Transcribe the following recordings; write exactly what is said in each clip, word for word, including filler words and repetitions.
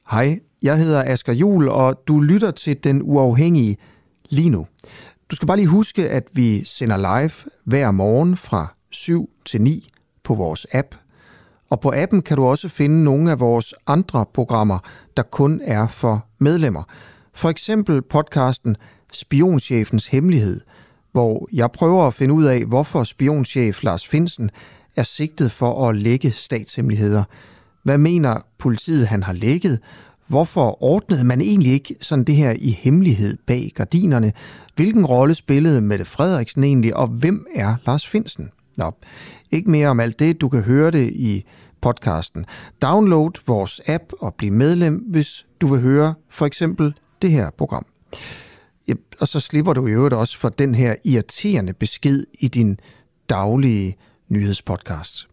Hej, jeg hedder Asger Juhl, og du lytter til Den Uafhængige lige nu. Du skal bare lige huske, at vi sender live hver morgen fra syv til ni på vores app. Og på appen kan du også finde nogle af vores andre programmer, der kun er for medlemmer. For eksempel podcasten Spionchefens Hemmelighed, hvor jeg prøver at finde ud af, hvorfor spionchef Lars Findsen er sigtet for at lække statshemmeligheder. Hvad mener politiet, han har lækket? Hvorfor ordnede man egentlig ikke sådan det her i hemmelighed bag gardinerne? Hvilken rolle spillede Mette Frederiksen egentlig, og hvem er Lars Findsen? Nå, ikke mere om alt det. Du kan høre det i podcasten. Download vores app og bliv medlem, hvis du vil høre for eksempel det her program. Ja, og så slipper du i øvrigt også for den her irriterende besked i din daglige nyhedspodcast.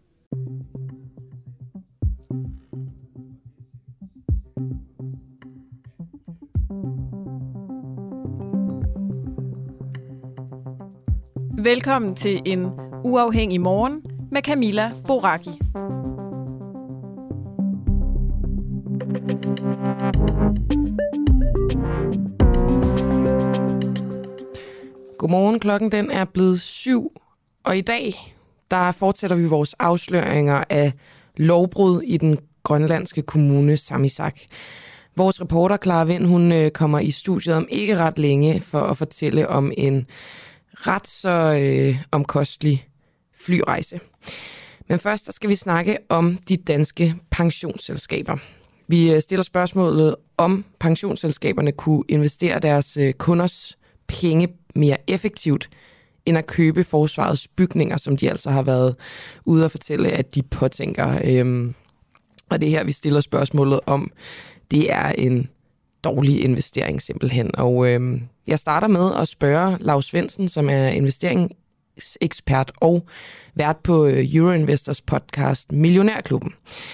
Velkommen til en uafhængig morgen med Camilla Boracchi. Godmorgen, klokken den er blevet syv, og i dag der fortsætter vi vores afsløringer af lovbrud i den grønlandske kommune Samisak. Vores reporter Clara Vind, hun kommer i studiet om ikke ret længe for at fortælle om en ret så øh, omkostelig flyrejse. Men først der skal vi snakke om de danske pensionsselskaber. Vi stiller spørgsmålet, om pensionsselskaberne kunne investere deres øh, kunders penge mere effektivt, end at købe forsvarets bygninger, som de altså har været ude at fortælle, at de påtænker. Øhm, og det her, vi stiller spørgsmålet om, det er en dårlig investering simpelthen. Og øhm, jeg starter med at spørge Lars Findsen, som er investeringsekspert og vært på Euroinvestors podcast Millionærklubben.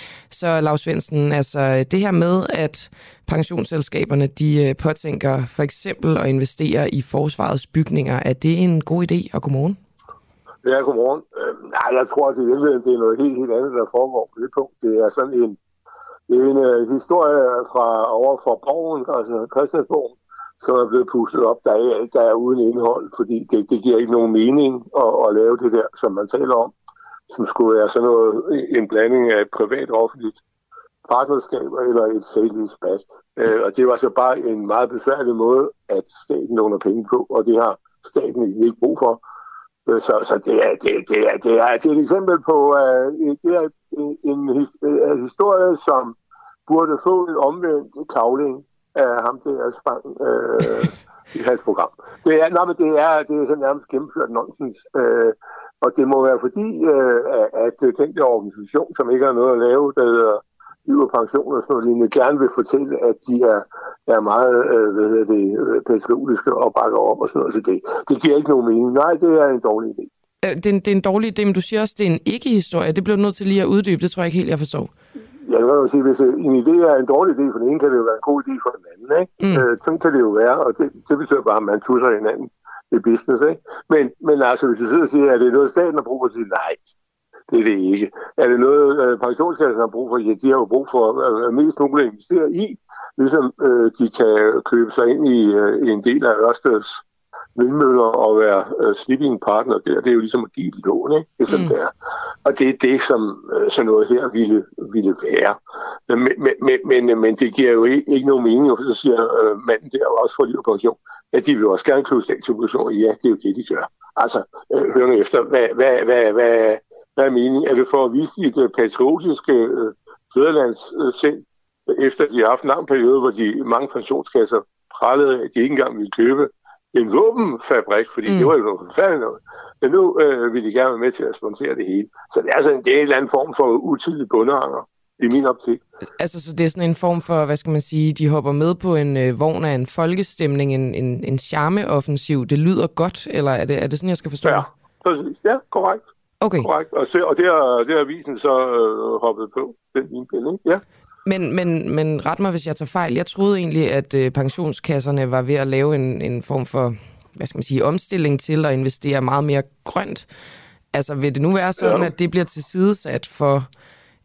Så Lars Findsen, altså det her med, at pensionsselskaberne de påtænker for eksempel at investere i forsvarets bygninger, er det en god idé? Og godmorgen. Ja, godmorgen. Øh, nej, jeg tror, at det, det er noget helt, helt andet, der foregår på det punkt. Det er sådan en, det er en uh, historie fra over for borgen, altså Christiansborg, som er blevet pustet op, der er, der er uden indhold, fordi det, det giver ikke nogen mening at, at lave det der, som man taler om, som skulle være sådan noget, en blanding af et privat og offentligt partnerskab eller et sale-leaseback. Uh, og det var så bare en meget besværlig måde, at staten låner penge på, og det har staten ikke brug for. Uh, så så det, er, det, det, er, det, er, det er et eksempel på uh, det er en, en, en historie, som burde få en omvendt kavling af ham til at spang øh, i hans program. Det er, nej, men det er, det er så nærmest gennemført nonsens. Øh, og det må være fordi, øh, at den der organisation, som ikke har noget at lave, der hedder liv og pension og sådan noget lignende, gerne vil fortælle, at de er, er meget øh, hvad hedder det, patriotiske og bakker op og sådan noget. Så det, det giver ikke nogen mening. Nej, det er en dårlig idé. Det er en, det er en dårlig idé, men du siger også, at det er en ikke-historie. Det bliver du nødt til lige at uddybe. Det tror jeg ikke helt, jeg forstår. Ja, jeg vil sige, hvis en idé er en dårlig idé for den ene, kan det jo være en god idé for den anden, ikke? Mm. Øh, sådan kan det jo være, og det, det betyder bare, at man tusser hinanden i business, ikke? Men, men altså, hvis du sidder og siger, at det er noget, staten har brug for, så siger nej, det er det ikke. Er det noget, øh, pensionskassen har brug for? Ja, de har jo brug for øh, mest muligt at investere i, ligesom øh, de kan købe sig ind i, øh, i en del af Ørsteds vindmøller og være uh, sleeping partner der. Det er jo ligesom at give et lån, ikke? Det er sådan, mm. det er. Og det er det, som uh, sådan noget her ville, ville være. Men, men, men, men det giver jo ikke, ikke nogen mening, for så siger uh, manden der også for liv og pension, at de vil også gerne købe statsobligationer. Ja, det er jo det, de gør. Altså, uh, hør nu efter, hvad, hvad, hvad, hvad, hvad er meningen? Er det for at vise dit uh, patriotiske uh, fædrelandssind, uh, efter de har haft en lang periode, hvor de mange pensionskasser prallede, at de ikke engang ville købe en våbenfabrik, fordi mm. det var jo noget forfærdeligt noget. Men nu øh, vil de gerne være med til at sponsere det hele. Så det er altså en, det er en eller anden form for utidig bundehanger, i min optik. Altså, så det er sådan en form for, hvad skal man sige, de hopper med på en øh, vogn af en folkestemning, en, en, en charmeoffensiv. Det lyder godt, eller er det, er det sådan, jeg skal forstå? Ja, præcis. Ja, korrekt. Okay. Korrekt. Og, så, og det har, det har avisen så øh, hoppet på, den min pille, ja. Men, men, men ret mig, hvis jeg tager fejl. Jeg troede egentlig, at øh, pensionskasserne var ved at lave en, en form for, hvad skal man sige, omstilling til at investere meget mere grønt. Altså, vil det nu være sådan, ja. at det bliver tilsidesat for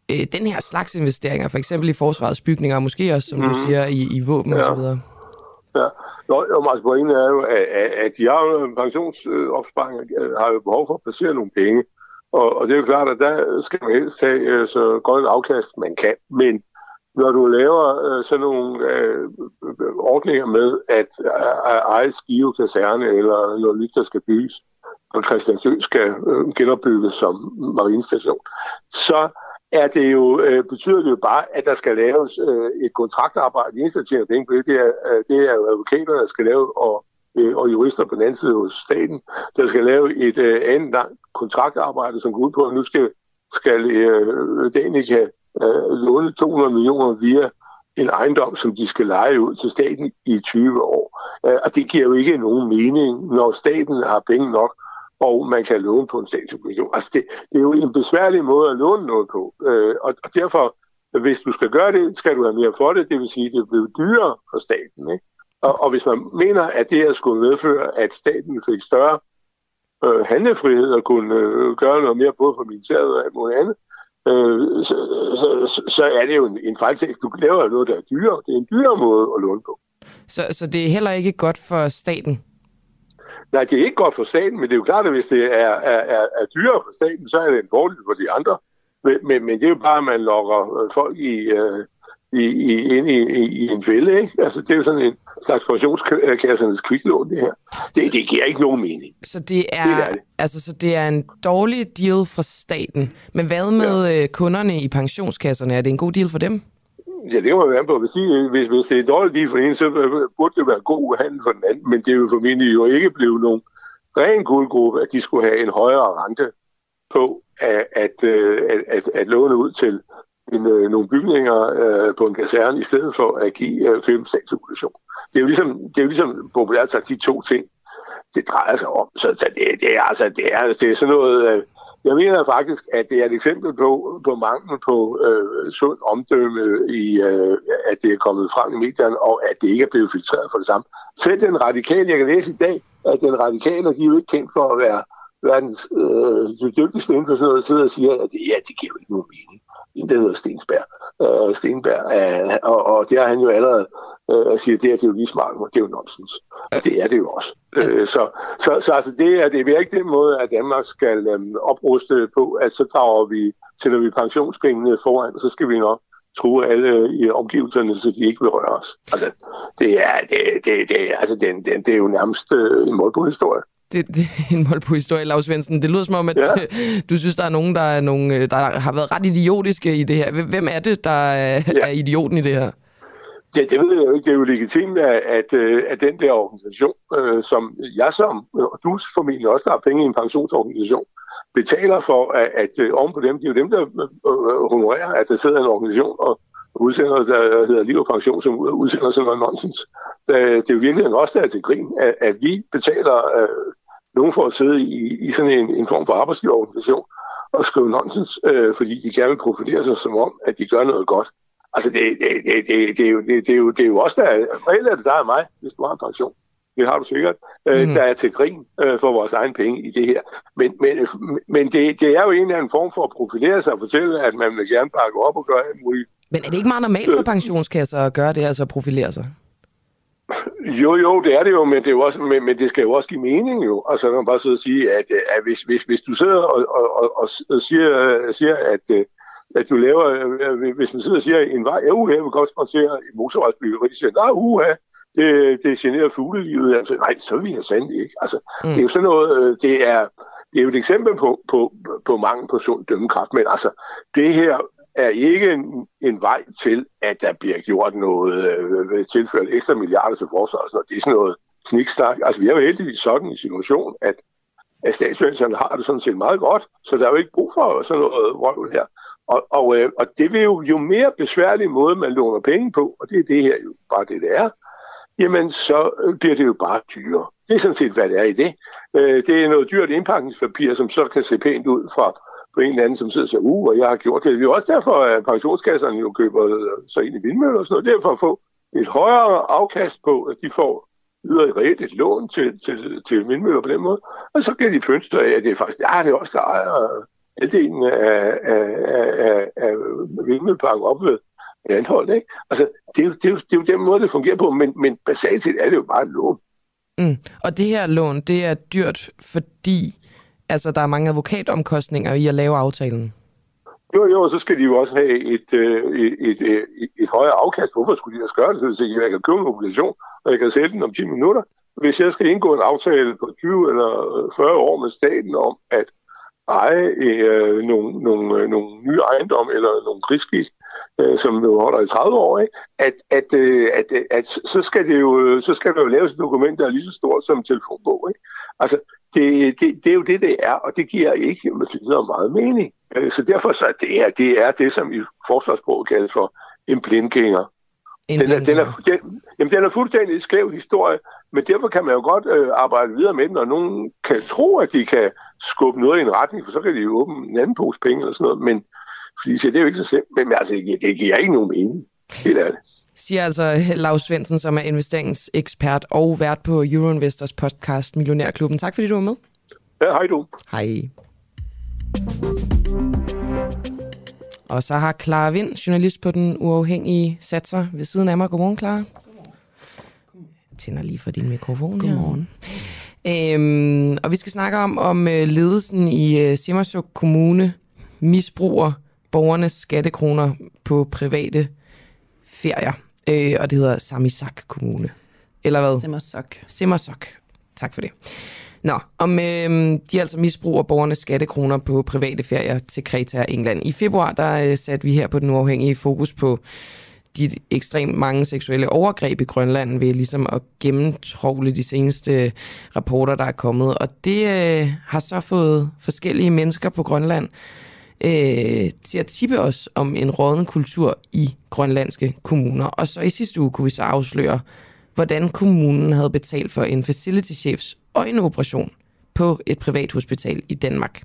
øh, den her slags investeringer, for eksempel i forsvarets bygninger, og måske også, som mm. du siger, i, i våben ja. og så videre? Ja, Nå, altså pointen er jo, at, at de har jo pensionsopsparinger, har jo behov for at placere nogle penge. Og, og det er jo klart, at der skal man helst tage så godt et afkast, man kan. Men når du laver øh, sådan nogle øh, ordninger med, at øh, eje Skive kaserne eller noget nyt, der skal bygges, og Christiansø skal øh, genopbygges som marinestation, så er det jo, øh, betyder det jo bare, at der skal laves øh, et kontraktarbejde. Det eneste, der tjener penge på det, det er, øh, det er jo advokater, der skal lave, og, øh, og jurister på den anden side hos staten, der skal lave et øh, andet langt kontraktarbejde, som går ud på, at nu skal, skal øh, Danica øh, låne to hundrede millioner via en ejendom, som de skal leje ud til staten i tyve år. Øh, og det giver jo ikke nogen mening, når staten har penge nok, og man kan låne på en statsobligation. Altså det, det er jo en besværlig måde at låne noget på. Øh, og, og derfor, hvis du skal gøre det, skal du have mere for det. Det vil sige, at det bliver dyrere for staten. Ikke? Og, og hvis man mener, at det her skulle medføre, at staten fik større øh, handlefrihed og kunne øh, gøre noget mere både for militæret og alt muligt andet, øh, så, så, så er det jo en, en fejltagelse. Du laver noget, der er dyrere. Det er en dyrere måde at låne på. Så, så det er heller ikke godt for staten? Nej, det er ikke godt for staten, men det er jo klart, at hvis det er, er, er, er dyrere for staten, så er det en fordel for de andre. Men, men, men det er jo bare, at man lokker folk i, uh, i, i, ind i, i, i en fælde, ikke? Altså, det er jo sådan en slags pensionskassernes kviklån, det her. Det, det giver ikke nogen mening. Så det er, det er det. Altså, så det er en dårlig deal for staten. Men hvad med ja. kunderne i pensionskasserne? Er det en god deal for dem? Ja, det må man være på. Hvis, de, hvis, hvis det er dårligt deal for en, så burde det være god handel for den anden. Men det er jo formentlig jo ikke blevet nogen ren guldgruppe, at de skulle have en højere rente på at, at, at, at, at låne ud til en, nogle bygninger uh, på en kaserne, i stedet for at give uh, købe statsobligation. Det er jo ligesom, det er jo ligesom populært sagt de to ting, det drejer sig om. Så, så det, det, er, altså, det, er, det er sådan noget... Uh, Jeg mener faktisk, at det er et eksempel på, på mangel på øh, sund omdømme, i, øh, at det er kommet frem i medierne, og at det ikke er blevet filtreret for det samme. Selv den radikale, jeg kan læse i dag, at den radikale, de er jo ikke kendt for at være verdens øh, dygtigste inden for sådan noget, sidder og siger, at det, ja, det giver jo ikke nogen mening. Det hedder Stensberg. Øh, Stenberg øh, og, og det har han jo allerede øh, siger, det, at det er jo lige smart, og det er jo nonsens. Og det er det jo også. Øh, så så, så altså, det er, det er ikke den måde, at Danmark skal øh, opruste på, at så drager vi, sætter vi pensionspengene foran, og så skal vi nok true alle i omgivelserne, så de ikke vil røre os. Altså, det er, det, det, det, altså, det, det, det er jo nærmest øh, en målbrugshistorie. Det, det er en målbrugshistorie, Laus Svendsen. Det lyder som om, at ja. du synes, der er nogen, der, er nogle, der har været ret idiotiske i det her. Hvem er det, der er, ja. er idioten i det her? Ja, det ved jeg jo ikke. Det er jo legitimt, at, at, at den der organisation, øh, som jeg som, og du formentlig også, der har penge i en pensionsorganisation, betaler for, at, at oven på dem, det er jo dem, der øh, honorerer, at der sidder en organisation og udsender, der hedder Liv og Pension, som udsender sådan noget nonsens. Det er jo virkelig også, der er til grin, at, at vi betaler øh, nogen for at sidde i, i sådan en, en form for arbejdsgiverorganisation og skrive nonsens, øh, fordi de gerne vil profilere sig som om, at de gør noget godt. Altså, det, det, det, det, det, er, jo, det, det, er, jo, det er jo også, der er, reelt er det der er mig, hvis du har en pension. Det har du sikkert. Øh, mm. Der er til grin øh, for vores egen penge i det her. Men, men, men det, det er jo en eller anden form for at profilere sig og fortælle, at man vil gerne bakke op og gøre alt muligt. Men er det ikke meget normalt for pensionskasser at gøre det, altså at profilere sig? Jo, jo, det er det jo, men det, er jo også, men, men det skal jo også give mening jo. Altså, man kan bare sidde og sige, at, at hvis, hvis, hvis du sidder og, og, og, og siger, siger, at, at du laver, hvis man sidder og siger, en vej, ja, uha, jeg vil godt sponsere et motorvejsbyggeri, så siger, nej, uha, det, det generer fuglelivet. Altså, nej, så vil jeg sandelig ikke. Altså, mm. det er jo sådan noget, det er, det er jo et eksempel på, på, på mangel på sund dømmekraft, men altså, det her er ikke en, en vej til, at der bliver gjort noget, øh, tilført ekstra milliarder til forsvaret. Det er sådan noget snikstak. Altså, vi er jo heldigvis sådan en situation, at, at statsministeren har det sådan set meget godt, så der er jo ikke brug for sådan noget vrøvl her. Og, og, øh, og det vil jo, jo mere besværlig måde, man låner penge på, og det er det her jo bare det, det er, jamen så bliver det jo bare dyrere. Det er sådan set, hvad det er i det. Øh, det er noget dyrt indpakningspapir, som så kan se pænt ud fra på en eller anden, som sidder og siger, uh, og jeg har gjort det. Det er jo også derfor, at pensionskasserne jo køber sig ind i vindmøller og sådan noget. Det er for at få et højere afkast på, at de får yder reelt et lån til, til, til vindmøller på den måde. Og så kan de pønste af, at det er faktisk, ja, det er også der ejer halvdelen af, af, af, af vindmølleparken op ved Anholt, ikke? Altså, det er, jo, det, er jo, det er jo den måde, det fungerer på, men, men basalt set er det jo bare et lån. Mm. Og det her lån, det er dyrt, fordi altså, der er mange advokatomkostninger i at lave aftalen. Jo, jo, så skal de jo også have et, et, et, et, et højere afkast. Hvorfor skulle de også gøre det? Så jeg kan købe en obligation, og jeg kan sælge den om ti minutter. Hvis jeg skal indgå en aftale på tyve eller fyrre år med staten om at eje øh, nogle, nogle, nogle nye ejendomme eller nogle krigsskis, øh, som jo holder i tredive år, ikke? At, at, øh, at, at, at så skal det jo så skal der jo laves et dokument, der er lige så stort som en telefonbog, ikke? Altså, det, det, det er jo det, det er, og det giver ikke meget mening. Så derfor så det er det, er det som i forsvarssproget kaldes for en blindgænger. En den, er, den, er, den, jamen, den er fuldstændig en skæv historie, men derfor kan man jo godt øh, arbejde videre med den, og nogen kan tro, at de kan skubbe noget i en retning, for så kan de jo åbne en anden pose penge eller sådan noget, men fordi, så det er jo ikke så slemt, men altså, det giver ikke nogen mening. Helt ærligt. Siger altså Laus Svendsen, som er investeringsekspert og vært på Euroinvestors podcast Millionærklubben. Tak fordi du var med. Ja, hej du. Hej. Og så har Clara Vind, journalist på Den Uafhængige, sat sig ved siden af mig. Godmorgen, Clara. Godmorgen. Jeg tænder lige for din mikrofon. Godmorgen. Øhm, og vi skal snakke om, om ledelsen i uh, Simersuk Kommune misbruger borgernes skattekroner på private ferier. Øh, og det hedder Samisak Kommune. Eller hvad? Simersuk. Simersuk. Tak for det. Nå, om øh, de altså misbruger borgernes skattekroner på private ferier til Kreta og England. I februar, der øh, satte vi her på Den Uafhængige fokus på de ekstremt mange seksuelle overgreb i Grønland ved ligesom at gennemtrovle de seneste rapporter, der er kommet. Og det øh, har så fået forskellige mennesker på Grønland øh, til at tippe os om en rådden kultur i grønlandske kommuner. Og så i sidste uge kunne vi så afsløre, hvordan kommunen havde betalt for en facility-chefs øjenoperation på et privat hospital i Danmark.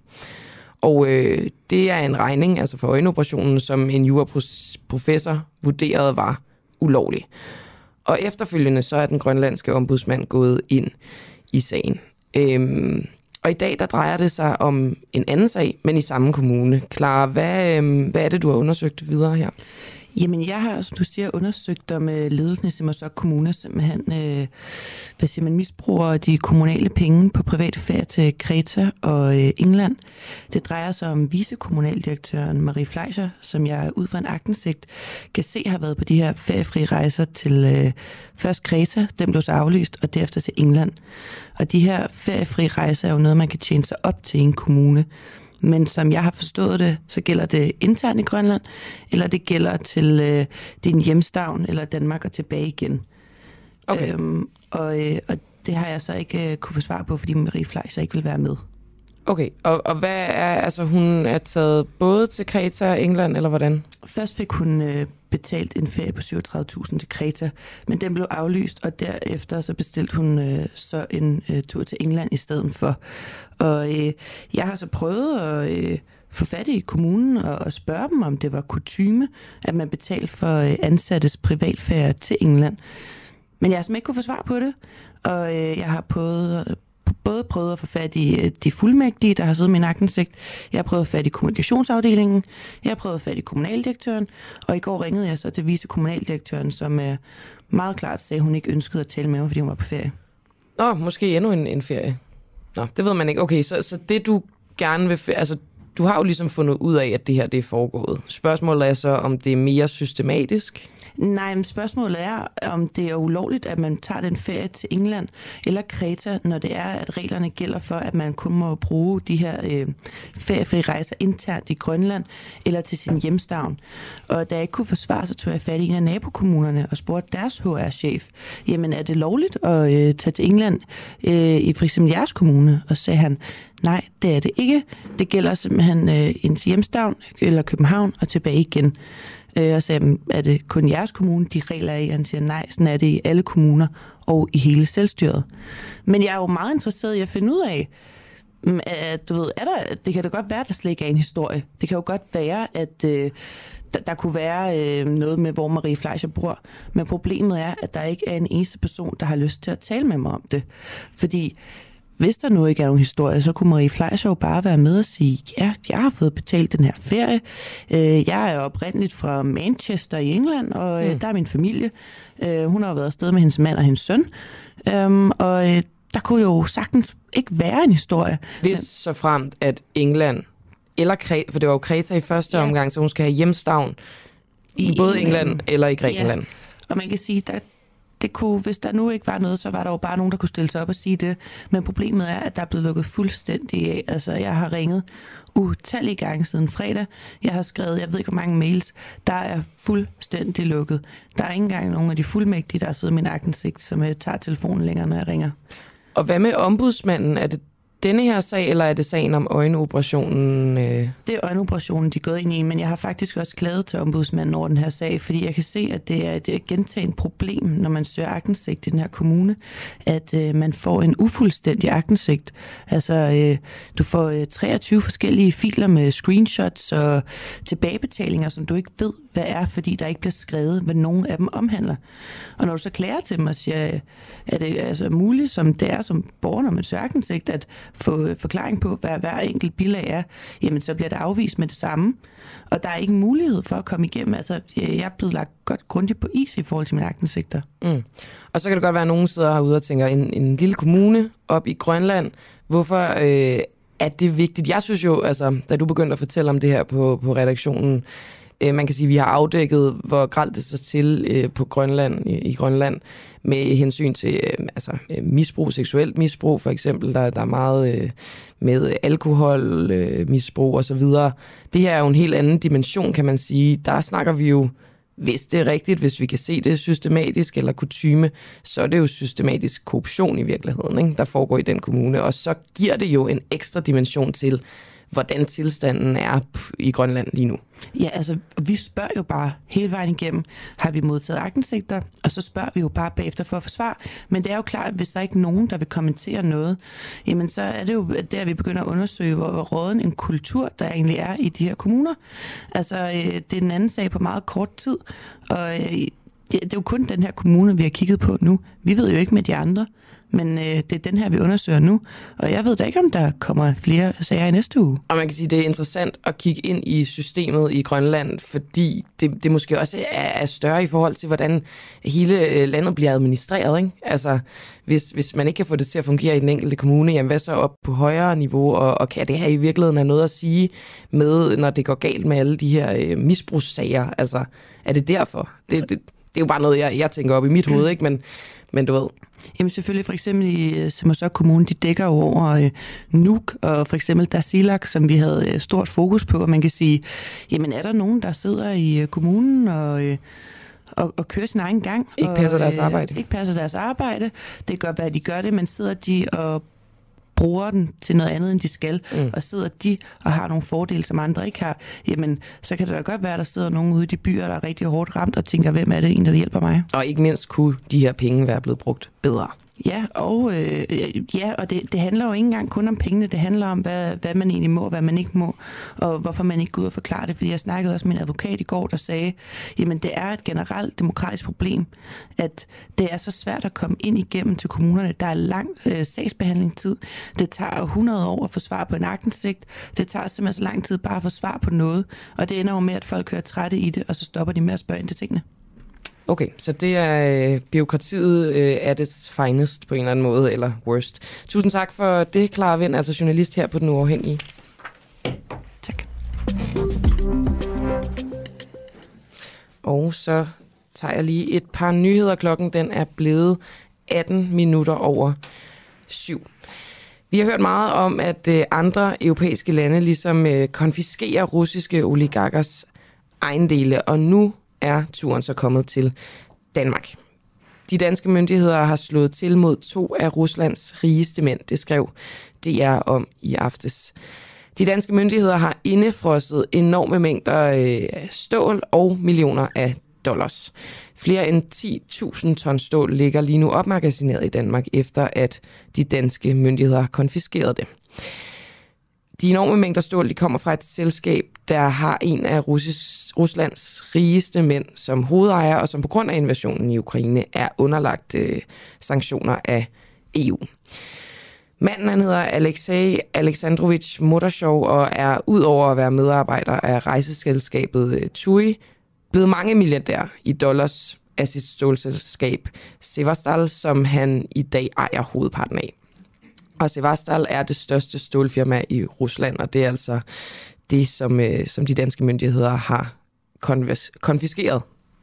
Og øh, det er en regning, altså for øjenoperationen, som en juraprofessor vurderede var ulovlig. Og efterfølgende så er den grønlandske ombudsmand gået ind i sagen. Øhm, og i dag der drejer det sig om en anden sag, men i samme kommune. Clara, hvad, øh, hvad er det, du har undersøgt videre her? Jamen, jeg har, som du siger, undersøgt om uh, ledelsen i Simersuk Kommune simpelthen, uh, hvad siger man, misbruger de kommunale penge på private ferier til Kreta og uh, England. Det drejer sig om vicekommunaldirektøren Marie Fleischer, som jeg ud fra en aktindsigt kan se har været på de her feriefri rejser til uh, først Kreta, den blev så aflyst, og derefter til England. Og de her feriefri rejser er jo noget, man kan tjene sig op til i en kommune. Men som jeg har forstået det, så gælder det internt i Grønland, eller det gælder til øh, din hjemstavn eller Danmark og tilbage igen. Okay. Øhm, og, øh, og det har jeg så ikke øh, kunne få svar på, fordi Marie Fleischer ikke vil være med. Okay, og, og hvad er, altså hun er taget både til Kreta og England, eller hvordan? Først fik hun øh, betalt en ferie på syvogtredive tusind til Kreta, men den blev aflyst, og derefter så bestilte hun øh, så en øh, tur til England i stedet for. Og øh, jeg har så prøvet at øh, få fat i kommunen og, og spørge dem, om det var kutyme, at man betalte for øh, ansattes privatferie til England. Men jeg har simpelthen ikke kunne få svar på det, og øh, jeg har prøvet... både prøvet at få fat i de fuldmægtige, der har siddet med en aktindsigt. Jeg har prøvet at få fat i kommunikationsafdelingen. Jeg har prøvet at få fat i kommunaldirektøren. Og i går ringede jeg så til vicekommunaldirektøren, som uh, meget klart sagde, at hun ikke ønskede at tale med mig, fordi hun var på ferie. Nå, måske endnu en, en ferie. Nå, det ved man ikke. Okay, så, så det du gerne vil... Altså, du har jo ligesom fundet ud af, at det her det er foregået. Spørgsmålet er så, om det er mere systematisk? Nej, men spørgsmålet er, om det er ulovligt, at man tager den ferie til England eller Kreta, når det er, at reglerne gælder for, at man kun må bruge de her øh, feriefri rejser internt i Grønland eller til sin hjemstavn. Og da jeg ikke kunne få svar, så tog jeg fat i en af nabokommunerne og spurgte deres H R-chef, jamen er det lovligt at øh, tage til England øh, i for eksempel jeres kommune? Og så sagde han, nej, det er det ikke. Det gælder simpelthen øh, ens hjemstavn eller København og tilbage igen. Øh, og sagde, er det kun jeres kommune, de regler er i? Han siger, nej, sådan er det i alle kommuner og i hele selvstyret. Men jeg er jo meget interesseret i at finde ud af, at du ved, er der, det kan da godt være, at der slet ikke er en historie. Det kan jo godt være, at øh, der, der kunne være øh, noget med, hvor Marie Fleischer bor. Men problemet er, at der ikke er en eneste person, der har lyst til at tale med mig om det. Fordi hvis der nu ikke er nogen historie, så kunne Marie Fleischer bare være med og sige, ja, jeg har fået betalt den her ferie. Øh, jeg er oprindeligt fra Manchester i England, og øh, mm. der er min familie. Øh, hun har været afsted med hendes mand og hendes søn. Øh, og øh, der kunne jo sagtens ikke være en historie. Hvis så fremt, at England, eller Kreta, for det var jo Kreta i første ja. omgang, så hun skal have hjemstavn i, i både England, England eller i Grækenland. Ja. Og man kan sige, der det kunne, hvis der nu ikke var noget, så var der jo bare nogen, der kunne stille sig op og sige det. Men problemet er, at der er blevet lukket fuldstændig af. Altså, jeg har ringet utallige gange siden fredag. Jeg har skrevet, jeg ved ikke hvor mange mails, der er fuldstændig lukket. Der er ikke engang nogen af de fuldmægtige, der sidder med min aktindsigt, som tager telefonen længere, når jeg ringer. Og hvad med ombudsmanden? Er det denne her sag, eller er det sagen om øjenoperationen? Øh? Det er øjenoperationen, de er gået ind i, men jeg har faktisk også klaget til ombudsmanden over den her sag, fordi jeg kan se, at det er et gentaget problem, når man søger aktindsigt i den her kommune, at øh, man får en ufuldstændig aktindsigt. Altså, øh, du får øh, treogtyve forskellige filer med screenshots og tilbagebetalinger, som du ikke ved, hvad er, fordi der ikke bliver skrevet, hvad nogen af dem omhandler. Og når du så klager til dem og siger, at det er altså muligt, som det er som borger, når man søger aktindsigt, at få forklaring på, hvad hver enkelt bilag er, jamen så bliver det afvist med det samme. Og der er ikke mulighed for at komme igennem. Altså, jeg er blevet lagt godt grundigt på is i forhold til mine aktindsigter. Mm. Og så kan det godt være, at nogen sidder herude og tænker, en, en lille kommune op i Grønland, hvorfor øh, er det vigtigt? Jeg synes jo, altså, da du begyndte at fortælle om det her på, på redaktionen, øh, man kan sige, at vi har afdækket, hvor grelt det så til øh, på Grønland, i, i Grønland, med hensyn til øh, altså, misbrug, seksuelt misbrug for eksempel. Der, der er meget øh, med alkohol, øh, misbrug osv. Det her er jo en helt anden dimension, kan man sige. Der snakker vi jo, hvis det er rigtigt, hvis vi kan se det systematisk eller kutyme, så er det jo systematisk korruption i virkeligheden, ikke, der foregår i den kommune. Og så giver det jo en ekstra dimension til, hvordan tilstanden er i Grønland lige nu. Ja, altså, vi spørger jo bare hele vejen igennem, har vi modtaget aktindsigter, og så spørger vi jo bare bagefter for at få svar. Men det er jo klart, at hvis der ikke er nogen, der vil kommentere noget, jamen så er det jo der, vi begynder at undersøge, hvor, hvor råden en kultur, der egentlig er i de her kommuner. Altså, øh, det er den anden sag på meget kort tid, og øh, det, det er jo kun den her kommune, vi har kigget på nu. Vi ved jo ikke med de andre. Men øh, det er den her, vi undersøger nu. Og jeg ved da ikke, om der kommer flere sager i næste uge. Og man kan sige, at det er interessant at kigge ind i systemet i Grønland, fordi det, det måske også er, er større i forhold til, hvordan hele landet bliver administreret, ikke? Altså, hvis, hvis man ikke kan få det til at fungere i den enkelte kommune, jamen hvad så op på højere niveau? Og, og kan det her i virkeligheden have noget at sige med, når det går galt med alle de her øh, misbrugssager? Altså, er det derfor? Det, det, det er jo bare noget, jeg, jeg tænker op i mit hoved, ikke? Men, men du ved... Jamen selvfølgelig, for eksempel i Sermersooq Kommune, de dækker jo over øh, Nuuk og for eksempel Tasiilaq, som vi havde øh, stort fokus på, og man kan sige, jamen er der nogen, der sidder i øh, kommunen og, øh, og, og kører sin egen gang? Ikke passer og, deres øh, arbejde. Ikke passer deres arbejde. Det kan godt være, at de gør det, men sidder de og bruger den til noget andet, end de skal, mm. og sidder de og har nogle fordele, som andre ikke har, jamen, så kan det da godt være, at der sidder nogen ude i de byer, der er rigtig hårdt ramt, og tænker, hvem er det en, der hjælper mig? Og ikke mindst kunne de her penge være blevet brugt bedre. Ja, og, øh, ja, og det, det handler jo ikke engang kun om pengene, det handler om, hvad, hvad man egentlig må, og hvad man ikke må, og hvorfor man ikke går ud og forklare det, fordi jeg snakkede også med min advokat i går, der sagde, jamen det er et generelt demokratisk problem, at det er så svært at komme ind igennem til kommunerne, der er lang øh, sagsbehandlingstid, det tager hundrede år at få svar på en aktindsigt, det tager simpelthen så lang tid bare at få svar på noget, og det ender jo med, at folk kører trætte i det, og så stopper de med at spørge ind til tingene. Okay, så det er øh, bureaukratiet øh, at its finest på en eller anden måde, eller worst. Tusind tak for det, Clara Vind, altså journalist her på Den Uafhængige. Tak. Og så tager jeg lige et par nyheder. Klokken den er blevet atten minutter over syv. Vi har hørt meget om, at øh, andre europæiske lande ligesom øh, konfiskerer russiske oligarkers ejendele, og nu er turen så kommet til Danmark. De danske myndigheder har slået til mod to af Ruslands rigeste mænd, det skrev D R om i aftes. De danske myndigheder har indefrosset enorme mængder øh, stål og millioner af dollars. Flere end ti tusind ton stål ligger lige nu opmagasineret i Danmark, efter at de danske myndigheder har konfiskeret det. De enorme mængder stål, de kommer fra et selskab, der har en af Russis, Ruslands rigeste mænd som hovedejer, og som på grund af invasionen i Ukraine er underlagt øh, sanktioner af E U. Manden han hedder Alexei Alexandrovich Mordashov og er udover at være medarbejder af rejseselskabet TUI blevet mange milliardær i dollars af sit stålselskab Sevastol, som han i dag ejer hovedparten af. Og Sevastol er det største stålfirma i Rusland, og det er altså det, som, som de danske myndigheder har konfiskeret.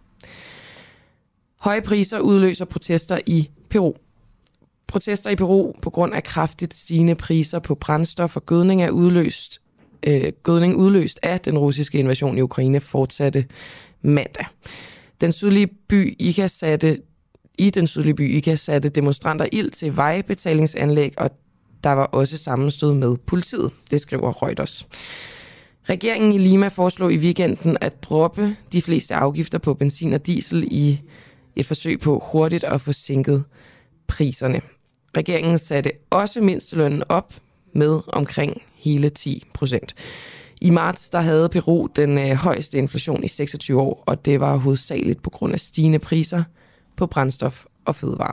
Høje priser udløser protester i Peru. Protester i Peru på grund af kraftigt stigende priser på brændstof og gødning er udløst, øh, gødning udløst af den russiske invasion i Ukraine fortsatte mandag. Den sydlige by Ica satte, I den sydlige by Ica satte demonstranter ild til vejbetalingsanlæg, og der var også sammenstød med politiet, det skriver Reuters. Regeringen i Lima foreslog i weekenden at droppe de fleste afgifter på benzin og diesel i et forsøg på hurtigt at få sænket priserne. Regeringen satte også mindstelønnen op med omkring hele ti procent. I marts der havde Peru den øh, højeste inflation i seksogtyve år, og det var hovedsageligt på grund af stigende priser på brændstof og fødevarer.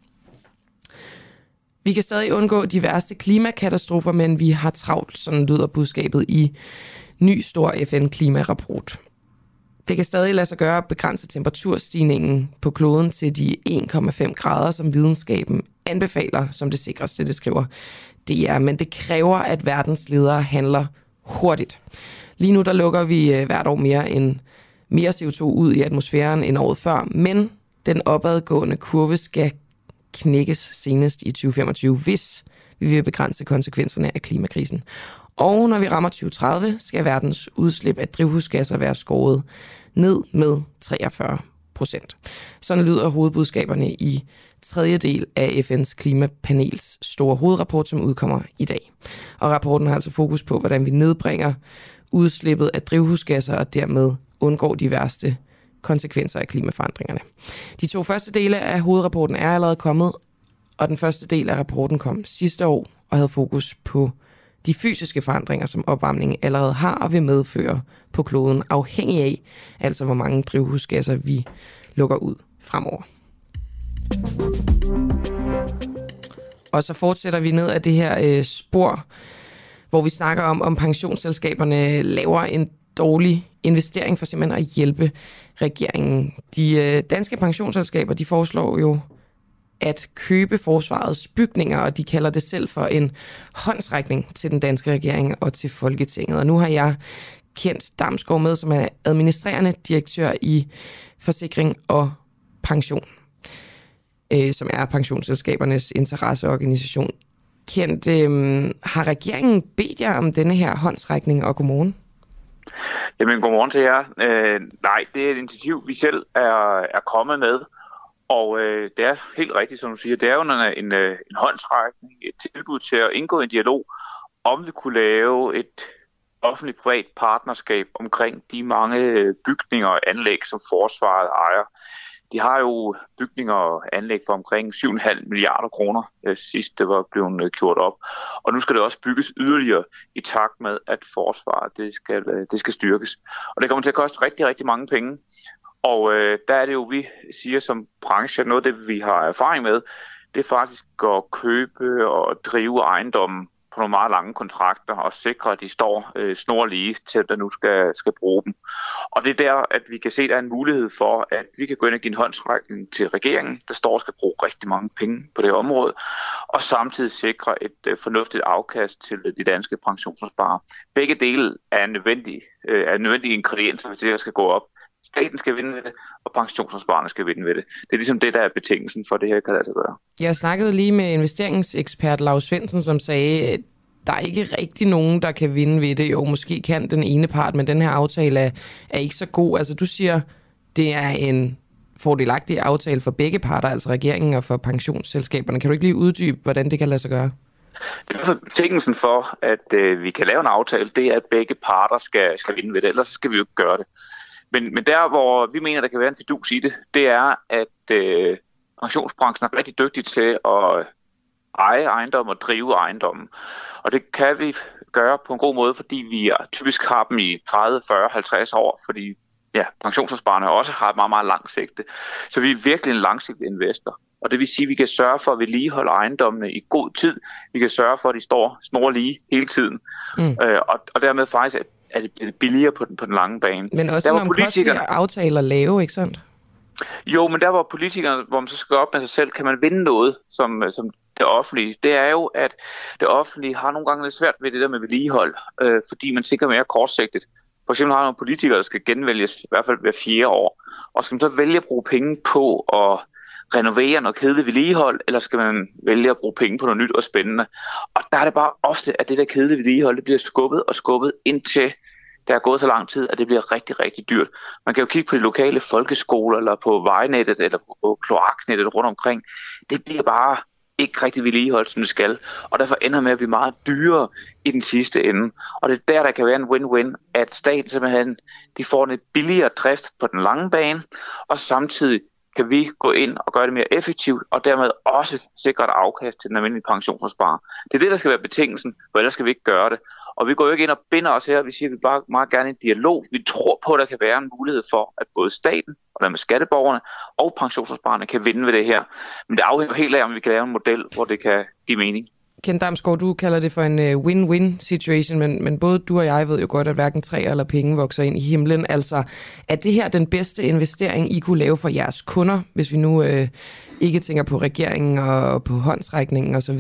Vi kan stadig undgå de værste klimakatastrofer, men vi har travlt, sådan lyder budskabet i ny stor F N-klimarapport. Det kan stadig lade sig gøre at begrænse temperaturstigningen på kloden til de en komma fem grader, som videnskaben anbefaler som det sikreste, det skriver D R. Men det kræver, at verdens ledere handler hurtigt. Lige nu der lukker vi hvert år mere, end, mere C O to ud i atmosfæren end året før, men den opadgående kurve skal knækkes senest i tyve femogtyve, hvis vi vil begrænse konsekvenserne af klimakrisen. Og når vi rammer tyve tredive, skal verdens udslip af drivhusgasser være skåret ned med treogfyrre procent. Sådan lyder hovedbudskaberne i tredje del af F N's klimapanels store hovedrapport, som udkommer i dag. Og rapporten har altså fokus på, hvordan vi nedbringer udslippet af drivhusgasser og dermed undgår de værste konsekvenser af klimaforandringerne. De to første dele af hovedrapporten er allerede kommet, og den første del af rapporten kom sidste år og havde fokus på de fysiske forandringer, som opvarmningen allerede har og vil medføre på kloden, afhængig af, altså hvor mange drivhusgasser vi lukker ud fremover. Og så fortsætter vi ned af det her øh, spor, hvor vi snakker om, om pensionsselskaberne laver en dårlig investering for simpelthen at hjælpe regeringen. De øh, danske pensionsselskaber, de foreslår jo at købe forsvarets bygninger, og de kalder det selv for en håndsrækning til den danske regering og til Folketinget. Og nu har jeg Kent Damsgaard med, som er administrerende direktør i Forsikring og Pension, øh, som er pensionsselskabernes interesseorganisation. Kent, øh, har regeringen bedt jer om denne her håndsrækning, og godmorgen? Jamen, godmorgen til jer. Øh, nej, det er et initiativ, vi selv er, er kommet med. Og øh, det er helt rigtigt, som du siger, det er jo en, en, en håndsrækning, et tilbud til at indgå en dialog, om vi kunne lave et offentligt-privat partnerskab omkring de mange bygninger og anlæg, som forsvaret ejer. De har jo bygninger og anlæg for omkring syv komma fem milliarder kroner øh, sidst det var blevet gjort op. Og nu skal det også bygges yderligere i takt med, at forsvaret det skal, det skal styrkes. Og det kommer til at koste rigtig, rigtig mange penge. Og øh, der er det jo, vi siger som branche, noget af det, vi har erfaring med, det er faktisk at købe og drive ejendommen på nogle meget lange kontrakter og sikre, at de står øh, snorlige til, at der nu skal, skal bruge dem. Og det er der, at vi kan se, at der er en mulighed for, at vi kan gå ind og give en håndsrækning til regeringen, der står og skal bruge rigtig mange penge på det område, og samtidig sikre et øh, fornuftigt afkast til de danske pensionsopsparere. Begge dele er nødvendige, øh, er nødvendige ingredienser, hvis det skal gå op. Staten skal vinde ved det, og pensionsopsparerne skal vinde ved det. Det er ligesom det, der er betingelsen for det her, kan lade sig gøre. Jeg snakkede lige med investeringsekspert Lars Svendsen, som sagde, at der er ikke rigtig nogen, der kan vinde ved det. Jo, måske kan den ene part, men den her aftale er, er ikke så god. Altså, du siger, det er en fordelagtig aftale for begge parter, altså regeringen og for pensionsselskaberne. Kan du ikke lige uddybe, hvordan det kan lade sig gøre? Det er betingelsen for, at øh, vi kan lave en aftale, det er, at begge parter skal, skal vinde ved det, ellers skal vi jo ikke gøre det. Men, men der, hvor vi mener, der kan være en fidus i det, det er, at øh, pensionsbranchen er rigtig dygtig til at eje ejendom og drive ejendommen. Og det kan vi gøre på en god måde, fordi vi typisk har dem i tredive, fyrre, halvtreds år, fordi ja, pensionsopsparerne også har et meget, meget langt sigte. Så vi er virkelig en langsigtet investor. Og det vil sige, at vi kan sørge for at vedligeholde ejendommene i god tid. Vi kan sørge for, at de står snorlige hele tiden. Mm. Øh, og, og dermed faktisk at, at det bliver billigere på den, på den lange bane. Men også nogle omkostelige aftaler lave, ikke sandt? Jo, men der hvor politikerne, hvor man så skal op med sig selv, kan man vinde noget som, som det offentlige. Det er jo, at det offentlige har nogle gange lidt svært ved det der med vedligehold, øh, fordi man tænker mere kortsigtet. For eksempel har man nogle politikere, der skal genvælges i hvert fald hver fjerde år. Og skal man så vælge at bruge penge på at renovere noget kedeligt vedligehold, eller skal man vælge at bruge penge på noget nyt og spændende? Og der er det bare ofte, at det der kedelige vedligehold, det bliver skubbet og skubbet indtil der er gået så lang tid, at det bliver rigtig, rigtig dyrt. Man kan jo kigge på de lokale folkeskoler, eller på vejnettet, eller på kloaknettet rundt omkring. Det bliver bare ikke rigtig vedligeholdt, som det skal. Og derfor ender med at blive meget dyrere i den sidste ende. Og det er der, der kan være en win-win, at staten simpelthen de får en billigere drift på den lange bane, og samtidig kan vi gå ind og gøre det mere effektivt, og dermed også sikre et afkast til den almindelige pensionsopsparer. Det er det, der skal være betingelsen, for ellers skal vi ikke gøre det. Og vi går jo ikke ind og binder os her, vi siger, at vi bare meget gerne i dialog. Vi tror på, at der kan være en mulighed for, at både staten, og dermed skatteborgerne, og pensionsopsparerne kan vinde ved det her. Men det afhænger helt af, om vi kan lave en model, hvor det kan give mening. Ken Damsgaard, du kalder det for en win-win situation, men, men både du og jeg ved jo godt, at hverken træer eller penge vokser ind i himlen. Altså, er det her den bedste investering, I kunne lave for jeres kunder, hvis vi nu øh, ikke tænker på regeringen og på håndsrækningen osv.?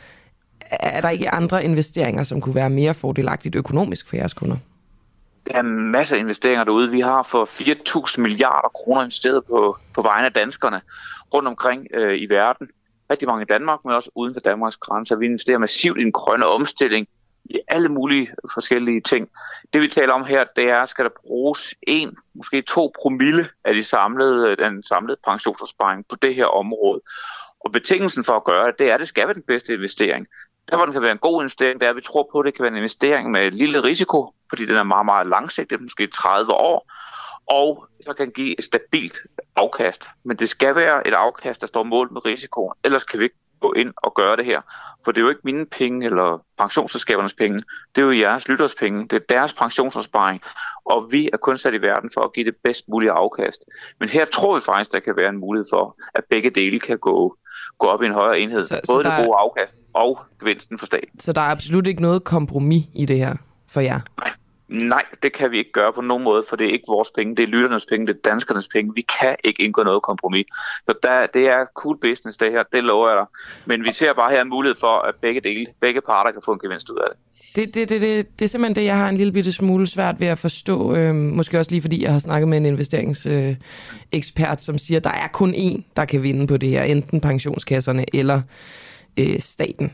Er der ikke andre investeringer, som kunne være mere fordelagtigt økonomisk for jeres kunder? Der er masser af investeringer derude. Vi har for fire tusind milliarder kroner investeret på, på vegne af danskerne rundt omkring øh, i verden. Rigtig mange i Danmark, men også uden for Danmarks grænser. Vi investerer massivt i en grønne omstilling, i alle mulige forskellige ting. Det vi taler om her, det er, skal der bruges en, måske to promille af de samlede, den samlede pensionsopsparing på det her område. Og betingelsen for at gøre det, det er, at det skal være den bedste investering. Der hvor den kan være en god investering, det er, at vi tror på, at det kan være en investering med lille risiko, fordi den er meget, meget langsigtet, måske tredive år, og så kan give et stabilt afkast. Men det skal være et afkast, der står mål med risikoen, ellers kan vi ikke gå ind og gøre det her. For det er jo ikke mine penge eller pensionsselskabernes penge, det er jo jeres lytters penge, det er deres pensionsopsparing, og vi er kun sat i verden for at give det bedst mulige afkast. Men her tror vi faktisk, der kan være en mulighed for, at begge dele kan gå, gå op i en højere enhed. Så, Både så det gode afkast og gevinsten for staten. Så der er absolut ikke noget kompromis i det her for jer? Nej. Nej, det kan vi ikke gøre på nogen måde, for det er ikke vores penge, det er lytternes penge, det er danskernes penge. Vi kan ikke indgå noget kompromis. Så der, det er cool business, det her, det lover jeg dig. Men vi ser bare her en mulighed for, at begge dele, begge parter kan få en gevinst ud af det. Det, det, det, det, det er simpelthen det, jeg har en lille bitte smule svært ved at forstå. Øhm, måske også lige fordi, jeg har snakket med en investeringsekspert, øh, som siger, at der er kun én, der kan vinde på det her. Enten pensionskasserne eller øh, staten.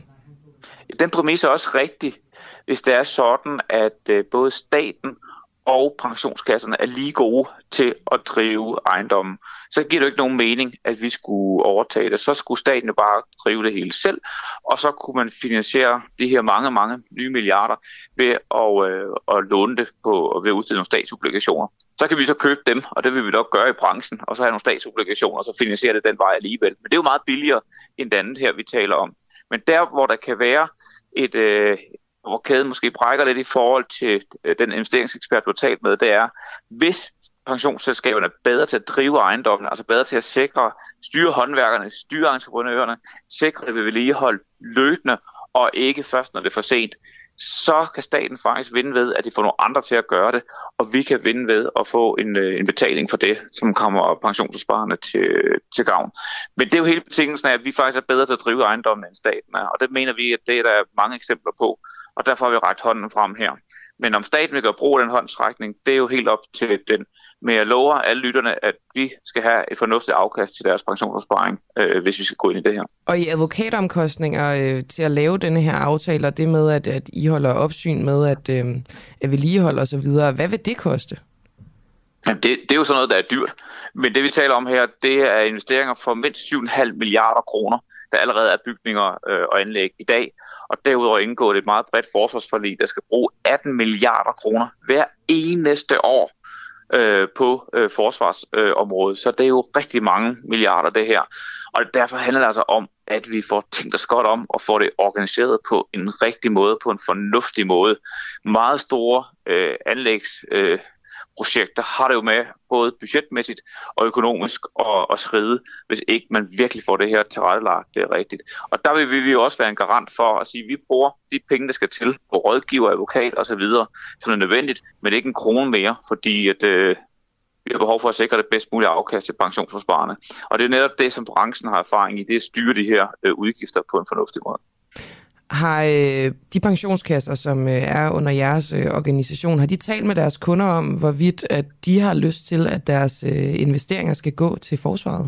Den præmis er også rigtig. Hvis det er sådan, at øh, både staten og pensionskasserne er lige gode til at drive ejendommen, så giver det ikke nogen mening, at vi skulle overtage det. Så skulle staten jo bare drive det hele selv, og så kunne man finansiere de her mange, mange nye milliarder ved at, øh, at låne det på og ved at udstille nogle statsobligationer. Så kan vi så købe dem, og det vil vi nok gøre i branchen, og så have nogle statsobligationer, og så finansiere det den vej alligevel. Men det er jo meget billigere end det andet her, vi taler om. Men der, hvor der kan være et... Øh, hvor kæden måske brækker lidt i forhold til den investeringsekspert, du har talt med, det er, hvis pensionsselskaberne er bedre til at drive ejendommen, altså bedre til at sikre, styre håndværkerne, styre entreprenørerne, sikre det ved vedligehold løbende, og ikke først, når det er for sent, så kan staten faktisk vinde ved, at de får nogle andre til at gøre det, og vi kan vinde ved at få en, en betaling for det, som kommer pensionsopsparerne til, til gavn. Men det er jo hele betingelsen af, at vi faktisk er bedre til at drive ejendommen end staten er, og det mener vi, at det er der mange eksempler på, og derfor har vi rækket hånden frem her. Men om staten vil gøre brug af den håndsrækning, det er jo helt op til den. Men jeg lover alle lytterne, at vi skal have et fornuftigt afkast til deres pensionsopsparing, øh, hvis vi skal gå ind i det her. Og i advokatomkostninger øh, til at lave denne her aftale, og det med, at, at I holder opsyn med, at, øh, at vedligeholde og så videre, hvad vil det koste? Jamen det, det er jo sådan noget, der er dyrt. Men det vi taler om her, det er investeringer for mindst syv komma fem milliarder kroner, der allerede er bygninger øh, og anlæg i dag. Og derudover indgår det et meget bredt forsvarsforlig, der skal bruge atten milliarder kroner hver eneste år øh, på øh, forsvarsområdet. Øh, Så det er jo rigtig mange milliarder det her. Og derfor handler det altså om, at vi får tænkt os godt om og får det organiseret på en rigtig måde, på en fornuftig måde. Meget store øh, anlægs... Øh, projekt, der har det jo med både budgetmæssigt og økonomisk at, at skride, hvis ikke man virkelig får det her tilrettelagt, det er rigtigt. Og der vil vi jo også være en garant for at sige, at vi bruger de penge, der skal til på rådgiver, advokat osv., som er nødvendigt, men ikke en krone mere, fordi at, øh, vi har behov for at sikre det bedst mulige afkast til pensionsopsparerne. Og det er netop det, som branchen har erfaring i, det er at styre de her øh, udgifter på en fornuftig måde. Har øh, de pensionskasser, som øh, er under jeres øh, organisation, har de talt med deres kunder om, hvorvidt at de har lyst til, at deres øh, investeringer skal gå til forsvaret?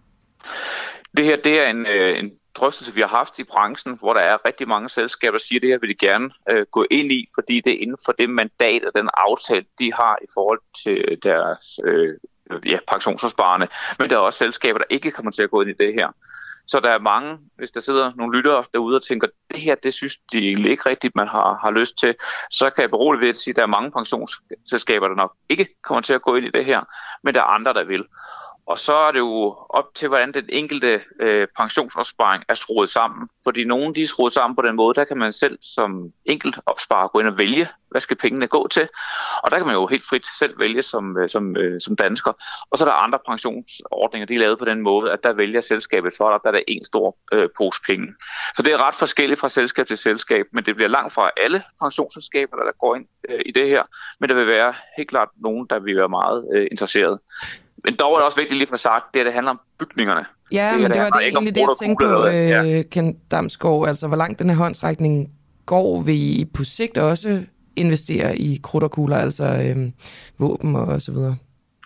Det her det er en, øh, en drøftelse, vi har haft i branchen, hvor der er rigtig mange selskaber, der siger, at det her vil de gerne øh, gå ind i, fordi det er inden for det mandat og den aftale, de har i forhold til deres øh, ja, pensionsopsparerne. Men der er også selskaber, der ikke kommer til at gå ind i det her. Så der er mange, hvis der sidder nogle lyttere derude og tænker, det her, det synes de egentlig ikke rigtigt, man har, har lyst til, så kan jeg berolige ved at sige, at der er mange pensionsselskaber, der nok ikke kommer til at gå ind i det her, men der er andre, der vil. Og så er det jo op til, hvordan den enkelte øh, pensionsopsparing er skruet sammen. Fordi nogle de er skruet sammen på den måde, der kan man selv som enkelt opsparer gå ind og vælge, hvad skal pengene gå til. Og der kan man jo helt frit selv vælge som, som, øh, som dansker. Og så er der andre pensionsordninger, de er lavet på den måde, at der vælger selskabet for dig, der er der en stor øh, pose penge. Så det er ret forskelligt fra selskab til selskab, men det bliver langt fra alle pensionsselskaber, der går ind øh, i det her. Men der vil være helt klart nogen, der vil være meget øh, interesseret. Men dog er det også vigtigt lige for sagt, det, at det handler om bygningerne. Ja, det men det var det egentlig det, jeg tænkte på, øh, ja. Ken Damsgaard. Altså, hvor langt den her håndsrækning går, vil I på sigt også investere i krudt og kugler, altså øh, våben og så videre?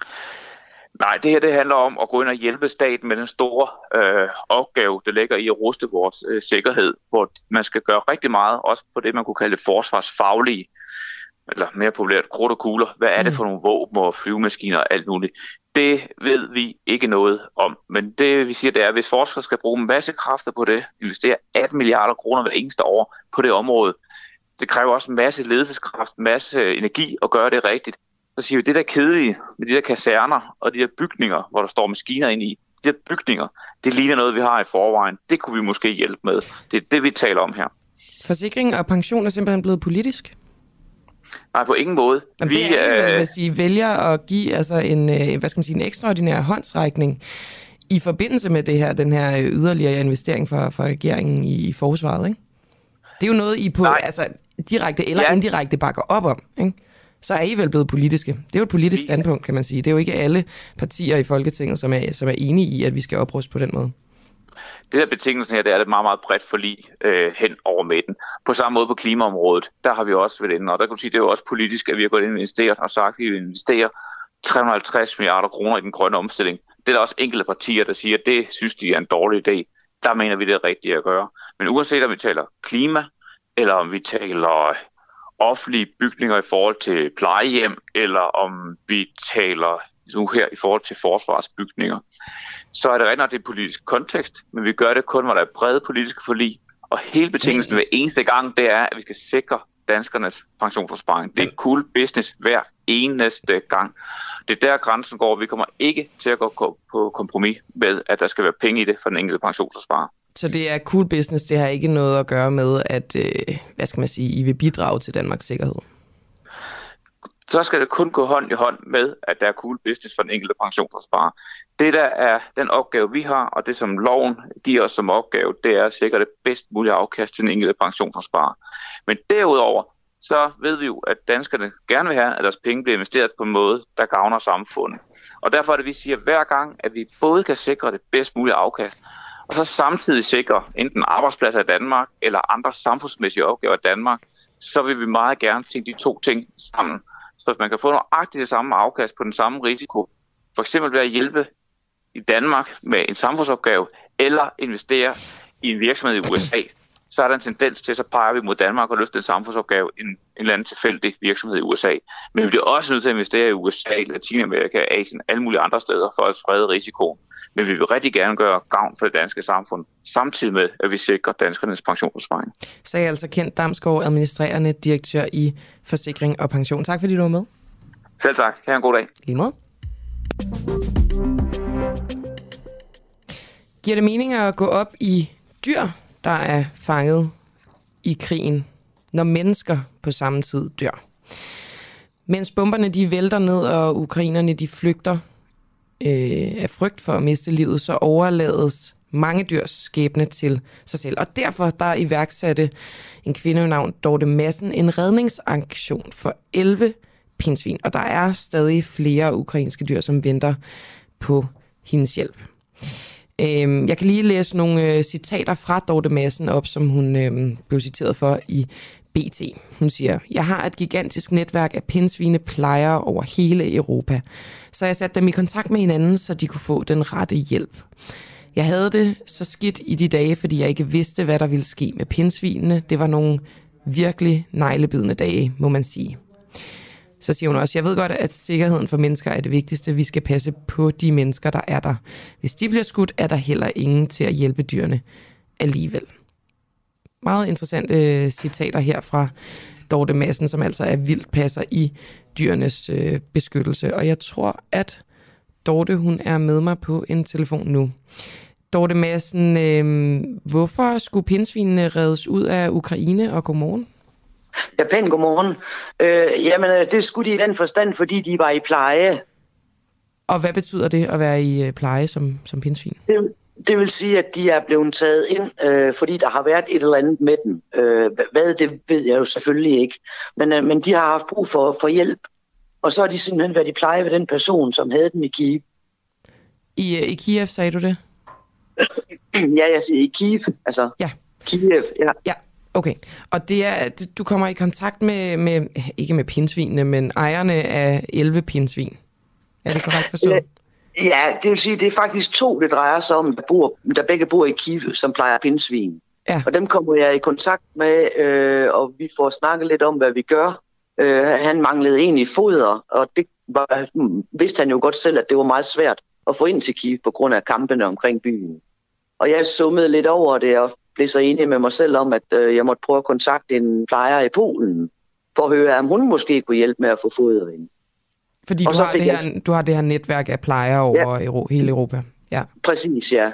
Nej, det her det handler om at gå ind og hjælpe staten med den store øh, opgave, der ligger i at ruste vores øh, sikkerhed, hvor man skal gøre rigtig meget, også på det, man kunne kalde forsvarsfaglige, eller mere populært krudt og kugler. Hvad er det for nogle våben og flyvemaskiner og alt muligt? Det ved vi ikke noget om. Men det vi siger, det er, at hvis forskere skal bruge en masse kræfter på det, investere atten milliarder kroner hver eneste år på det område, det kræver også en masse ledelseskraft, en masse energi at gøre det rigtigt. Så siger vi, det der kedelige med de der kaserner og de der bygninger, hvor der står maskiner ind i, de der bygninger, det ligner noget, vi har i forvejen. Det kunne vi måske hjælpe med. Det er det, vi taler om her. Forsikring og pension er simpelthen blevet politisk? Nej, på ingen måde. Men vi, det er jo, hvis I vælger at give altså en, hvad skal man sige, en ekstraordinær håndsrækning i forbindelse med det her, den her yderligere investering fra, fra regeringen i, i forsvaret, ikke? Det er jo noget, I på altså, direkte eller ja. indirekte bakker op om, ikke? Så er I vel blevet politiske. Det er jo et politisk standpunkt, kan man sige. Det er jo ikke alle partier i Folketinget, som er, som er enige i, at vi skal opruste på den måde. Det der betingelsen her, det er et meget, meget bredt forlig øh, hen over midten. På samme måde på klimaområdet, der har vi også været inde, og der kan du sige, det er jo også politisk, at vi har gået ind og investeret og sagt, at vi vil investere tre hundrede og halvtreds milliarder kroner i den grønne omstilling. Det er der også enkelte partier, der siger, at det synes de er en dårlig idé. Der mener vi, det er rigtigt at gøre. Men uanset om vi taler klima, eller om vi taler offentlige bygninger i forhold til plejehjem, eller om vi taler nu her i forhold til forsvarsbygninger, så er det rigtig nok det politisk kontekst, men vi gør det kun, hvor der er brede politiske forlig, og hele betingelsen hver eneste gang, det er, at vi skal sikre danskernes pensionsopsparing. Det er cool business hver eneste gang. Det er der grænsen går. Vi kommer ikke til at gå på kompromis med, at der skal være penge i det for den enkelte pensionsopsparer. Så det er cool business, det har ikke noget at gøre med, at, øh, hvad skal man sige, I vil bidrage til Danmarks sikkerhed? Så skal det kun gå hånd i hånd med, at der er cool business for den enkelte pensionsopsparer. Det, der er den opgave, vi har, og det, som loven giver os som opgave, det er at sikre det bedst mulige afkast til den enkelte pensionsopsparer. Men derudover, så ved vi jo, at danskerne gerne vil have, at deres penge bliver investeret på en måde, der gavner samfundet. Og derfor er det, vi siger hver gang, at vi både kan sikre det bedst mulige afkast, og så samtidig sikre enten arbejdspladser i Danmark, eller andre samfundsmæssige opgaver i Danmark, så vil vi meget gerne tænke de to ting sammen. Så hvis man kan få nøjagtigt det samme afkast på den samme risiko, for eksempel ved at hjælpe i Danmark med en samfundsopgave, eller investere i en virksomhed i U S A, så er der en tendens til, så peger vi mod Danmark og løfter en samfundsopgave i en, en eller anden tilfældig virksomhed i U S A. Men vi bliver også nødt til at investere i U S A, Latinamerika, Asien, alle mulige andre steder for at sprede risikoen. Men vi vil rigtig gerne gøre gavn for det danske samfund, samtidig med, at vi sikrer danskernes pensionsopsparing. Så er altså Ken Damsgaard, administrerende direktør i Forsikring og Pension. Tak fordi du var med. Selv tak. Ha' en god dag. Lige måde. Giver det mening at gå op i dyr, der er fanget i krigen, når mennesker på samme tid dør? Mens bomberne de vælter ned, og ukrainerne de flygter øh, af frygt for at miste livet, så overlades mange dyrs skæbne til sig selv. Og derfor der iværksatte en kvinde ved navn Dorte Madsen en redningsaktion for elleve pindsvin. Og der er stadig flere ukrainske dyr, som venter på hendes hjælp. Øh, jeg kan lige læse nogle øh, citater fra Dorte Madsen op, som hun øh, blev citeret for i B T. Hun siger, jeg har et gigantisk netværk af pindsvineplejere over hele Europa, så jeg satte dem i kontakt med hinanden, så de kunne få den rette hjælp. Jeg havde det så skidt i de dage, fordi jeg ikke vidste, hvad der ville ske med pindsvinene. Det var nogle virkelig neglebidende dage, må man sige. Så siger hun også, jeg ved godt, at sikkerheden for mennesker er det vigtigste. Vi skal passe på de mennesker, der er der. Hvis de bliver skudt, er der heller ingen til at hjælpe dyrene alligevel. Meget interessante øh, citater her fra Dorte Madsen, som altså er vildt passer i dyrenes øh, beskyttelse. Og jeg tror, at Dorte, hun er med mig på en telefon nu. Dorte Madsen, øh, hvorfor skulle pindsvinene reddes ud af Ukraine, og godmorgen? Ja, pænt godmorgen. Øh, jamen, det skulle de i den forstand, fordi de var i pleje. Og hvad betyder det at være i pleje som, som pindsvin? Det, det vil sige, at de er blevet taget ind, øh, fordi der har været et eller andet med dem. Øh, hvad, det ved jeg jo selvfølgelig ikke. Men, øh, men de har haft brug for, for hjælp. Og så har de simpelthen været i pleje ved den person, som havde dem i Kiev. I, i Kiev, sagde du det? Ja, jeg siger i Kiev. Altså, ja. Kiev, ja. Ja. Okay, og det er, du kommer i kontakt med, med, ikke med pindsvinene, men ejerne af elleve pindsvin. Er det korrekt forstået? Ja, det vil sige, det er faktisk to, det drejer sig om, der, bor, der begge bor i Kiev, som plejer pindsvin. Ja. Og dem kommer jeg i kontakt med, øh, og vi får snakket lidt om, hvad vi gør. Øh, han manglede egentlig foder, og det var, vidste han jo godt selv, at det var meget svært at få ind til Kiev på grund af kampene omkring byen. Og jeg summede lidt over det, og blev så enig med mig selv om, at øh, jeg måtte prøve at kontakte en plejer i Polen, for at høre, om hun måske kunne hjælpe med at få foder ind. Fordi du har, det her, jeg... du har det her netværk af plejere over ja. Euro, hele Europa. Ja. Præcis, ja.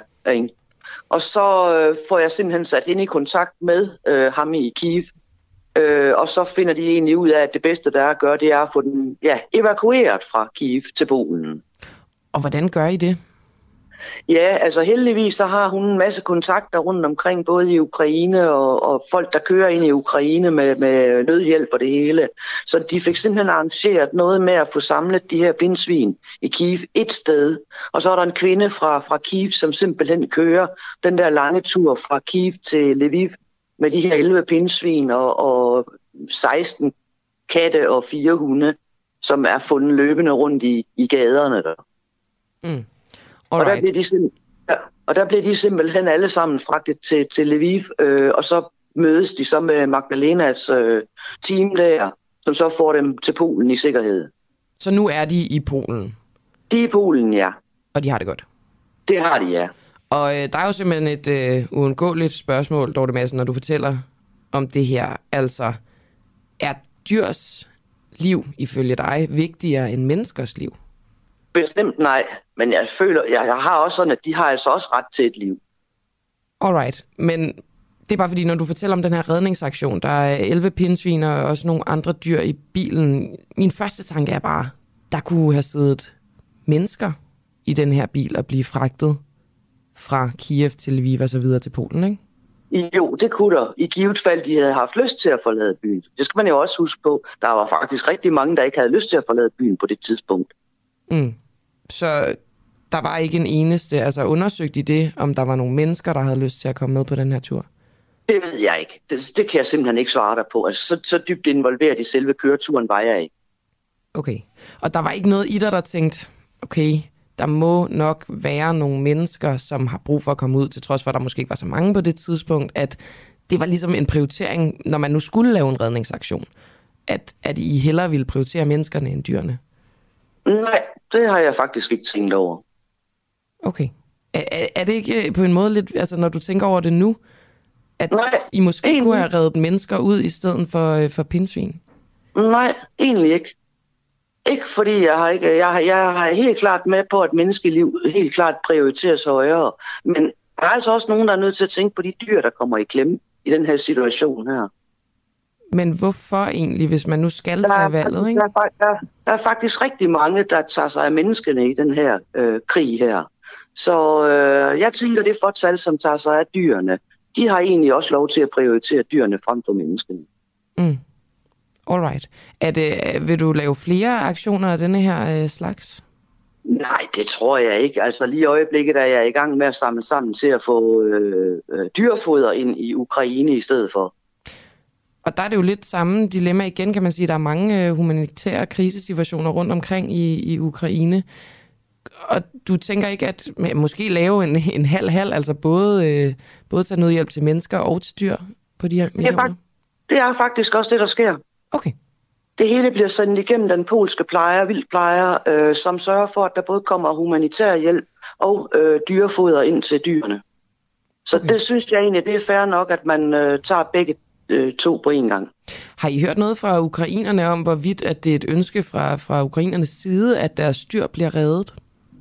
Og så øh, får jeg simpelthen sat ind i kontakt med øh, ham i Kiev, øh, og så finder de egentlig ud af, at det bedste, der er at gøre, det er at få den ja, evakueret fra Kiev til Polen. Og hvordan gør I det? Ja, altså heldigvis så har hun en masse kontakter rundt omkring, både i Ukraine og, og folk, der kører ind i Ukraine med, med nødhjælp og det hele. Så de fik simpelthen arrangeret noget med at få samlet de her pindsvin i Kiev et sted. Og så er der en kvinde fra, fra Kiev, som simpelthen kører den der lange tur fra Kiev til Lviv med de her elleve pindsvin og, og seksten katte og fire hunde, som er fundet løbende rundt i, i gaderne der. Mm. Og der, blev de ja, og der blev de simpelthen alle sammen fragtet til, til Lviv, øh, og så mødes de så med Magdalenas øh, team der, som så får dem til Polen i sikkerhed. Så nu er de i Polen? De er i Polen, ja. Og de har det godt? Det har de, ja. Og øh, der er jo simpelthen et øh, uundgåeligt spørgsmål, Dorte Madsen, når du fortæller om det her. Altså, er dyrs liv ifølge dig vigtigere end menneskers liv? Bestemt nej, men jeg føler, jeg, jeg har også sådan, at de har altså også ret til et liv. Alright, men det er bare fordi, når du fortæller om den her redningsaktion, der er elleve pindsvin og også nogle andre dyr i bilen. Min første tanke er bare, der kunne have siddet mennesker i den her bil og blive fragtet fra Kiev til Lviv og så videre til Polen, ikke? Jo, det kunne der. I givet fald, de havde haft lyst til at forlade byen. Det skal man jo også huske på. Der var faktisk rigtig mange, der ikke havde lyst til at forlade byen på det tidspunkt. Mm. Så der var ikke en eneste, altså undersøgt i det, om der var nogle mennesker, der havde lyst til at komme med på den her tur? Det ved jeg ikke. Det, det kan jeg simpelthen ikke svare dig på. Altså, så, så dybt involveret i selve køreturen var jeg ikke. Okay. Og der var ikke noget i dig, der tænkte, okay, der må nok være nogle mennesker, som har brug for at komme ud, til trods for, at der måske ikke var så mange på det tidspunkt, at det var ligesom en prioritering, når man nu skulle lave en redningsaktion, at, at I hellere ville prioritere menneskerne end dyrene? Nej, det har jeg faktisk ikke tænkt over. Okay. Er, er det ikke på en måde lidt, altså når du tænker over det nu, at Nej, I måske egentlig kunne have reddet mennesker ud i stedet for, for pindsvin? Nej, egentlig ikke. Ikke fordi jeg har ikke, jeg har, jeg har helt klart med på, at menneskeliv helt klart prioriteres højere. Men der er altså også nogen, der er nødt til at tænke på de dyr, der kommer i klemme i den her situation her. Men hvorfor egentlig, hvis man nu skal tage valget, ikke? Der er, der, der er faktisk rigtig mange, der tager sig af menneskene i den her øh, krig her. Så øh, jeg tænker, det er fortsat, som tager sig af dyrene. De har egentlig også lov til at prioritere dyrene frem for menneskene. Mm. Alright. Er det, vil du lave flere aktioner af denne her øh, slags? Nej, det tror jeg ikke. Altså lige i øjeblikket er jeg i gang med at samle sammen til at få øh, øh, dyrefoder ind i Ukraine i stedet for. Og der er det jo lidt samme dilemma igen, kan man sige. Der er mange øh, humanitære krisesituationer rundt omkring i, i Ukraine. Og du tænker ikke, at måske lave en, en halv-halv, altså både, øh, både tage nødhjælp til mennesker og til dyr på de her missioner? Det er, det er faktisk også det, der sker. Okay. Det hele bliver sendt igennem den polske plejer, vildplejer, øh, som sørger for, at der både kommer humanitær hjælp og øh, dyrefoder ind til dyrene. Så okay. Det synes jeg egentlig, det er fair nok, at man øh, tager begge øh, to på en gang. Har I hørt noget fra ukrainerne om, hvorvidt at det er et ønske fra, fra ukrainernes side, at deres dyr bliver reddet?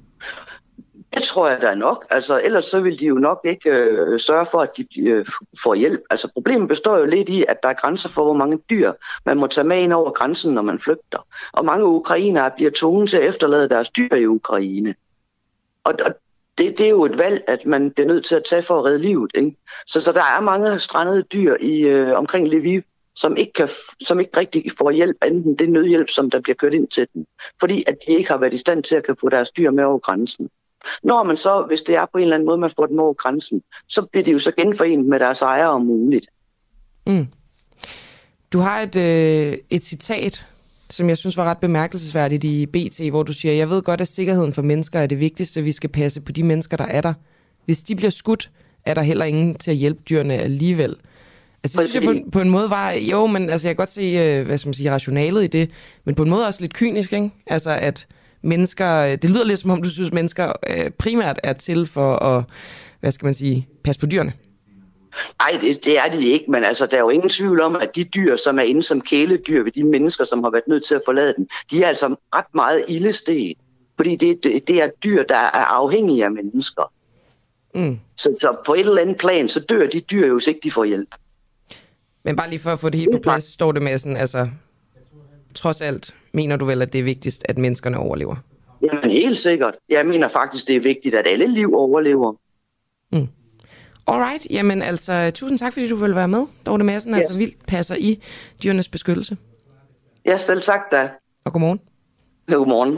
Det tror jeg, der er nok. Altså, ellers så vil de jo nok ikke øh, sørge for, at de øh, får hjælp. Altså, problemet består jo lidt i, at der er grænser for, hvor mange dyr man må tage med ind over grænsen, når man flygter. Og mange ukrainere bliver tvunget til at efterlade deres dyr i Ukraine. Og, og det, det er jo et valg, at man bliver nødt til at tage for at redde livet. Ikke? Så, så der er mange strandede dyr i øh, omkring Lviv, som ikke, kan, som ikke rigtig får hjælp, enten det nødhjælp, som der bliver kørt ind til dem. Fordi at de ikke har været i stand til at kan få deres dyr med over grænsen. Når man så, hvis det er på en eller anden måde, man får dem over grænsen, så bliver de jo så genforenet med deres ejere om muligt. Mm. Du har et, øh, et citat, som jeg synes var ret bemærkelsesværdigt i B T, hvor du siger, jeg ved godt, at sikkerheden for mennesker er det vigtigste, vi skal passe på de mennesker, der er der. Hvis de bliver skudt, er der heller ingen til at hjælpe dyrene alligevel. Altså, det synes jeg på, på en måde var, jo, men altså, jeg kan godt se, øh, hvad skal man sige, rationalet i det, men på en måde også lidt kynisk, ikke? Altså, at mennesker, det lyder lidt som om, du synes, mennesker øh, primært er til for at, hvad skal man sige, passe på dyrene. Nej, det, det er de ikke, men altså, der er jo ingen tvivl om, at de dyr, som er inde som kæledyr ved de mennesker, som har været nødt til at forlade dem, de er altså ret meget ildested, fordi det, det, det er dyr, der er afhængige af mennesker. Mm. Så, så på et eller andet plan, så dør de dyr jo, hvis ikke de får hjælp. Men bare lige for at få det helt på plads, står det med sådan, altså, trods alt, mener du vel, at det er vigtigst, at menneskerne overlever? Jamen helt sikkert. Jeg mener faktisk, det er vigtigt, at alle liv overlever. Mm. Alright, jamen altså, tusind tak, fordi du ville være med, Dorte Madsen, yes. Altså vildt passer i dyrenes beskyttelse. Ja, selv sagt da. Og godmorgen. Ja, godmorgen.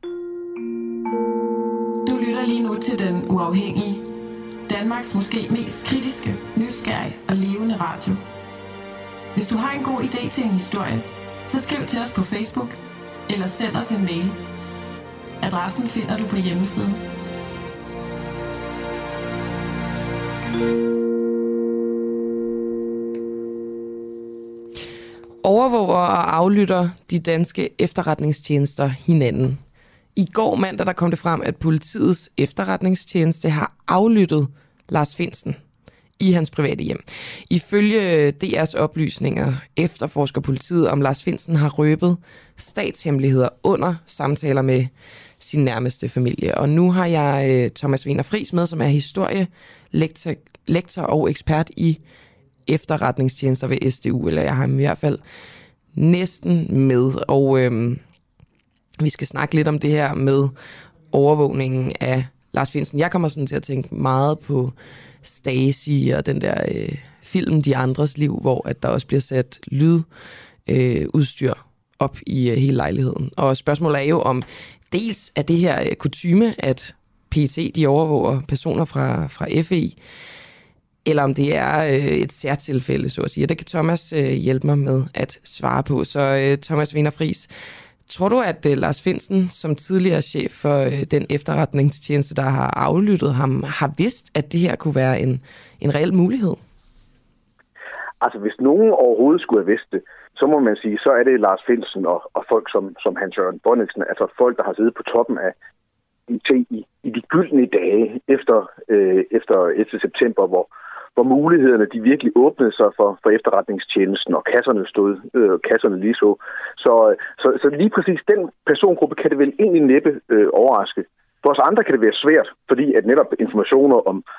Du lytter lige nu til Den Uafhængige. Danmarks måske mest kritiske, nysgerrige og levende radio. Hvis du har en god idé til en historie, så skriv til os på Facebook, eller send os en mail. Adressen finder du på hjemmesiden. Overvåger og aflytter de danske efterretningstjenester hinanden. I går mandag der kom det frem, at politiets efterretningstjeneste har aflyttet Lars Findsen i hans private hjem. Ifølge D R's oplysninger efterforsker politiet, om Lars Findsen har røbet statshemmeligheder under samtaler med sin nærmeste familie. Og nu har jeg Thomas Wiener Friis med, som er historielektor lektor og ekspert i efterretningstjenester ved S D U, eller jeg har ham i hvert fald næsten med. Og øhm, vi skal snakke lidt om det her med overvågningen af Lars Findsen. Jeg kommer sådan til at tænke meget på Stasi og den der øh, film De Andres Liv, hvor at der også bliver sat lydudstyr øh, op i øh, hele lejligheden. Og spørgsmålet er jo om, dels er det her øh, kutyme, at P E T de overvåger personer fra, fra F E, eller om det er øh, et særtilfælde, så at sige. Og det kan Thomas øh, hjælpe mig med at svare på. Så øh, Thomas Wiener Friis, tror du, at øh, Lars Findsen, som tidligere chef for øh, den efterretningstjeneste, der har aflyttet ham, har vidst, at det her kunne være en, en reel mulighed? Altså, hvis nogen overhovedet skulle have vidst det, så må man sige, så er det Lars Findsen og, og folk som, som Hans-Jørgen Bonnichsen, altså folk, der har siddet på toppen af I T i, i de gyldne dage efter, øh, efter ellevte september, hvor hvor mulighederne de virkelig åbnede sig for, for efterretningstjenesten, og kasserne stod, øh, kasserne lige så. Så, så. Så lige præcis den persongruppe kan det vel egentlig næppe øh, overraske. For os andre kan det være svært, fordi at netop informationer om,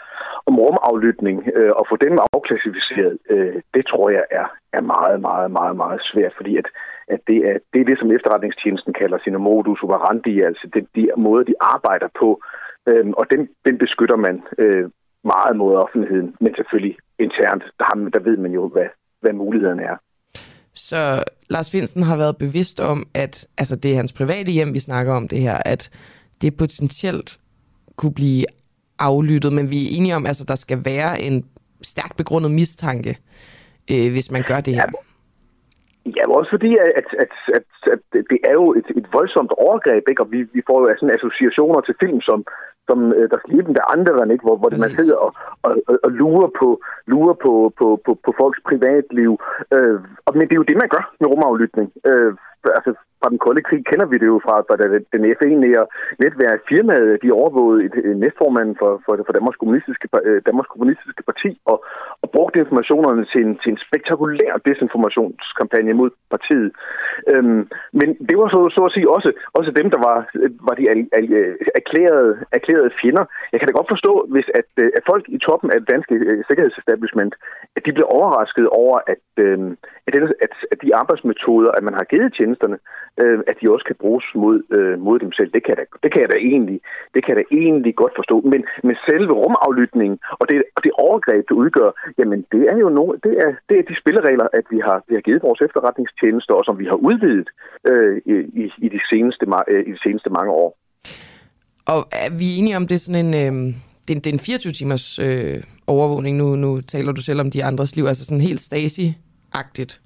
om rumaflytning øh, og få dem afklassificeret, øh, det tror jeg er, er meget, meget, meget, meget svært, fordi at, at det, er, det er det, som efterretningstjenesten kalder sine modus operandi, altså det, de måder, de arbejder på, øh, og den, den beskytter man øh, meget mod offentligheden, men selvfølgelig internt, der, har, der ved man jo, hvad, hvad mulighederne er. Så Lars Findsen har været bevidst om, at altså det er hans private hjem, vi snakker om det her, at det potentielt kunne blive aflyttet, men vi er enige om, at altså, der skal være en stærkt begrundet mistanke, øh, hvis man gør det her. Ja, ja også fordi, at, at, at, at, at det er jo et, et voldsomt overgreb, ikke? Og vi, vi får jo sådan associationer til film, som som der slipper der andre, ikke? Hvor, hvor man sidder og, og, og lurer, på, lurer på, på, på, på folks privatliv. Øh, og, men det er jo det, man gør med rumaflytning. Øh, altså, fra den kolde krig kender vi det jo fra, fra den F en-nære netværk firmaet, de overvågede et, et næstformanden for, for, for Danmarks, kommunistiske, Danmarks Kommunistiske Parti og, og brugte informationerne til en, til en spektakulær desinformationskampagne mod partiet. Øhm, men det var så, så at sige også, også dem, der var, var de al, al, erklærede, erklærede fjender. Jeg kan da godt forstå, hvis at, at folk i toppen af det danske sikkerhedsestablishment, at de blev overrasket over, at, at, at, at de arbejdsmetoder, at man har givet tjenesterne, at de også kan bruges mod, øh, mod dem selv. Det kan, jeg da, det, kan jeg da egentlig, det kan jeg da egentlig godt forstå. Men med selve rumaflytningen og det, og det overgreb, det udgør, jamen det er jo no, det, er, det er de spilleregler, at vi har, vi har givet vores efterretningstjenester, og som vi har udvidet øh, i, i, de seneste, øh, i de seneste mange år. Og er vi enige om, det er sådan en... Øh... Det er, det er en fireogtyve timers øh, overvågning. Nu, nu taler du selv om de andres liv, altså sådan helt Stasi-agtigt.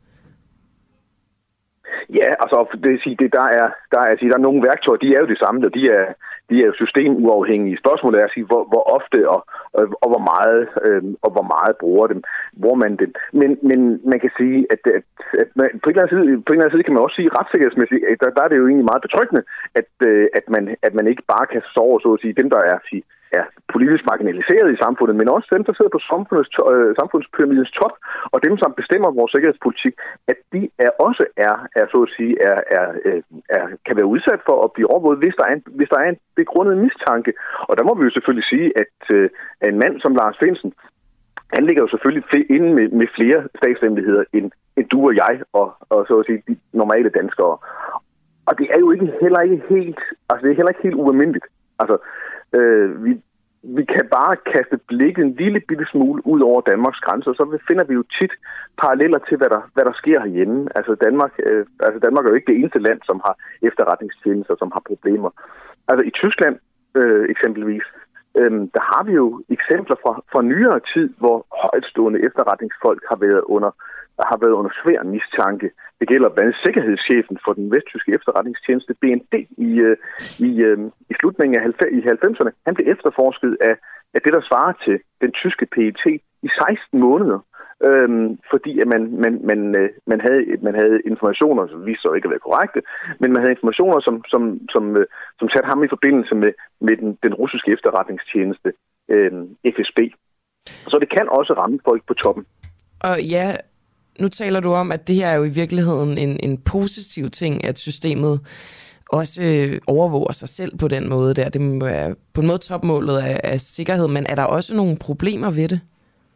Ja, altså det vil sige, det, der, er, der, er, der er nogle værktøjer, de er jo det samme, og de er, de er jo systemuafhængige. Spørgsmålet er at sige, hvor, hvor ofte og, og, og, hvor meget, øh, og hvor meget bruger dem, bruger man dem. Men, men man kan sige, at, at, at man, på, en eller anden side, på en eller anden side kan man også sige retssikkerhedsmæssigt, at der, der er det jo egentlig meget betryggende, at, at, man, at man ikke bare kan sove, så at sige, dem der er sige, er politisk marginaliseret i samfundet, men også dem, der sidder på samfundets, øh, samfundspyramidens top, og dem, som bestemmer vores sikkerhedspolitik, at de er også er, er så at sige, er, er, er, kan være udsat for at blive overvåget, hvis der er en, hvis der er en begrundet mistanke. Og der må vi jo selvfølgelig sige, at øh, en mand som Lars Findsen, han ligger jo selvfølgelig inde med, med flere statshemmeligheder end, end du og jeg, og, og så at sige, de normale danskere. Og det er jo ikke heller ikke helt, altså det er heller ikke helt ualmindeligt. Altså, øh, vi, vi kan bare kaste blikket en lille bitte smule ud over Danmarks grænser, så finder vi jo tit paralleller til, hvad der, hvad der sker herhjemme. Altså Danmark, øh, altså Danmark er jo ikke det eneste land, som har efterretningstjenester, som har problemer. Altså i Tyskland øh, eksempelvis, øh, der har vi jo eksempler fra, fra nyere tid, hvor højtstående efterretningsfolk har været under har været under svær mistanke. Det gælder blandt andet sikkerhedschefen for den vesttyske efterretningstjeneste B N D i, i, i slutningen af halvfemserne. Han blev efterforsket af, af det, der svarer til den tyske P E T i seksten måneder, øhm, fordi at man, man, man, man, havde, man havde informationer, som viste sig ikke at være korrekte, men man havde informationer, som, som, som, som satte ham i forbindelse med, med den, den russiske efterretningstjeneste øhm, F S B. Så det kan også ramme folk på toppen. Og ja, nu taler du om, at det her er jo i virkeligheden en, en positiv ting, at systemet også øh, overvåger sig selv på den måde der. Det må være på en måde topmålet af, af sikkerhed, men er der også nogle problemer ved det?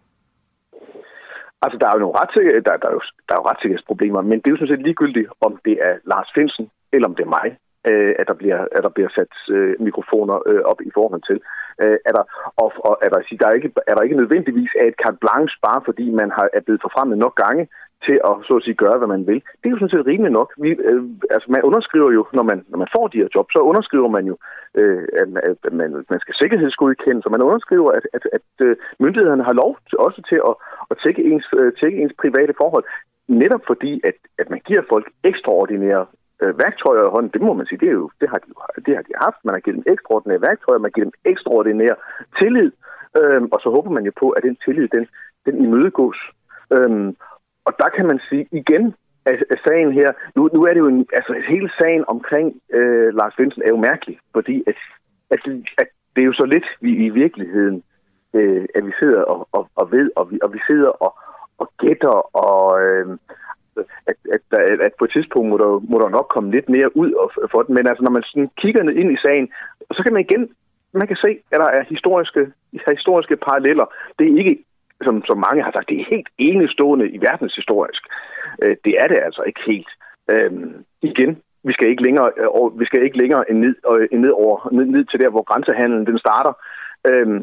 Altså, der er jo nogle retssikkerhed, der, der, er jo, der er jo retssikkerhedsproblemer, men det er jo sådan set ligegyldigt, om det er Lars Findsen, eller om det er mig, øh, at, der bliver, at der bliver sat øh, mikrofoner øh, op i forhold til. Øh, er der, og, og er, der, der er, ikke, er der ikke nødvendigvis af et carte blanche, bare fordi man har, er blevet forfremmet nok gange til at så at sige, gøre, hvad man vil. Det er jo sådan set rimeligt nok. Vi, øh, altså, man underskriver jo, når man, når man får de her job, så underskriver man jo, øh, at, at man, man skal sikkerhedsgodkendes, så man underskriver, at, at, at myndighederne har lov til, også til at, at tjekke ens, tjekke ens private forhold. Netop fordi, at, at man giver folk ekstraordinære øh, værktøjer i hånden, det må man sige, det, er jo, det, har de, det har de haft. Man har givet dem ekstraordinære værktøjer, man har givet dem ekstraordinær tillid, øh, og så håber man jo på, at den tillid, den, den imødegås. Øh, Og der kan man sige igen, at, at sagen her, nu, nu er det jo en, altså hele sagen omkring øh, Lars Findsen er jo mærkelig, fordi at, at, at det er jo så lidt vi i virkeligheden, øh, at vi sidder og, og, og ved, og vi, og vi sidder og, og gætter, og øh, at, at, at, at på et tidspunkt må der, må der nok komme lidt mere ud for den. Men altså når man sådan kigger ned ind i sagen, så kan man igen man kan se, at der er historiske, historiske paralleller. Det er ikke, som, som mange har sagt, det er helt enestående i verdenshistorisk. Øh, det er det altså ikke helt. Øh, igen, vi skal ikke længere, øh, vi skal ikke længere end ned, øh, ned, over, ned, ned til der, hvor grænsehandlen den starter. Øh,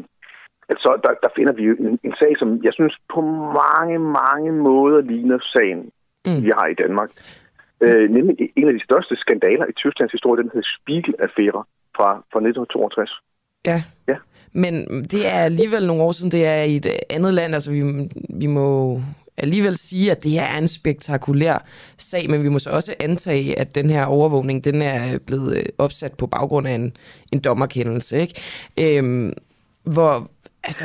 så der, der finder vi jo en, en sag, som jeg synes på mange, mange måder ligner sagen, mm. vi har i Danmark. Øh, nemlig en af de største skandaler i Tysklands historie, den hedder Spiegel-affære fra, fra nitten toogtres. Ja. ja, men det er alligevel nogle år siden, det er i et andet land, altså vi, vi må alligevel sige, at det her er en spektakulær sag, men vi må så også antage, at den her overvågning, den er blevet opsat på baggrund af en, en dommerkendelse, ikke? Øhm, hvor, altså,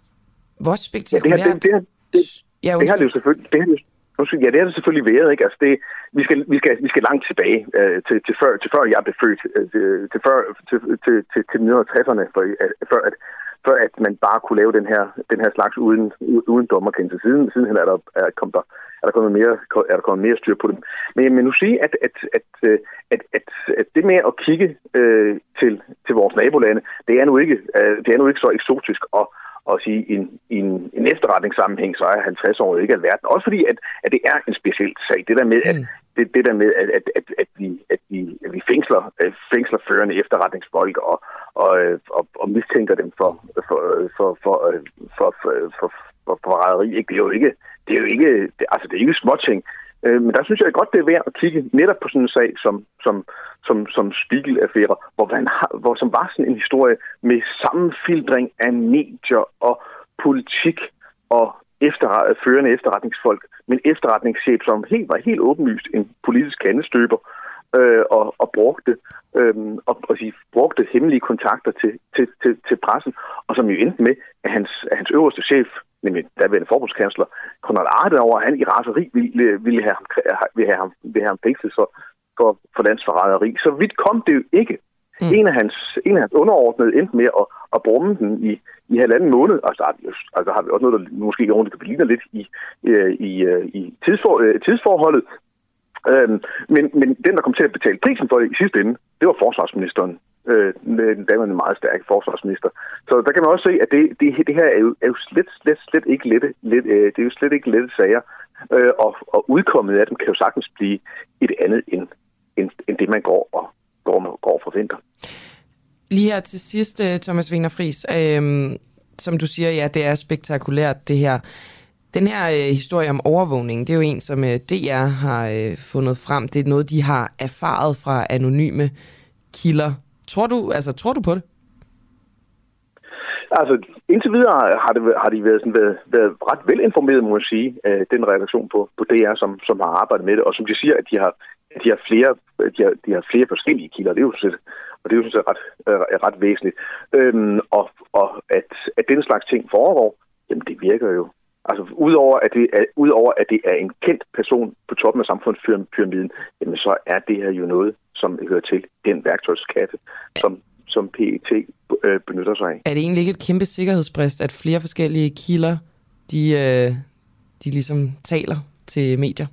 hvor spektakulært... Ja, det, her, det, det, her, det, ja, det her er det jo selvfølgelig... Det her, Ja, det har det selvfølgelig været, ikke? Altså det, vi skal vi skal vi skal langt tilbage øh, til til før til før jeg blev født, øh, til før til til til, til nitten tresserne, for øh, før at før at man bare kunne lave den her den her slags uden uden dommerkendelse. Siden siden er der er kommet der er der kommet mere er der kommet mere styr på det. Men men nu sige at at at at at, at det med at kigge øh, til til vores nabolande, det er nu ikke øh, det er nu ikke så eksotisk og og sige, i en, en, en efterretningssammenhæng, så er halvtreds år ikke alverden. Også fordi, at, at det er en speciel sag. Det der med, at, det, det der med, at, at, at, at, vi, at, vi, at vi fængsler, fængsler førende efterretningsfolk og, og, og, og mistænker dem for, for, for, for, for, for, for, for forræderi. Det er jo ikke, det er jo ikke, det, altså det er ikke småting. Men der synes jeg godt, det er værd at kigge netop på sådan en sag som, som, som, som Spiegel-affære, hvor, man har, hvor som var sådan en historie med sammenfiltring af medier og politik og efter, førende efterretningsfolk, men efterretningschef, som helt, var helt åbenlyst en politisk kandestøber øh, og, og brugte, øh, og, og sige, brugte hemmelige kontakter til, til, til, til pressen, og som jo endte med, at hans, at hans øverste chef, nemlig daværende forbundskansler, Konrad Adenauer, han i raseri ville, ville, have ham, ville, have ham, ville have ham fængslet for, for, for landsforræderi. Så vidt kom det jo ikke. Mm. En, af hans, en af hans underordnede endte med at, at brumme den i, i halvanden måned. Altså, altså har vi også noget, der måske ordentligt ligner lidt i, i, i tidsfor, tidsforholdet. Øhm, men, men den, der kom til at betale prisen for det i sidste ende, det var forsvarsministeren. Øh, den daværende meget stærke forsvarsminister. Så der kan man også se, at det, det, det her er jo, er jo slet, slet, slet ikke lette, let, øh, det er jo slet ikke lette sager, øh, og, og udkommet af dem kan jo sagtens blive et andet end, end, end det, man går og, går, går og forventer. Lige her til sidst, Thomas Wegener Friis, øh, som du siger, ja, det er spektakulært, det her. Den her øh, historie om overvågning, det er jo en, som øh, D R har øh, fundet frem. Det er noget, de har erfaret fra anonyme kilder. Tror du, altså, tror du på det? Altså, indtil videre har, det, har de været, sådan, været, været ret velinformeret, må man sige, øh, den redaktion på, på D R, som, som har arbejdet med det, og som de siger, at de har, at de har, flere, de har, de har flere forskellige kilder, det er jo sådan, og det er jo sådan ret, øh, ret væsentligt. Øhm, og og at, at den slags ting foregår, jamen det virker jo. Altså, udover at, det er, udover at det er en kendt person på toppen af samfundspyramiden, jamen så er det her jo noget, som hører til den værktøjskasse, som, som P E T øh, benytter sig af. Er det egentlig ikke et kæmpe sikkerhedsbrist, at flere forskellige kilder, de, øh, de ligesom taler til medier?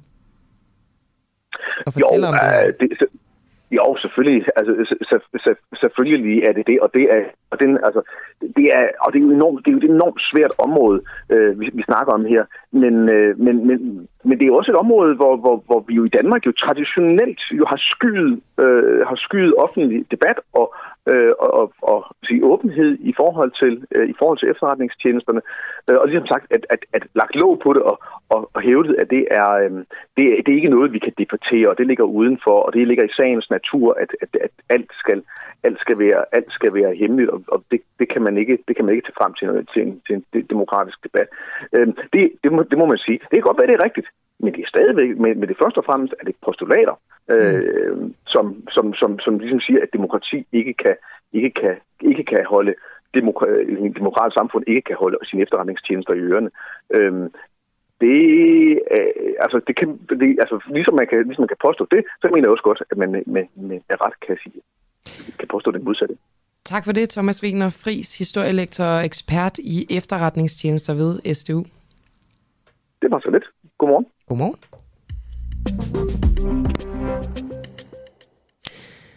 Og fortæller jo, om det? Øh, det jo, selvfølgelig. Altså, så, så, selvfølgelig er det det, og det er, og den, altså, det er, og det er jo enormt, det er jo et enormt svært område, øh, vi, vi snakker om her. Men, øh, men, men, men det er også et område, hvor, hvor, hvor vi jo i Danmark jo traditionelt jo har skyet, øh, har skyet offentlig debat og øh, og, og, og sige, åbenhed i forhold til øh, i forhold til efterretningstjenesterne, øh, og ligesom sagt, at, at, at lagt låg på det og, og, og hævdet, at det er, øh, det, er, det er ikke noget, vi kan debattere, og det ligger udenfor, og det ligger i sagens natur, at, at, at alt skal alt skal være alt skal være hemmeligt, og, og det, det kan man ikke det kan man ikke tage frem til, til, en, til en demokratisk debat. Øh, det, det, må, det må man sige. Det kan godt være, det er rigtigt, men det er stadigvæk, med, med det første og fremmest er det postulater, øh, mm. som, som, som, som ligesom siger, at demokrati ikke kan, ikke kan, ikke kan holde, demokra- en demokratisk samfund ikke kan holde sine efterretningstjenester i ørerne. Øh, det, øh, altså, det kan, det, altså, ligesom man kan, ligesom man kan påstå det, så mener jeg også godt, at man med, med, med ret kan sige, kan påstå det modsatte. Tak for det, Thomas Wegener Friis, historielektor og ekspert i efterretningstjenester ved S D U. Det var så lidt. Godmorgen. Godmorgen.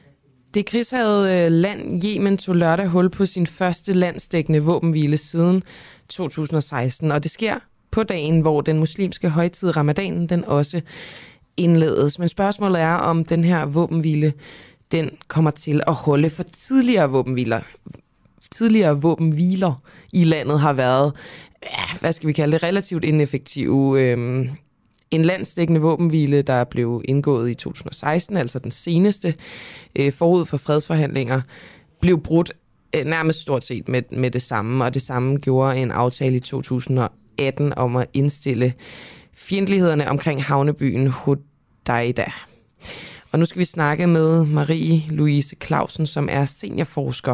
Det krigshærgede land Yemen tog lørdag hul på sin første landsdækkende våbenhvile siden to tusind og seksten, og det sker på dagen, hvor den muslimske højtid Ramadanen den også indledes. Men spørgsmålet er, om den her våbenhvile den kommer til at holde, for tidligere våbenhviler, tidligere våbenhviler i landet har været, ja, hvad skal vi kalde det, relativt ineffektive. Øhm, en landsdækkende våbenhvile, der blev indgået i to tusind og seksten, altså den seneste, øh, forud for fredsforhandlinger, blev brudt øh, nærmest stort set med, med det samme, og det samme gjorde en aftale i to tusind og atten om at indstille fjendtlighederne omkring havnebyen Hodeida. Og nu skal vi snakke med Marie-Louise Clausen, som er seniorforsker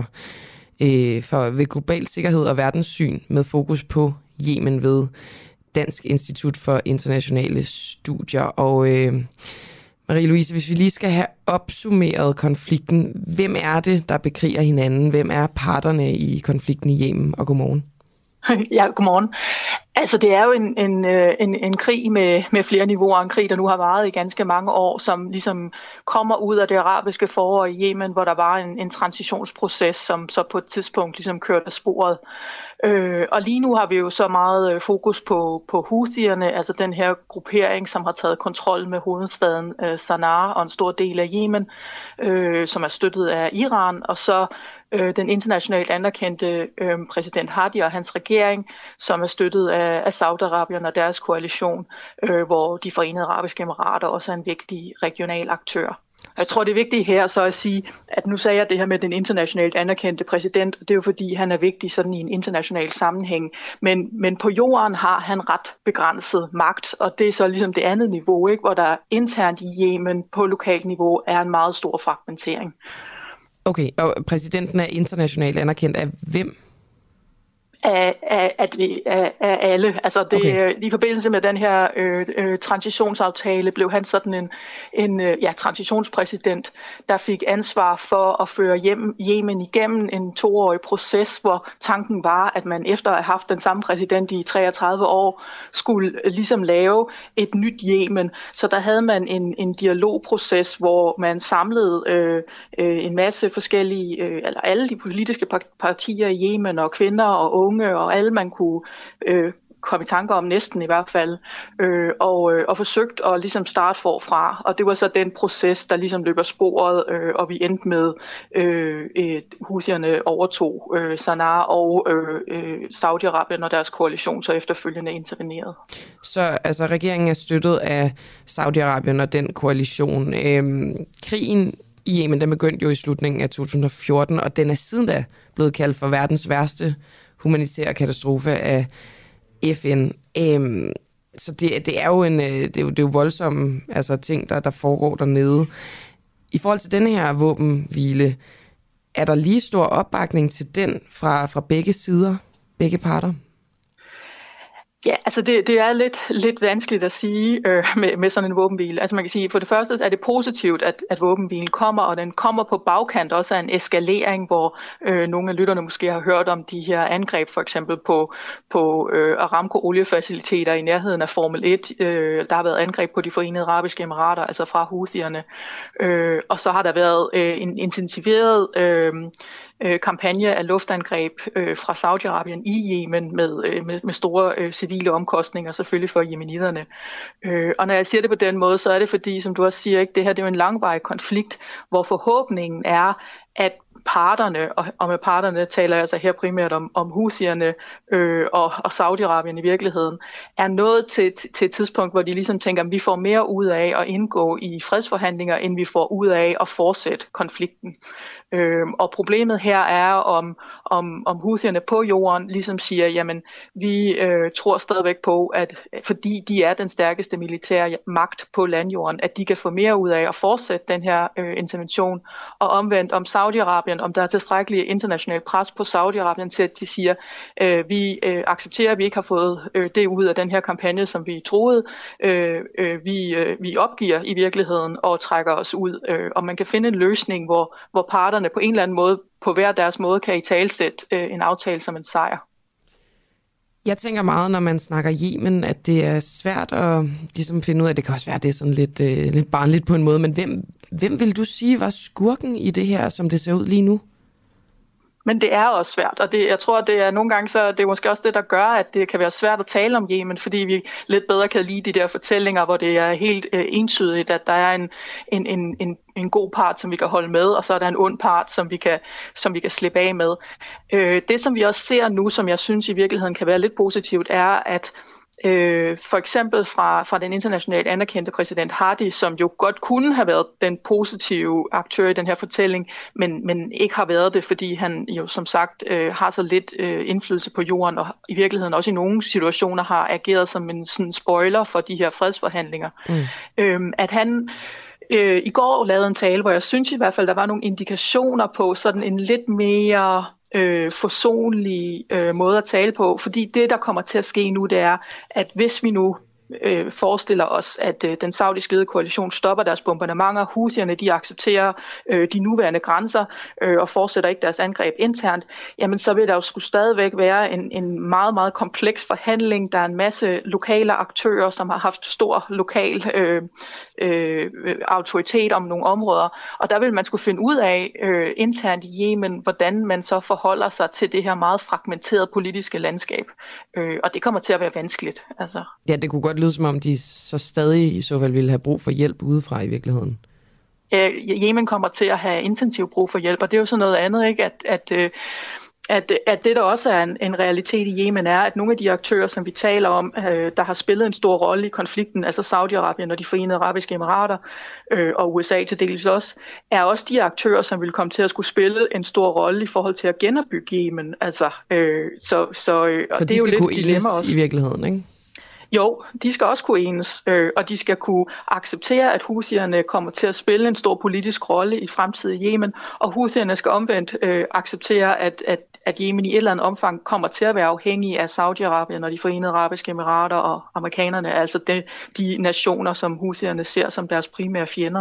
øh, for, ved global sikkerhed og verdenssyn med fokus på Yemen ved Dansk Institut for Internationale Studier. Og øh, Marie-Louise, hvis vi lige skal have opsummeret konflikten, hvem er det, der bekriger hinanden? Hvem er parterne i konflikten i Yemen? Og godmorgen. Ja, godmorgen. Altså, det er jo en, en, en, en krig med, med flere niveauer, en krig, der nu har varet i ganske mange år, som ligesom kommer ud af det arabiske forår i Yemen, hvor der var en, en transitionsproces, som så på et tidspunkt ligesom kørte af sporet. Øh, og lige nu har vi jo så meget fokus på, på Houthierne, altså den her gruppering, som har taget kontrol med hovedstaden øh, Sanaa og en stor del af Yemen, øh, som er støttet af Iran, og så øh, den internationalt anerkendte øh, præsident Hadi og hans regering, som er støttet af, af Saudi-Arabien og deres koalition, øh, hvor de Forenede Arabiske Emirater også er en vigtig regional aktør. Jeg tror, det er vigtigt her så at sige, at nu sagde jeg det her med den internationalt anerkendte præsident, og det er jo fordi, han er vigtig sådan i en international sammenhæng. Men, men på jorden har han ret begrænset magt, og det er så ligesom det andet niveau, ikke, hvor der internt i Yemen på lokalt niveau er en meget stor fragmentering. Okay, og præsidenten er internationalt anerkendt af hvem? Af, af, af, af, af alle. Altså det, okay. I forbindelse med den her øh, øh, transitionsaftale blev han sådan en, en øh, ja, transitionspræsident, der fik ansvar for at føre hjem, Yemen igennem en toårig proces, hvor tanken var, at man efter at have haft den samme præsident i treogtredive år, skulle ligesom lave et nyt Yemen. Så der havde man en, en dialogproces, hvor man samlede øh, øh, en masse forskellige, øh, eller alle de politiske partier i Yemen, og kvinder og unge, og alle man kunne øh, komme i tanker om næsten i hvert fald, øh, og, øh, og forsøgt at ligesom starte forfra. Og det var så den proces, der ligesom løber sporet, øh, og vi endte med, øh, at Houthierne overtog øh, Sanaa, og øh, øh, Saudi-Arabien og deres koalition så efterfølgende intervenerede. Så altså, regeringen er støttet af Saudi-Arabien og den koalition. Øhm, krigen i Yemen, den begyndte jo i slutningen af to tusind og fjorten, og den er siden da blevet kaldt for verdens værste humanitære katastrofe af F N. Øhm, så det, det er jo en det er jo, det er jo voldsomme altså, ting, der, der foregår dernede. I forhold til den her våbenhvile, er der lige stor opbakning til den fra, fra begge sider, begge parter? Ja, altså det, det er lidt, lidt vanskeligt at sige øh, med, med sådan en våbenhvile. Altså man kan sige, for det første er det positivt, at, at våbenhvilen kommer, og den kommer på bagkant også af en eskalering, hvor øh, nogle af lytterne måske har hørt om de her angreb, for eksempel på, på øh, Aramco-oliefaciliteter i nærheden af Formel et. Øh, der har været angreb på de Forenede Arabiske Emirater, altså fra Houthierne. Øh, og så har der været øh, en intensiveret Øh, kampagne af luftangreb øh, fra Saudi-Arabien i Yemen med, øh, med, med store øh, civile omkostninger selvfølgelig for jemenitterne. Øh, og når jeg siger det på den måde, så er det fordi, som du også siger, ikke, det her det er jo en langvarig konflikt, hvor forhåbningen er, at parterne, og, og med parterne taler jeg altså her primært om, om Houthierne øh, og, og Saudi-Arabien i virkeligheden, er nået til, til et tidspunkt, hvor de ligesom tænker, at vi får mere ud af at indgå i fredsforhandlinger, end vi får ud af at fortsætte konflikten. Øh, og problemet her er, om, om, om Houthierne på jorden ligesom siger, jamen vi øh, tror stadigvæk på, at fordi de er den stærkeste militære magt på landjorden, at de kan få mere ud af at fortsætte den her øh, intervention, og omvendt om Saudi-Arabien, om der er tilstrækkeligt international pres på Saudi-Arabien til, at de siger, øh, vi øh, accepterer, at vi ikke har fået øh, det ud af den her kampagne, som vi troede. Øh, øh, vi, øh, vi opgiver i virkeligheden og trækker os ud. Øh, og man kan finde en løsning, hvor, hvor parterne på en eller anden måde, på hver deres måde, kan italesætte øh, en aftale som en sejr. Jeg tænker meget, når man snakker Yemen, at det er svært at ligesom finde ud af, det kan også være, det er sådan lidt, øh, lidt barnligt på en måde, men hvem, hvem vil du sige var skurken i det her, som det ser ud lige nu? Men det er også svært, og det, jeg tror, det er nogle gange, så det er måske også det, der gør, at det kan være svært at tale om Yemen, fordi vi lidt bedre kan lide de der fortællinger, hvor det er helt øh, entydigt, at der er en, en, en, en, en god part, som vi kan holde med, og så er der en ond part, som vi kan, som vi kan slippe af med. Øh, det, som vi også ser nu, som jeg synes i virkeligheden kan være lidt positivt, er, at Øh, for eksempel fra, fra den internationalt anerkendte præsident Hadi, som jo godt kunne have været den positive aktør i den her fortælling, men, men ikke har været det, fordi han jo som sagt øh, har så lidt øh, indflydelse på jorden, og i virkeligheden også i nogle situationer har ageret som en sådan spoiler for de her fredsforhandlinger. Mm. Øh, at han øh, i går lavede en tale, hvor jeg synes i hvert fald, der var nogle indikationer på sådan en lidt mere Øh, forsonlige øh, måde at tale på, fordi det, der kommer til at ske nu, det er, at hvis vi nu øh, forestiller os, at øh, den saudisk ledede koalition stopper deres bombardementer, Houthierne, de accepterer øh, de nuværende grænser øh, og fortsætter ikke deres angreb internt, jamen så vil der jo skulle stadigvæk være en, en meget, meget kompleks forhandling. Der er en masse lokale aktører, som har haft stor lokal øh, øh, autoritet om nogle områder, og der vil man skulle finde ud af øh, internt i Yemen, hvordan man så forholder sig til det her meget fragmenterede politiske landskab, øh, og det kommer til at være vanskeligt. Altså. Ja, det kunne godt lyde som om, de så stadig i så fald ville have brug for hjælp udefra i virkeligheden. Øh, Yemen kommer til at have intensiv brug for hjælp, og det er jo sådan noget andet, ikke? At, at, øh, at, at det, der også er en, en realitet i Yemen, er, at nogle af de aktører, som vi taler om, øh, der har spillet en stor rolle i konflikten, altså Saudi-Arabien og de Forenede Arabiske Emirater, øh, og U S A til dels også, er også de aktører, som vil komme til at skulle spille en stor rolle i forhold til at genopbygge Yemen. Altså, øh, så, så, øh, og så det er jo lidt et dilemma også. I virkeligheden, ikke? Jo, de skal også kunne enes, øh, og de skal kunne acceptere, at Houthierne kommer til at spille en stor politisk rolle i fremtidig Yemen, og Houthierne skal omvendt øh, acceptere, at, at, at Yemen i et eller andet omfang kommer til at være afhængig af Saudi-Arabien og de Forenede Arabiske Emirater og amerikanerne, altså de, de nationer, som Houthierne ser som deres primære fjender.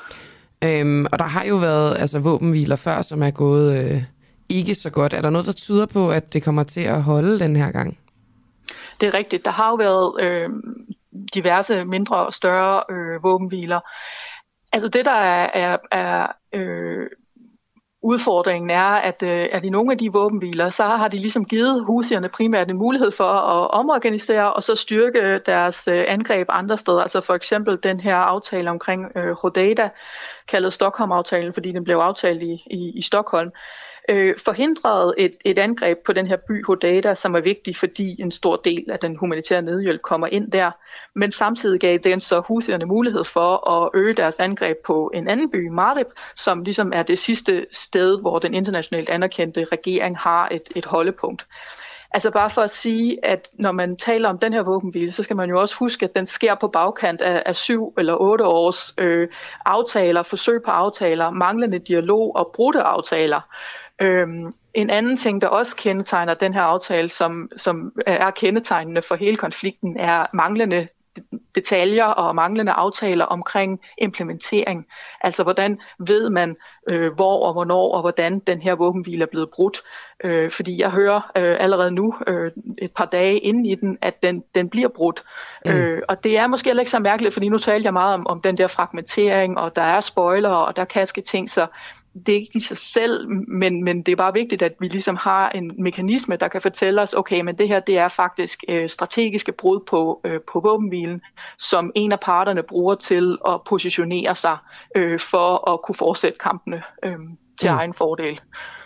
Øhm, og der har jo været altså, våbenhviler før, som er gået øh, ikke så godt. Er der noget, der tyder på, at det kommer til at holde den her gang? Det er rigtigt. Der har jo været øh, diverse mindre og større øh, våbenhviler. Altså det, der er, er, er øh, udfordringen, er, at, øh, at i nogle af de våbenhviler, så har de ligesom givet Houthierne primært en mulighed for at omorganisere og så styrke deres øh, angreb andre steder. Altså for eksempel den her aftale omkring øh, Hodeida, kaldet Stockholm-aftalen, fordi den blev aftalt i, i, i Stockholm. Øh, forhindrede et, et angreb på den her by Hodeida, som er vigtig, fordi en stor del af den humanitære nødhjælp kommer ind der. Men samtidig gav den så Houthierne mulighed for at øge deres angreb på en anden by, Marib, som ligesom er det sidste sted, hvor den internationalt anerkendte regering har et, et holdepunkt. Altså bare for at sige, at når man taler om den her våbenhvile, så skal man jo også huske, at den sker på bagkant af, af syv eller otte års øh, aftaler, forsøg på aftaler, manglende dialog og brudte aftaler. Øhm, en anden ting, der også kendetegner den her aftale, som, som er kendetegnende for hele konflikten, er manglende detaljer og manglende aftaler omkring implementering. Altså hvordan ved man, øh, hvor og hvornår og hvordan den her våbenhvile er blevet brudt. Øh, fordi jeg hører øh, allerede nu, øh, et par dage inden i den, at den, den bliver brudt. Mm. Øh, og det er måske heller ikke så mærkeligt, fordi nu talte jeg meget om, om den der fragmentering, og der er spoiler, og der kan ske ting, så det er ikke i sig selv, men, men det er bare vigtigt, at vi ligesom har en mekanisme, der kan fortælle os, okay, men det her, det er faktisk øh, strategiske brud på, øh, på våbenhvilen, som en af parterne bruger til at positionere sig øh, for at kunne fortsætte kampene øh, til mm. egen fordel.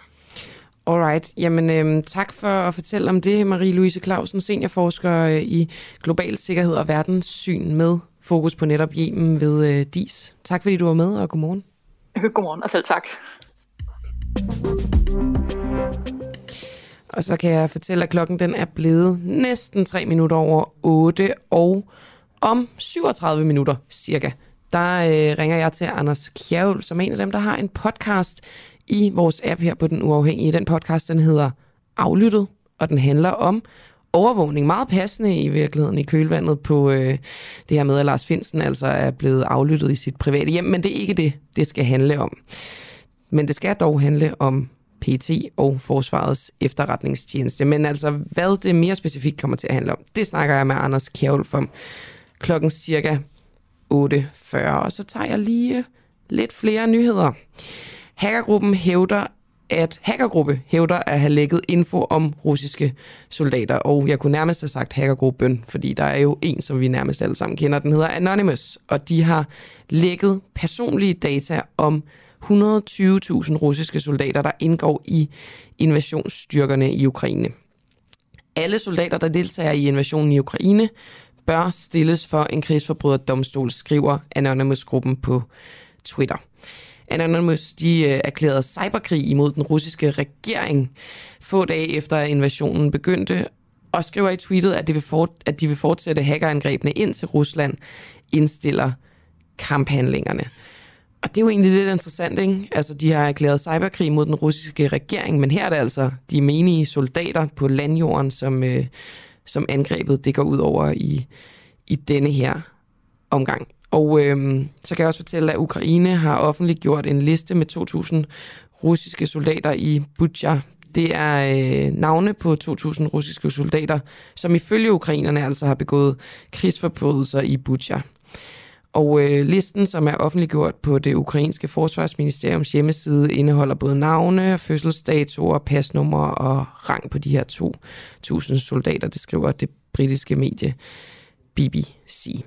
Alright, jamen øh, tak for at fortælle om det, Marie-Louise Clausen, seniorforsker øh, i global sikkerhed og verdenssyn med fokus på netop Yemen ved øh, D I S. Tak fordi du var med, og godmorgen. Godmorgen, og selv tak. Og så kan jeg fortælle, at klokken den er blevet næsten tre minutter over otte, og om syvogtredive minutter cirka, der øh, ringer jeg til Anders Kjærulf, som er en af dem, der har en podcast i vores app her på Den Uafhængige. Den podcast, den hedder Aflyttet, og den handler om overvågning. Meget passende i virkeligheden i kølvandet på øh, det her med, at Lars Findsen altså er blevet aflyttet i sit private hjem, men det er ikke det, det skal handle om. Men det skal dog handle om P E T og Forsvarets efterretningstjeneste. Men altså, hvad det mere specifikt kommer til at handle om, det snakker jeg med Anders Kjærulf om klokken cirka otte fyrre. Og så tager jeg lige lidt flere nyheder. Hackergruppen hævder, at hackergruppe hævder at have lækket info om russiske soldater. Og jeg kunne nærmest have sagt hackergruppen, fordi der er jo en, som vi nærmest alle sammen kender. Den hedder Anonymous, og de har lækket personlige data om et hundrede og tyve tusind russiske soldater, der indgår i invasionsstyrkerne i Ukraine. Alle soldater, der deltager i invasionen i Ukraine, bør stilles for en krigsforbryderdomstol, skriver Anonymous-gruppen på Twitter. Anonymous de erklærede cyberkrig imod den russiske regering få dage efter invasionen begyndte, og skriver i tweetet, at de vil, fort, at de vil fortsætte hackerangrebene indtil Rusland indstiller kamphandlingerne. Og det er jo egentlig lidt interessant, ikke? Altså, de har erklæret cyberkrig mod den russiske regering, men her er det altså de menige soldater på landjorden, som, øh, som angrebet det går ud over i, i denne her omgang. Og øh, så kan jeg også fortælle, at Ukraine har offentliggjort en liste med to tusind russiske soldater i Bucha. Det er øh, navne på to tusind russiske soldater, som ifølge ukrainerne altså har begået krigsforbrydelser i Bucha. Og øh, listen, som er offentliggjort på det ukrainske forsvarsministeriums hjemmeside, indeholder både navne, fødselsdatoer, pasnumre og rang på de her to tusind soldater. Det skriver det britiske medie B B C.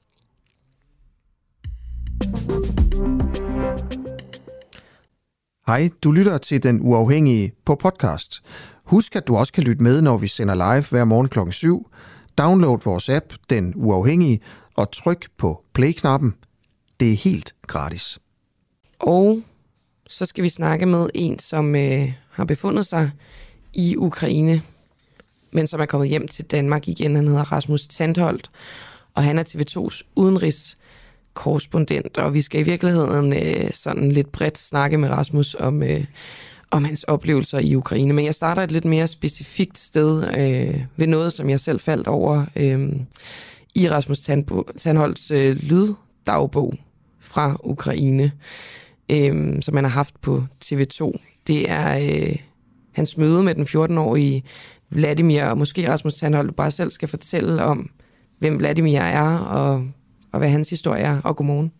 Hej, du lytter til Den Uafhængige på podcast. Husk, at du også kan lytte med, når vi sender live hver morgen klokken syv. Download vores app, Den Uafhængige, og tryk på play-knappen. Det er helt gratis. Og så skal vi snakke med en, som øh, har befundet sig i Ukraine, men som er kommet hjem til Danmark igen. Han hedder Rasmus Tantholdt, og han er T V to's udenrigskorrespondent. Og vi skal i virkeligheden øh, sådan lidt bredt snakke med Rasmus om, øh, om hans oplevelser i Ukraine. Men jeg starter et lidt mere specifikt sted øh, ved noget, som jeg selv faldt over øh, i Rasmus Tantholdts øh, lyddagbog fra Ukraine, øh, som han har haft på T V to. Det er øh, hans møde med den fjorten-årige Vladimir, og måske Rasmus Tantholdt, du bare selv skal fortælle om, hvem Vladimir er, og, og hvad hans historie er, og godmorgen.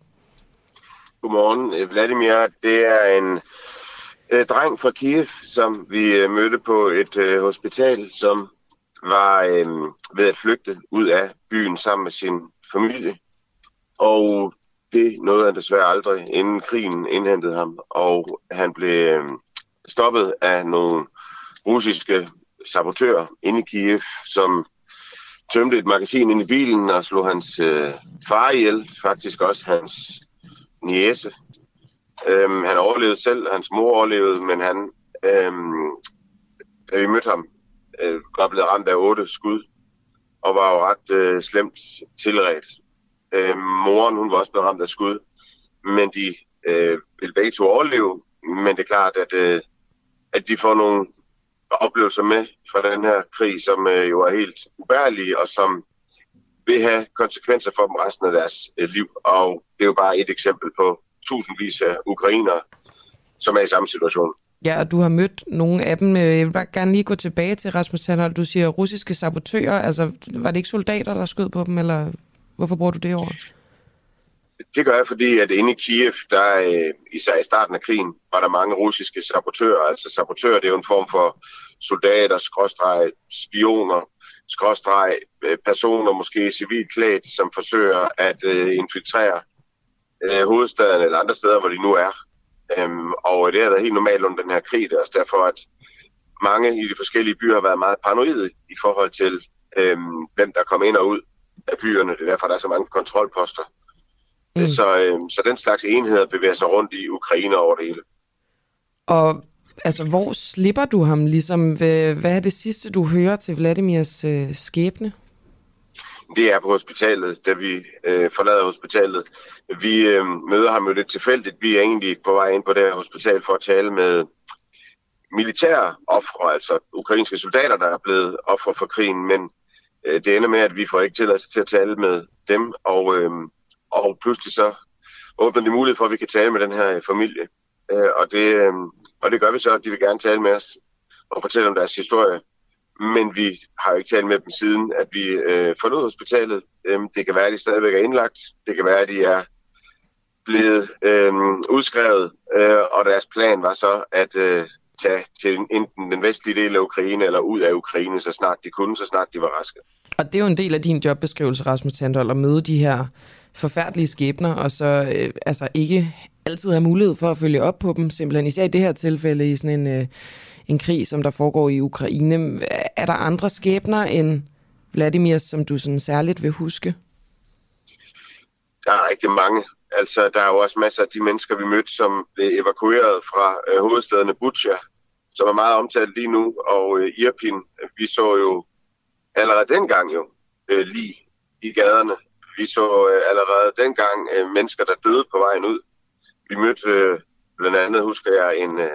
Godmorgen. Vladimir, det er en øh, dreng fra Kiev, som vi øh, mødte på et øh, hospital, som var øh, ved at flygte ud af byen sammen med sin familie. Og det nåede han desværre aldrig, inden krigen indhentede ham. Og han blev øh, stoppet af nogle russiske sabotører inde i Kiev, som tømte et magasin ind i bilen og slog hans øh, far ihjel, faktisk også hans niece. Øhm, han overlevede selv, hans mor overlevede, men han, øhm, da vi mødte ham, øh, var blevet ramt af otte skud, og var jo ret øh, slemt tilredt. Øhm, moren, hun var også blevet ramt af skud, men de øh, ville begge to overleve, men det er klart, at, øh, at de får nogle oplevelser med fra den her krig, som øh, jo er helt ubærlige, og som vil have konsekvenser for dem resten af deres øh, liv. Og det er jo bare et eksempel på tusindvis af ukrainere, som er i samme situation. Ja, og du har mødt nogle af dem. Jeg vil bare gerne lige gå tilbage til Rasmus Tantholdt. Du siger russiske sabotører. Altså, var det ikke soldater, der skød på dem, eller hvorfor bruger du det ord? Det gør jeg, fordi at inde i Kiev, der øh, især i starten af krigen, var der mange russiske sabotører. Altså sabotører, det er jo en form for soldater, skråstreg, spioner, skråstreg, øh, personer, måske civilt klædt, som forsøger at øh, infiltrere øh, hovedstaden eller andre steder, hvor de nu er. Øhm, og det har været helt normalt under den her krig. Det er også derfor, at mange i de forskellige byer har været meget paranoide i forhold til, øh, hvem der kommer ind og ud af byerne. Det er derfor, der er så mange kontrolposter. Mm. Så, øh, så den slags enheder bevæger sig rundt i Ukraine over det hele. Og altså, hvor slipper du ham ligesom? Hvad er det sidste, du hører til Vladimirs øh, skæbne? Det er på hospitalet, da vi øh, forlader hospitalet. Vi øh, møder ham jo lidt tilfældigt. Vi er egentlig på vej ind på det her hospital for at tale med militære ofre, altså ukrainske soldater, der er blevet ofre for krigen. Men øh, det ender med, at vi får ikke tilladelse til at tale med dem, og øh, Og pludselig så åbner de mulighed for, at vi kan tale med den her familie. Øh, og, det, øh, og det gør vi så, at de vil gerne tale med os og fortælle om deres historie. Men vi har jo ikke talt med dem siden, at vi øh, forlod hospitalet. Øh, det kan være, at de stadigvæk er indlagt. Det kan være, at de er blevet øh, udskrevet, øh, og deres plan var så at øh, tage til enten den vestlige del af Ukraine eller ud af Ukraine, så snart de kunne, så snart de var raske. Og det er jo en del af din jobbeskrivelse, Rasmus Tandholt, at møde de her forfærdelige skæbner, og så øh, altså ikke altid have mulighed for at følge op på dem, simpelthen. Især i det her tilfælde i sådan en, øh, en krig, som der foregår i Ukraine. Er der andre skæbner end Vladimir, som du sådan særligt vil huske? Der er rigtig mange. Altså, der er jo også masser af de mennesker, vi mødte, som blev evakueret fra øh, hovedstederne Bucha, som er meget omtalt lige nu, og øh, Irpin. Vi så jo allerede dengang jo øh, lige i gaderne. Vi så øh, allerede dengang øh, mennesker, der døde på vejen ud. Vi mødte øh, blandt andet, husker jeg, en, øh,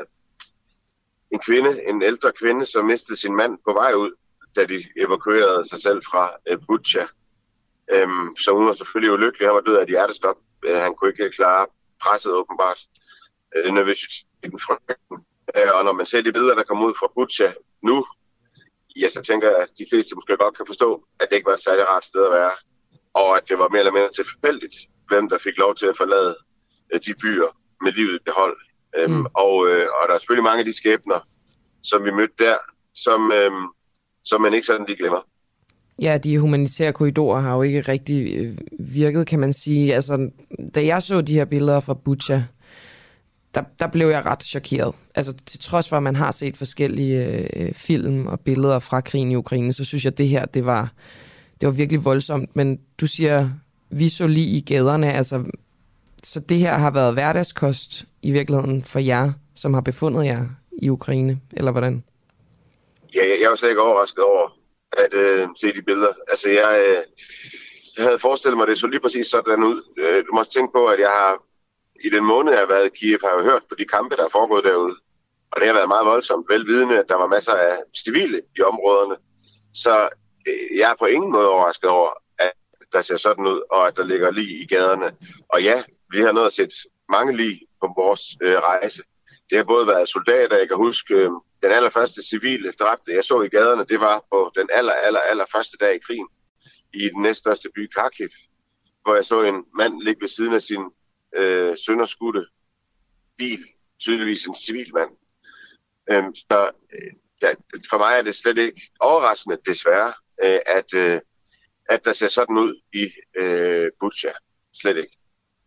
en kvinde, en ældre kvinde, som mistede sin mand på vej ud, da de evakuerede sig selv fra øh, Bucha. Øhm, så hun var selvfølgelig ulykkelig. Han var død af et hjertestop. Øh, han kunne ikke klare presset åbenbart. Øh, nervøsiteten frygten. Øh, og når man ser de billeder, der kommer ud fra Bucha nu, ja, så tænker jeg, at de fleste måske godt kan forstå, at det ikke var et særligt rart sted at være. Og at det var mere eller mindre tilfældigt, hvem der fik lov til at forlade øh, de byer med livet i behold. Mm. Øhm, og, øh, og der er selvfølgelig mange af de skæbner, som vi mødte der, som, øh, som man ikke sådan lige glemmer. Ja, de humanitære korridorer har jo ikke rigtig øh, virket, kan man sige. Altså, da jeg så de her billeder fra Bucha, der, der blev jeg ret chokeret. Altså, til trods for, at man har set forskellige øh, film og billeder fra krigen i Ukraine, så synes jeg, at det her, det var, det var virkelig voldsomt. Men du siger, vi så lige i gaderne, altså, så det her har været hverdagskost i virkeligheden for jer, som har befundet jer i Ukraine, eller hvordan? Ja, jeg, jeg var slet ikke overrasket over at øh, se de billeder. Altså, jeg, øh, jeg havde forestillet mig, at det så lige præcis sådan ud. Øh, du må også tænke på, at jeg har i den måned, jeg har været i Kiev, har jeg hørt på de kampe, der er foregået derude. Og det har været meget voldsomt, velvidende, at der var masser af civile i områderne. Så øh, jeg er på ingen måde overrasket over, at der ser sådan ud, og at der ligger lig i gaderne. Og ja, vi har nået at sætte mange lig på vores øh, rejse. Det har både været soldater, jeg kan huske, øh, den allerførste civile dræbte, jeg så i gaderne, det var på den aller, aller, aller første dag i krigen i den næststørste by, Kharkiv, hvor jeg så en mand ligge ved siden af sin øh, sønderskudte bil, tydeligvis en civil mand. Øhm, så øh, ja, for mig er det slet ikke overraskende, desværre, øh, at, øh, at der ser sådan ud i øh, Bucha. Slet ikke.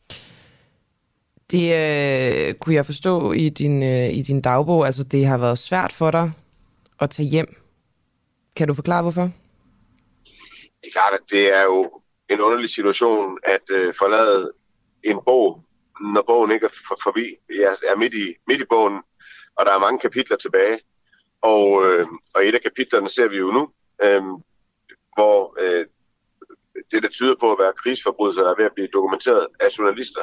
Det øh, kunne jeg forstå i din, øh, i din dagbog. Altså, det har været svært for dig at tage hjem. Kan du forklare, hvorfor? Det er klart, at det er jo en underlig situation at øh, forlade en bog, når bogen ikke er for, forbi. Jeg er midt i, midt i bogen, og der er mange kapitler tilbage. Og, øh, og et af kapitlerne ser vi jo nu, øh, hvor øh, det, der tyder på at være krigsforbrydelser, er ved at blive dokumenteret af journalister.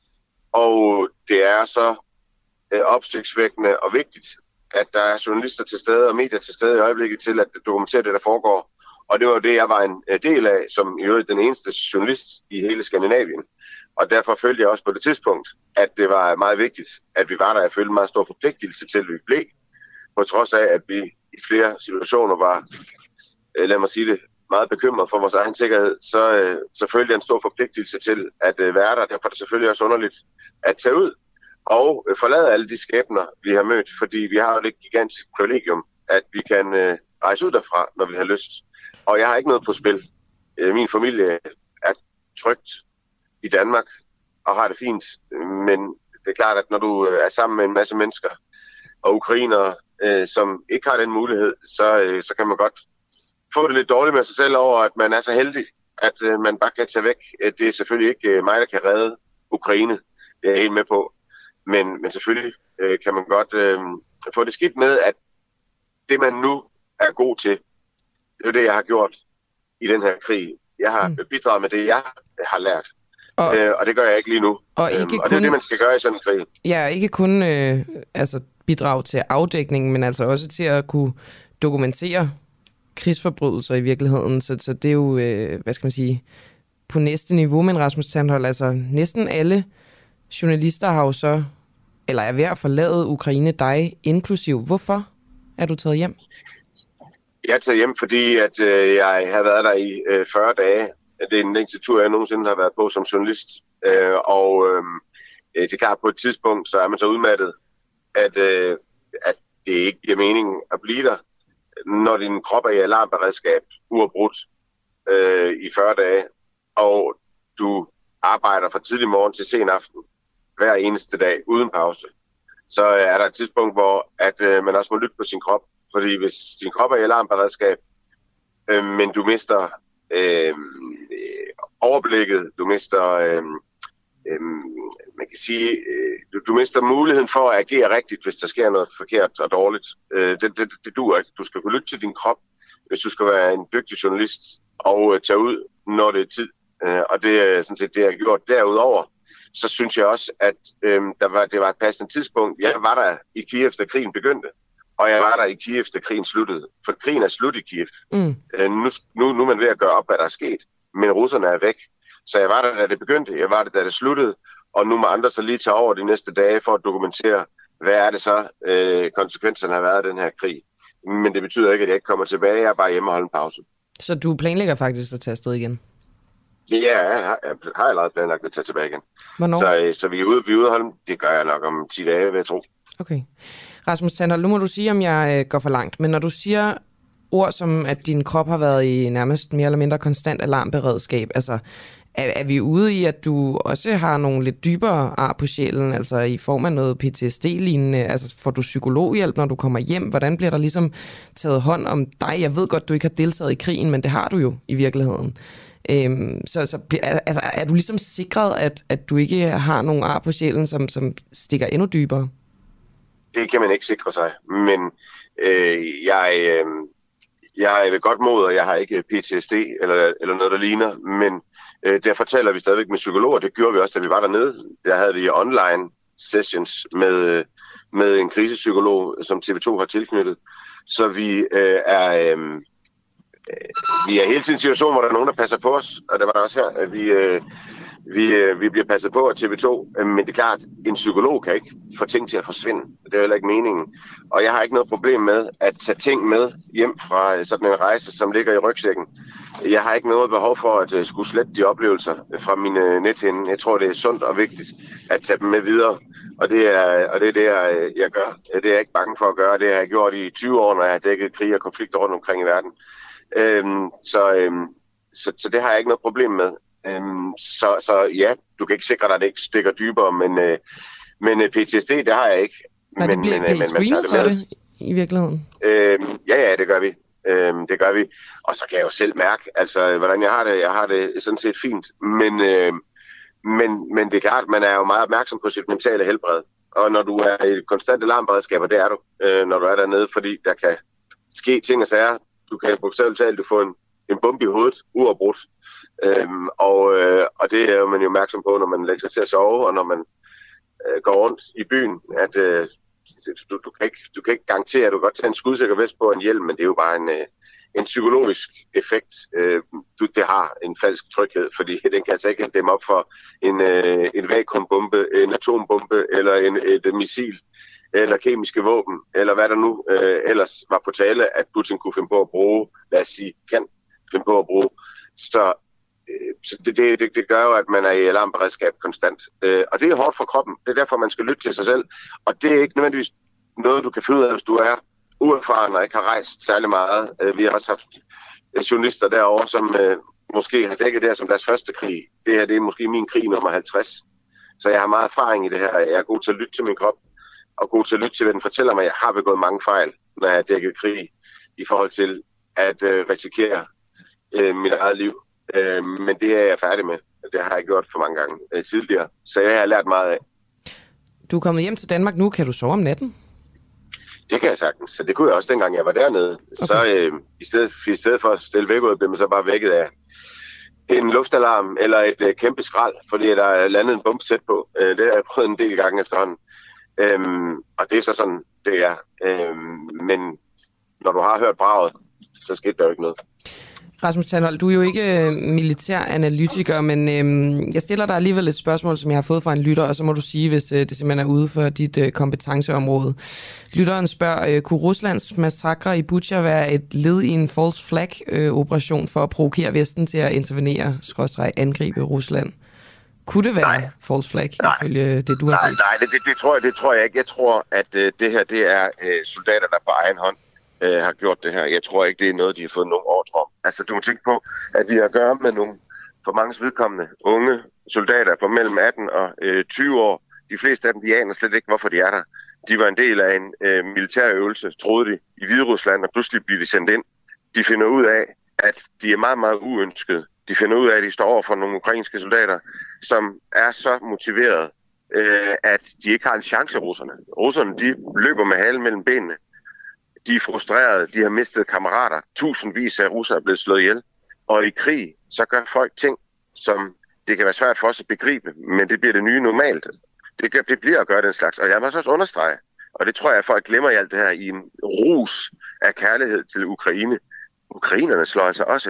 Og det er så øh, opsigtsvækkende og vigtigt, at der er journalister til stede og medier til stede i øjeblikket til at dokumentere det, der foregår. Og det var det, jeg var en del af, som i øvrigt den eneste journalist i hele Skandinavien. Og derfor følte jeg også på det tidspunkt, at det var meget vigtigt, at vi var der. Jeg følte en meget stor forpligtelse til, at vi blev. På trods af, at vi i flere situationer var, øh, lad mig sige det, meget bekymret for vores egen sikkerhed, så, øh, så følte jeg en stor forpligtelse til at øh, være der. Derfor er det selvfølgelig også underligt at tage ud og øh, forlade alle de skæbner, vi har mødt, fordi vi har jo et gigantisk privilegium, at vi kan øh, rejse ud derfra, når vi har lyst. Og jeg har ikke noget på spil. Øh, min familie er trygt i Danmark og har det fint, men det er klart, at når du øh, er sammen med en masse mennesker og ukrainere, øh, som ikke har den mulighed, så, øh, så kan man godt få det lidt dårligt med sig selv over, at man er så heldig, at øh, man bare kan tage væk. Det er selvfølgelig ikke øh, mig, der kan redde Ukraine. Det er jeg helt med på. Men, men selvfølgelig øh, kan man godt øh, få det skidt med, at det, man nu er god til, det er det, jeg har gjort i den her krig. Jeg har mm. bidraget med det, jeg har lært. Og, øh, og det gør jeg ikke lige nu. Og, ikke øhm, kun, og det er det, man skal gøre i sådan en krig. Ja, ikke kun øh, altså bidrage til afdækningen, men altså også til at kunne dokumentere krigsforbrydelser i virkeligheden. Så, så det er jo, øh, hvad skal man sige, på næste niveau, men Rasmus Tandholt, altså næsten alle journalister har jo så, eller er ved at forlade Ukraine, dig inklusiv. Hvorfor er du taget hjem? Jeg er taget hjem, fordi at, øh, jeg har været der i øh, fyrre dage, Det er den længste tur, jeg nogensinde har været på som journalist. Øh, og øh, det er klart, på et tidspunkt, så er man så udmattet, at, øh, at det ikke giver mening at blive der, når din krop er i alarmberedskab uafbrudt øh, i fyrre dage, og du arbejder fra tidlig morgen til sen aften hver eneste dag uden pause. Så er der et tidspunkt, hvor at, øh, man også må lytte på sin krop, fordi hvis din krop er i alarmberedskab, øh, men du mister øh, overblikket, du mister, øh, øh, man kan sige, øh, du, du mister muligheden for at agere rigtigt, hvis der sker noget forkert og dårligt. Øh, det, det, det duer ikke. Du skal kunne lytte til din krop, hvis du skal være en dygtig journalist, og øh, tage ud, når det er tid. Øh, og det er sådan set det, jeg har gjort. Derudover, så synes jeg også, at øh, der var, det var et passende tidspunkt. Jeg var der i Kiev, da krigen begyndte, og jeg var der i Kiev, da krigen sluttede. For krigen er slut i Kiev. Mm. Øh, nu, nu, nu er man ved at gøre op, hvad der er sket, men russerne er væk. Så jeg var der, da det begyndte. Jeg var der, da det sluttede, og nu må andre så lige tage over de næste dage for at dokumentere, hvad er det så, øh, konsekvenserne har været af den her krig. Men det betyder ikke, at jeg ikke kommer tilbage. Jeg er bare hjemme og holder en pause. Så du planlægger faktisk at tage afsted igen? Ja, jeg har, jeg har allerede planlagt at tage tilbage igen. Hvornår? Så, så vi er ude, vi er ude holde. Det gør jeg nok om ti dage, vil jeg tro. Okay. Rasmus Tandholt, nu må du sige, om jeg øh, går for langt. Men når du siger ord som, at din krop har været i nærmest mere eller mindre konstant alarmberedskab, altså er, er vi ude i, at du også har nogle lidt dybere ar på sjælen, altså i form af noget P T S D-lignende? Altså får du psykologhjælp, når du kommer hjem? Hvordan bliver der ligesom taget hånd om dig? Jeg ved godt, du ikke har deltaget i krigen, men det har du jo i virkeligheden. Øhm, så så altså, er du ligesom sikret, at, at du ikke har nogen ar på sjælen, som, som stikker endnu dybere? Det kan man ikke sikre sig, men øh, jeg, øh, jeg er ved godt mod, og jeg har ikke P T S D eller, eller noget, der ligner, men øh, derfor taler vi stadigvæk med psykologer. Det gjorde vi også, da vi var dernede. Der havde vi online sessions med, med en krisepsykolog, som T V to har tilknyttet. Så vi øh, er... Øh, Vi er hele tiden i en situation, hvor der er nogen, der passer på os, og det var der også her. Vi, øh, vi, øh, vi bliver passet på af T V to, men det er klart, en psykolog kan ikke få ting til at forsvinde. Det er heller ikke meningen. Og jeg har ikke noget problem med at tage ting med hjem fra sådan en rejse, som ligger i rygsækken. Jeg har ikke noget behov for at uh, skulle slette de oplevelser fra mine nethinde. Jeg tror, det er sundt og vigtigt at tage dem med videre. Og det er, og det, er det, jeg, jeg gør. Det er jeg ikke bange for at gøre. Det har jeg gjort i tyve år, når jeg har dækket krig og konflikter rundt omkring i verden. Øhm, så, øhm, så, så det har jeg ikke noget problem med. Øhm, så, så ja, du kan ikke sikre dig, at det ikke stikker dybere, men, øh, men P T S D, det har jeg ikke. Men, men bliver I screenet for det i virkeligheden? Øhm, ja, ja, det gør vi. Øhm, det gør vi. Og så kan jeg jo selv mærke, altså, hvordan jeg har det. Jeg har det sådan set fint. Men, øh, men, men det er klart, man er jo meget opmærksom på sit mentale helbred. Og når du er i konstant alarmberedskab, og det er du, øh, når du er dernede, fordi der kan ske ting og sager. Du kan bogstaveligt talt få en, en bombe i hovedet, uafbrudt. Øhm, og, øh, og det er man jo opmærksom på, når man lægger sig til at sove, og når man øh, går rundt i byen, at øh, du, du, kan ikke, du kan ikke garantere, at du kan godt tage en skudsikker vest på en hjelm, men det er jo bare en, øh, en psykologisk effekt, øh, du, det har en falsk tryghed, fordi den kan altså ikke dæmme op for en, øh, en vakuumbombe, en atombombe eller en, et missil, eller kemiske våben, eller hvad der nu øh, ellers var på tale, at Putin kunne finde på at bruge, lad os sige, kan finde på at bruge. Så, øh, så det, det, det gør jo, at man er i alarmberedskab konstant. Øh, og det er hårdt for kroppen. Det er derfor, man skal lytte til sig selv. Og det er ikke nødvendigvis noget, du kan finde ud af, hvis du er uerfaren og ikke har rejst særlig meget. Øh, vi har også haft journalister derovre, som øh, måske har dækket det her som deres første krig. Det her det er måske min krig nummer halvtreds. Så jeg har meget erfaring i det her. Jeg er god til at lytte til min krop. Og god til at lytte til, hvad den fortæller mig. Jeg har begået mange fejl, når jeg har dækket krig, i forhold til at øh, risikere øh, mit eget liv. Øh, men det er jeg færdig med. Det har jeg gjort for mange gange øh, tidligere. Så jeg har lært meget af. Du er kommet hjem til Danmark nu. Kan du sove om natten? Det kan jeg sagtens. Så det kunne jeg også, dengang jeg var dernede. Okay. Så øh, i, stedet, i stedet for at stille væk ud, blev man så bare vækket af en luftalarm eller et øh, kæmpe skrald, fordi der er landet en bombe tæt på. Øh, det har jeg prøvet en del gange efterhånden. Øhm, og det er så sådan, det er. Øhm, men når du har hørt braget, så skete der jo ikke noget. Rasmus Tandholt, du er jo ikke militær analytiker, men øhm, jeg stiller dig alligevel et spørgsmål, som jeg har fået fra en lytter, og så må du sige, hvis øh, det simpelthen er ude for dit øh, kompetenceområde. Lytteren spørger, øh, kunne Ruslands massakre i Bucha være et led i en false flag-operation øh, for at provokere Vesten til at intervenere, skråstreg angribe Rusland? Kunne det være nej. false flag, nej. ifølge det, du har nej, set? Nej, det, det, det, tror jeg, det tror jeg ikke. Jeg tror, at øh, det her det er øh, soldater, der på egen hånd øh, har gjort det her. Jeg tror ikke, det er noget, de har fået nogen ordre om. Altså, du må tænke på, at vi har at gøre med nogle, for mange vedkommende, unge soldater på mellem atten og øh, tyve år. De fleste af dem, de aner slet ikke, hvorfor de er der. De var en del af en øh, militærøvelse, troede de, i Hviderusland, og pludselig bliver de sendt ind. De finder ud af, at de er meget, meget uønskede. De finder ud af, at de står over for nogle ukrainske soldater, som er så motiveret, øh, at de ikke har en chance, russerne. Russerne, de løber med halen mellem benene. De er frustrerede, de har mistet kammerater. Tusindvis af russere er blevet slået ihjel. Og i krig, så gør folk ting, som det kan være svært for os at begribe, men det bliver det nye normalt. Det, gør, det bliver at gøre den slags. Og jeg må også understrege, og det tror jeg, at folk glemmer i alt det her, i en rus af kærlighed til Ukraine. Ukrainerne slår altså også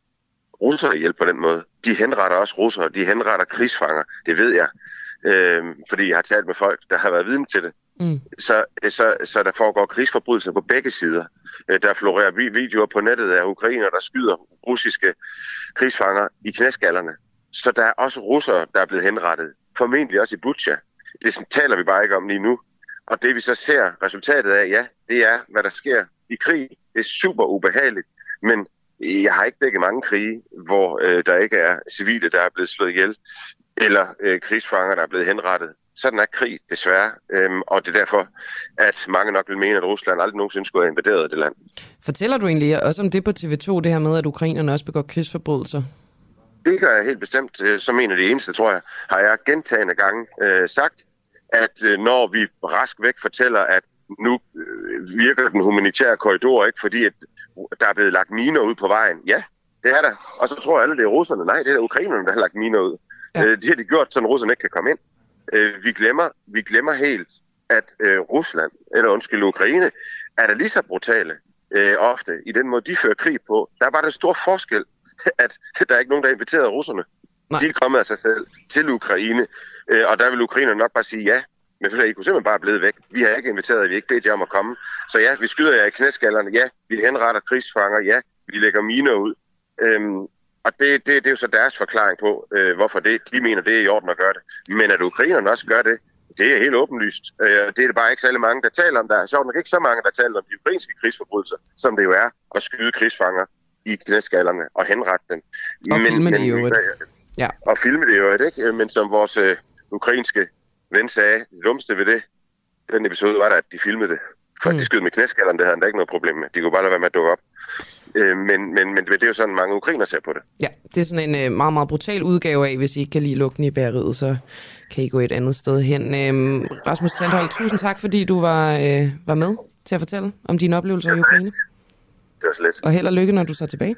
russere ihjel på den måde. De henretter også russere, de henretter krigsfanger, det ved jeg, øh, fordi jeg har talt med folk, der har været vidne til det. Mm. Så, så, så der foregår krigsforbrydelser på begge sider. Der florerer videoer på nettet af ukrainer, der skyder russiske krigsfanger i knæskallerne. Så der er også russere, der er blevet henrettet. Formentlig også i Bucha. Det taler vi bare ikke om lige nu. Og det vi så ser resultatet af, ja, det er, hvad der sker i krig. Det er super ubehageligt, men jeg har ikke dækket mange krige, hvor øh, der ikke er civile, der er blevet slået ihjel, eller øh, krigsfanger, der er blevet henrettet. Sådan er krig, desværre. Øhm, og det er derfor, at mange nok vil mene, at Rusland aldrig nogensinde skulle have invaderet det land. Fortæller du egentlig også om det på T V to, det her med, at ukrainerne også begår krigsforbrydelser? Det gør jeg helt bestemt. Som en af de eneste, tror jeg, har jeg gentagne gange øh, sagt, at øh, når vi rask væk fortæller, at nu øh, virker den humanitære korridor ikke, fordi at der er blevet lagt miner ud på vejen. Ja, det er der. Og så tror alle, det er russerne. Nej, det er ukrainerne, der har lagt miner ud. Ja. Øh, det har de gjort, så russerne ikke kan komme ind. Øh, vi, glemmer, vi glemmer helt, at øh, Rusland, eller undskyld Ukraine, er der lige så brutale øh, ofte i den måde, de fører krig på. Der er bare den store forskel, at der er ikke nogen, der inviterede russerne. Nej. De er kommet af sig selv til Ukraine, øh, og der vil ukrainerne nok bare sige ja. Men I kunne simpelthen bare blive væk. Vi har ikke inviteret, vi har ikke bedt jer om at komme. Så ja, vi skyder jer i knæskallerne. Ja, vi henretter krigsfanger. Ja, vi lægger miner ud. Øhm, og det, det, det er jo så deres forklaring på, øh, hvorfor det. De mener, det er i orden at gøre det. Men at ukrainerne også gør det, det er helt åbenlyst. Øh, det er bare ikke særlig mange, der taler om. Der er sjovt nok ikke så mange, der taler om de ukrainske krigsforbrydelser, som det jo er at skyde krigsfanger i knæskallerne og henrette dem. Og men, filme men, det jo. Øh, ja. Og filme det jo, ikke? Men som vores øh, ukrainske ven sagde, det dummeste ved det, den episode var der, at de filmede det. For mm. de skød med knæskallerne, det havde han da ikke noget problem med. De kunne bare lade være med at dukke op. Øh, men, men, men det er jo sådan, mange ukrainer ser på det. Ja, det er sådan en øh, meget, meget brutal udgave af, hvis I ikke kan lide lugten i bageriet, så kan I gå et andet sted hen. Øh, Rasmus Tandholt, tusind tak, fordi du var, øh, var med til at fortælle om dine oplevelser i Ukraine. Det var så let. Og held og lykke, når du så tilbage.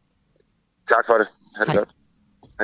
Tak for det. Ha' det godt. Hej.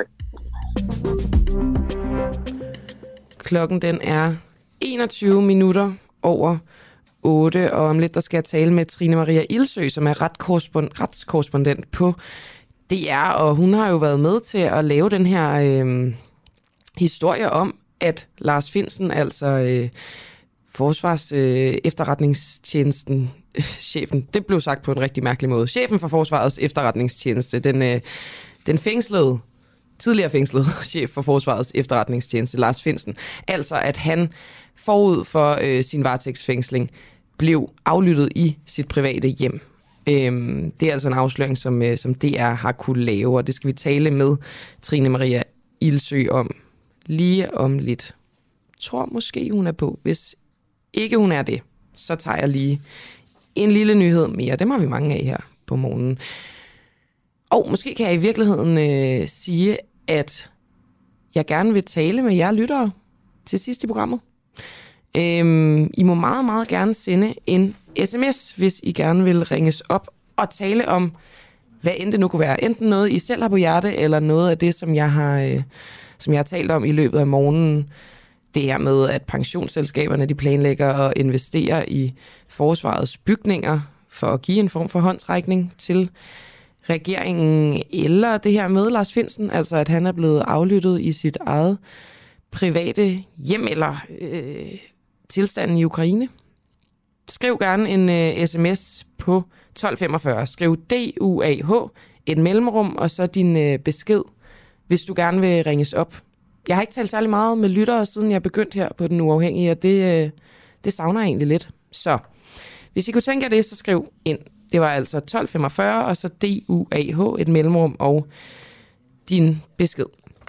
Klokken den er enogtyve minutter over otte, og om lidt der skal jeg tale med Trine Maria Ildsø, som er retskorrespondent på D R, og hun har jo været med til at lave den her øh, historie om, at Lars Findsen, altså øh, Forsvars øh, efterretningstjenesten, øh, chefen, det blev sagt på en rigtig mærkelig måde, chefen for Forsvarets efterretningstjeneste, den, øh, den fængslede tidligere fængslet chef for Forsvarets efterretningstjeneste, Lars Findsen. Altså, at han forud for øh, sin varetægtsfængsling blev aflyttet i sit private hjem. Øhm, det er altså en afsløring, som, øh, som D R har kunne lave, og det skal vi tale med Trine Maria Ildsø om lige om lidt. Jeg tror måske, hun er på. Hvis ikke hun er det, så tager jeg lige en lille nyhed mere. Dem har vi mange af her på morgenen. Og måske kan jeg i virkeligheden øh, sige, at jeg gerne vil tale med jer lyttere til sidst i programmet. Øhm, I må meget, meget gerne sende en sms, hvis I gerne vil ringes op og tale om, hvad end det nu kunne være. Enten noget, I selv har på hjerte, eller noget af det, som jeg har, øh, som jeg har talt om i løbet af morgenen. Det her med, at pensionsselskaberne de planlægger at investere i forsvarets bygninger for at give en form for håndsrækning til regeringen eller det her med Lars Findsen, altså at han er blevet aflyttet i sit eget private hjem eller øh, tilstanden i Ukraine. Skriv gerne en øh, sms på tolv femogfyrre. Skriv D U A H, et mellemrum, og så din øh, besked, hvis du gerne vil ringes op. Jeg har ikke talt særlig meget med lyttere, siden jeg begyndte her på Den Uafhængige, og det, øh, det savner jeg egentlig lidt. Så hvis I kunne tænke jer det, så skriv ind. Det var altså tolv femogfyrre, og så D U A H, et mellemrum, og din besked.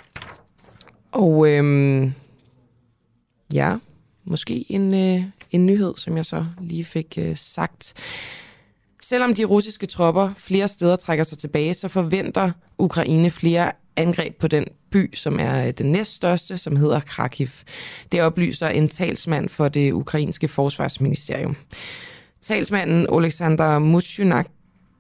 Og øhm, ja, måske en, øh, en nyhed, som jeg så lige fik øh, sagt. Selvom de russiske tropper flere steder trækker sig tilbage, så forventer Ukraine flere angreb på den by, som er den næststørste, som hedder Kharkiv. Det oplyser en talsmand for det ukrainske forsvarsministerium. Talsmanden Oleksandr Mutsjunak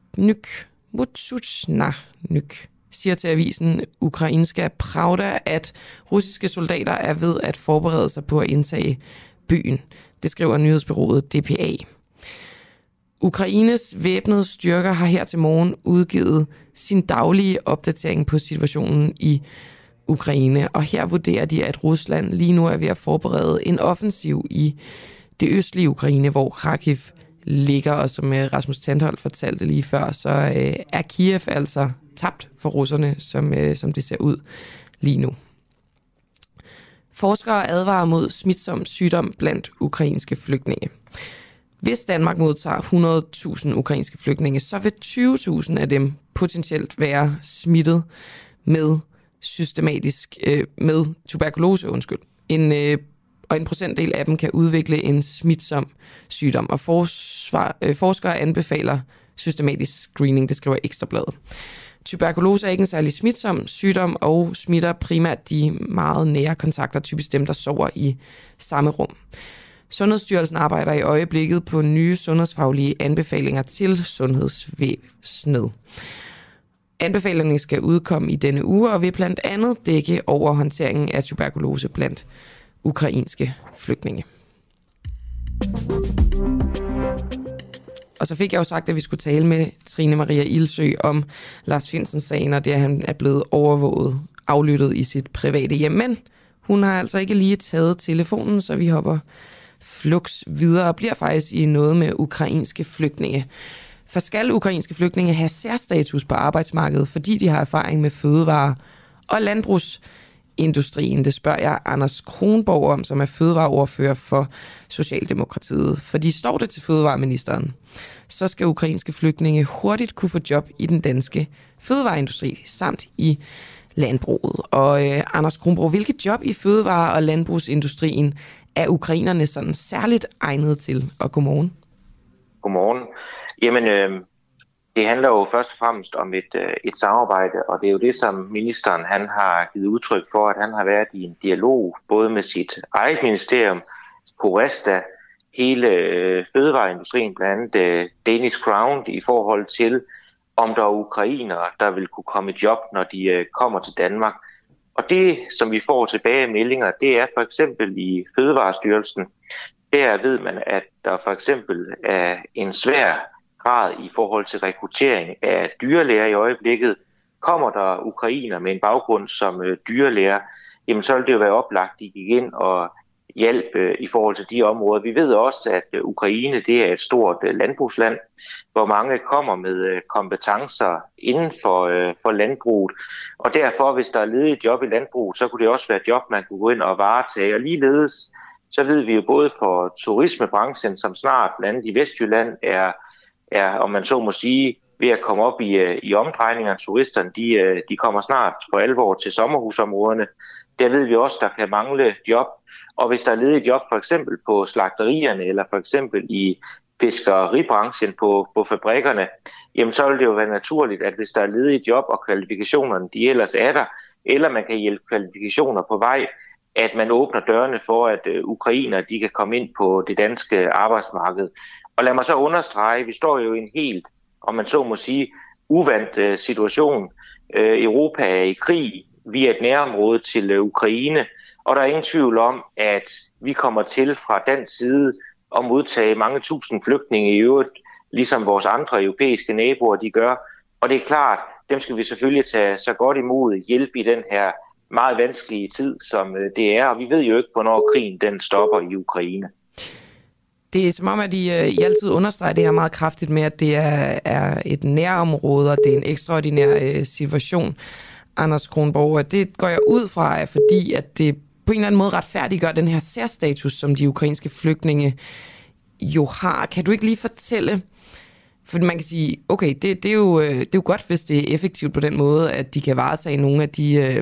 Mutsjunak siger til avisen Ukrainska Pravda, at russiske soldater er ved at forberede sig på at indtage byen. Det skriver nyhedsbureauet D P A. Ukraines væbnede styrker har her til morgen udgivet sin daglige opdatering på situationen i Ukraine, og her vurderer de, at Rusland lige nu er ved at forberede en offensiv i det østlige Ukraine, hvor Kharkiv ligger, og som Rasmus Tandholt fortalte lige før, så øh, er Kiev altså tabt for russerne, som, øh, som det ser ud lige nu. Forskere advarer mod smitsom sygdom blandt ukrainske flygtninge. Hvis Danmark modtager hundrede tusind ukrainske flygtninge, så vil tyve tusind af dem potentielt være smittet med systematisk øh, med tuberkulose, undskyld. En, øh, og en procentdel af dem kan udvikle en smitsom sygdom, og forsvar, øh, forskere anbefaler systematisk screening, det skriver Ekstrabladet. Tuberkulose er ikke en særlig smitsom sygdom og smitter primært de meget nære kontakter, typisk dem, der sover i samme rum. Sundhedsstyrelsen arbejder i øjeblikket på nye sundhedsfaglige anbefalinger til sundhedsvæsenet. Anbefalingerne skal udkomme i denne uge og vil blandt andet dække over håndteringen af tuberkulose blandt ukrainske flygtninge. Og så fik jeg jo sagt, at vi skulle tale med Trine Maria Ilsø om Lars Findsen-sagen, og det at han er blevet overvåget, aflyttet i sit private hjem. Men hun har altså ikke lige taget telefonen, så vi hopper flux videre og bliver faktisk i noget med ukrainske flygtninge. For skal ukrainske flygtninge have særstatus på arbejdsmarkedet, fordi de har erfaring med fødevare og landbrugsindustrien? Det spørger jeg Anders Kronborg om, som er fødevareordfører for Socialdemokratiet. Fordi står det til fødevareministeren, så skal ukrainske flygtninge hurtigt kunne få job i den danske fødevareindustri samt i landbruget. Og øh, Anders Kronborg, hvilket job i fødevare- og landbrugsindustrien er ukrainerne sådan særligt egnet til? Og godmorgen. Godmorgen. Jamen, øh, det handler jo først og fremmest om et, øh, et samarbejde, og det er jo det, som ministeren han har givet udtryk for, at han har været i en dialog både med sit eget ministerium, Horesta, hele øh, fødevareindustrien, blandt andet øh, Danish Crown, i forhold til, om der er ukrainere, der vil kunne komme i job, når de øh, kommer til Danmark. Og det, som vi får tilbage i meldinger, det er for eksempel i Fødevarestyrelsen. Der ved man, at der for eksempel er en svær grad i forhold til rekruttering af dyrlæger i øjeblikket. Kommer der ukrainer med en baggrund som øh, dyrlæger, jamen så vil det jo være oplagt, at de gik ind og hjælp øh, i forhold til de områder. Vi ved også, at øh, Ukraine det er et stort øh, landbrugsland, hvor mange kommer med øh, kompetencer inden for, øh, for landbruget. Og derfor, hvis der er ledigt job i landbruget, så kunne det også være et job, man kunne gå ind og varetage. Og ligeledes, så ved vi jo både for turismebranchen, som snart blandt andet i Vestjylland er, er, om man så må sige, ved at komme op i, i omdrejningerne. Turisterne, de, de kommer snart for alvor til sommerhusområderne. Der ved vi også, der kan mangle job. Og hvis der er ledigt job for eksempel på slagterierne eller for eksempel i fiskeribranchen på, på fabrikkerne, jamen så vil det jo være naturligt, at hvis der er ledigt job og kvalifikationerne de ellers er der, eller man kan hjælpe kvalifikationer på vej, at man åbner dørene for, at uh, ukrainer de kan komme ind på det danske arbejdsmarked. Og lad mig så understrege, vi står jo i en helt, om man så må sige, uvant uh, situation. Uh, Europa er i krig via et nærområde til uh, Ukraine, og der er ingen tvivl om, at vi kommer til fra den side at modtage mange tusind flygtninge i øvrigt, ligesom vores andre europæiske naboer de gør, Og det er klart, dem skal vi selvfølgelig tage så godt imod, hjælp i den her meget vanskelige tid, som det er. Og vi ved jo ikke, hvornår krigen den stopper i Ukraine. Det er som om, at I, I altid understreger det her meget kraftigt med, at det er, er et nærområde, og det er en ekstraordinær øh, situation, Anders Kronborg. Og det går jeg ud fra, fordi at det på en eller anden måde retfærdiggør den her særstatus, som de ukrainske flygtninge jo har. Kan du ikke lige fortælle, for man kan sige, okay, det, det, er jo, det er jo godt, hvis det er effektivt på den måde, at de kan varetage nogle af de, øh,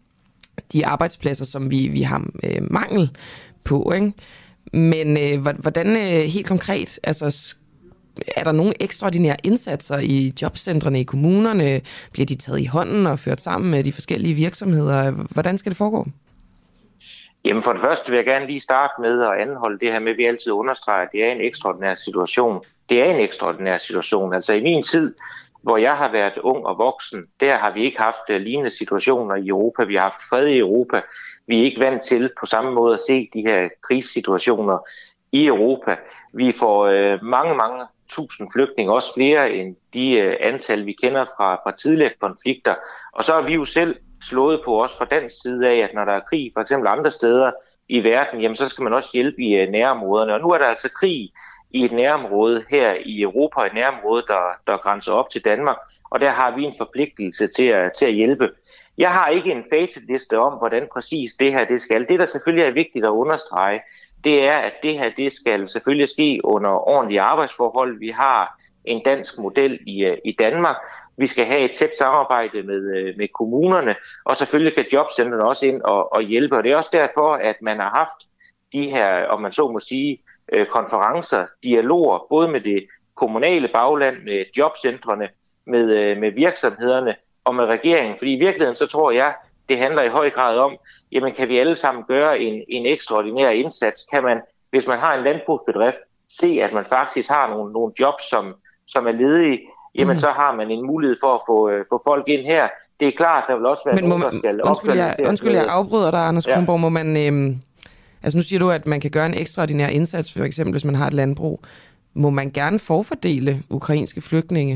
de arbejdspladser, som vi, vi har øh, mangel på, ikke? Men øh, hvordan øh, helt konkret, altså er der nogle ekstraordinære indsatser i jobcentrene i kommunerne? Bliver de taget i hånden og ført sammen med de forskellige virksomheder? Hvordan skal det foregå? Jamen for det første vil jeg gerne lige starte med at anholde det her med, at vi altid understreger, at det er en ekstraordinær situation. Det er en ekstraordinær situation. Altså i min tid, hvor jeg har været ung og voksen, der har vi ikke haft lignende situationer i Europa. Vi har haft fred i Europa. Vi er ikke vant til på samme måde at se de her krigssituationer i Europa. Vi får øh, mange, mange tusind flygtninge, også flere end de øh, antal, vi kender fra, fra tidligere konflikter. Og så er vi jo selv slået på os fra den side af, at når der er krig, for eksempel andre steder i verden, jamen så skal man også hjælpe i øh, nærområderne. Og nu er der altså krig i et nærområde her i Europa, et nærområde, der, der grænser op til Danmark, og der har vi en forpligtelse til at, til at hjælpe. Jeg har ikke en facitliste om, hvordan præcis det her det skal. Det, der selvfølgelig er vigtigt at understrege, det er, at det her det skal selvfølgelig ske under ordentlige arbejdsforhold. Vi har en dansk model i, i Danmark. Vi skal have et tæt samarbejde med, med kommunerne, og selvfølgelig kan jobcentrene også ind og, og hjælpe. Og det er også derfor, at man har haft de her, om man så må sige, konferencer, dialoger, både med det kommunale bagland, med jobcentrene, med, med virksomhederne og med regeringen. Fordi i virkeligheden, så tror jeg, det handler i høj grad om, jamen kan vi alle sammen gøre en, en ekstraordinær indsats? Kan man, hvis man har en landbrugsbedrift, se, at man faktisk har nogle, nogle jobs, som, som er ledige, jamen mm. så har man en mulighed for at få, øh, få folk ind her. Det er klart, der vil også være Men nogen, der skal opkvalificere. Undskyld, jeg afbryder dig, Anders ja. Kronborg. Må man, øh, altså nu siger du, at man kan gøre en ekstraordinær indsats, for eksempel hvis man har et landbrug. Må man gerne forfordele ukrainske flygtninge?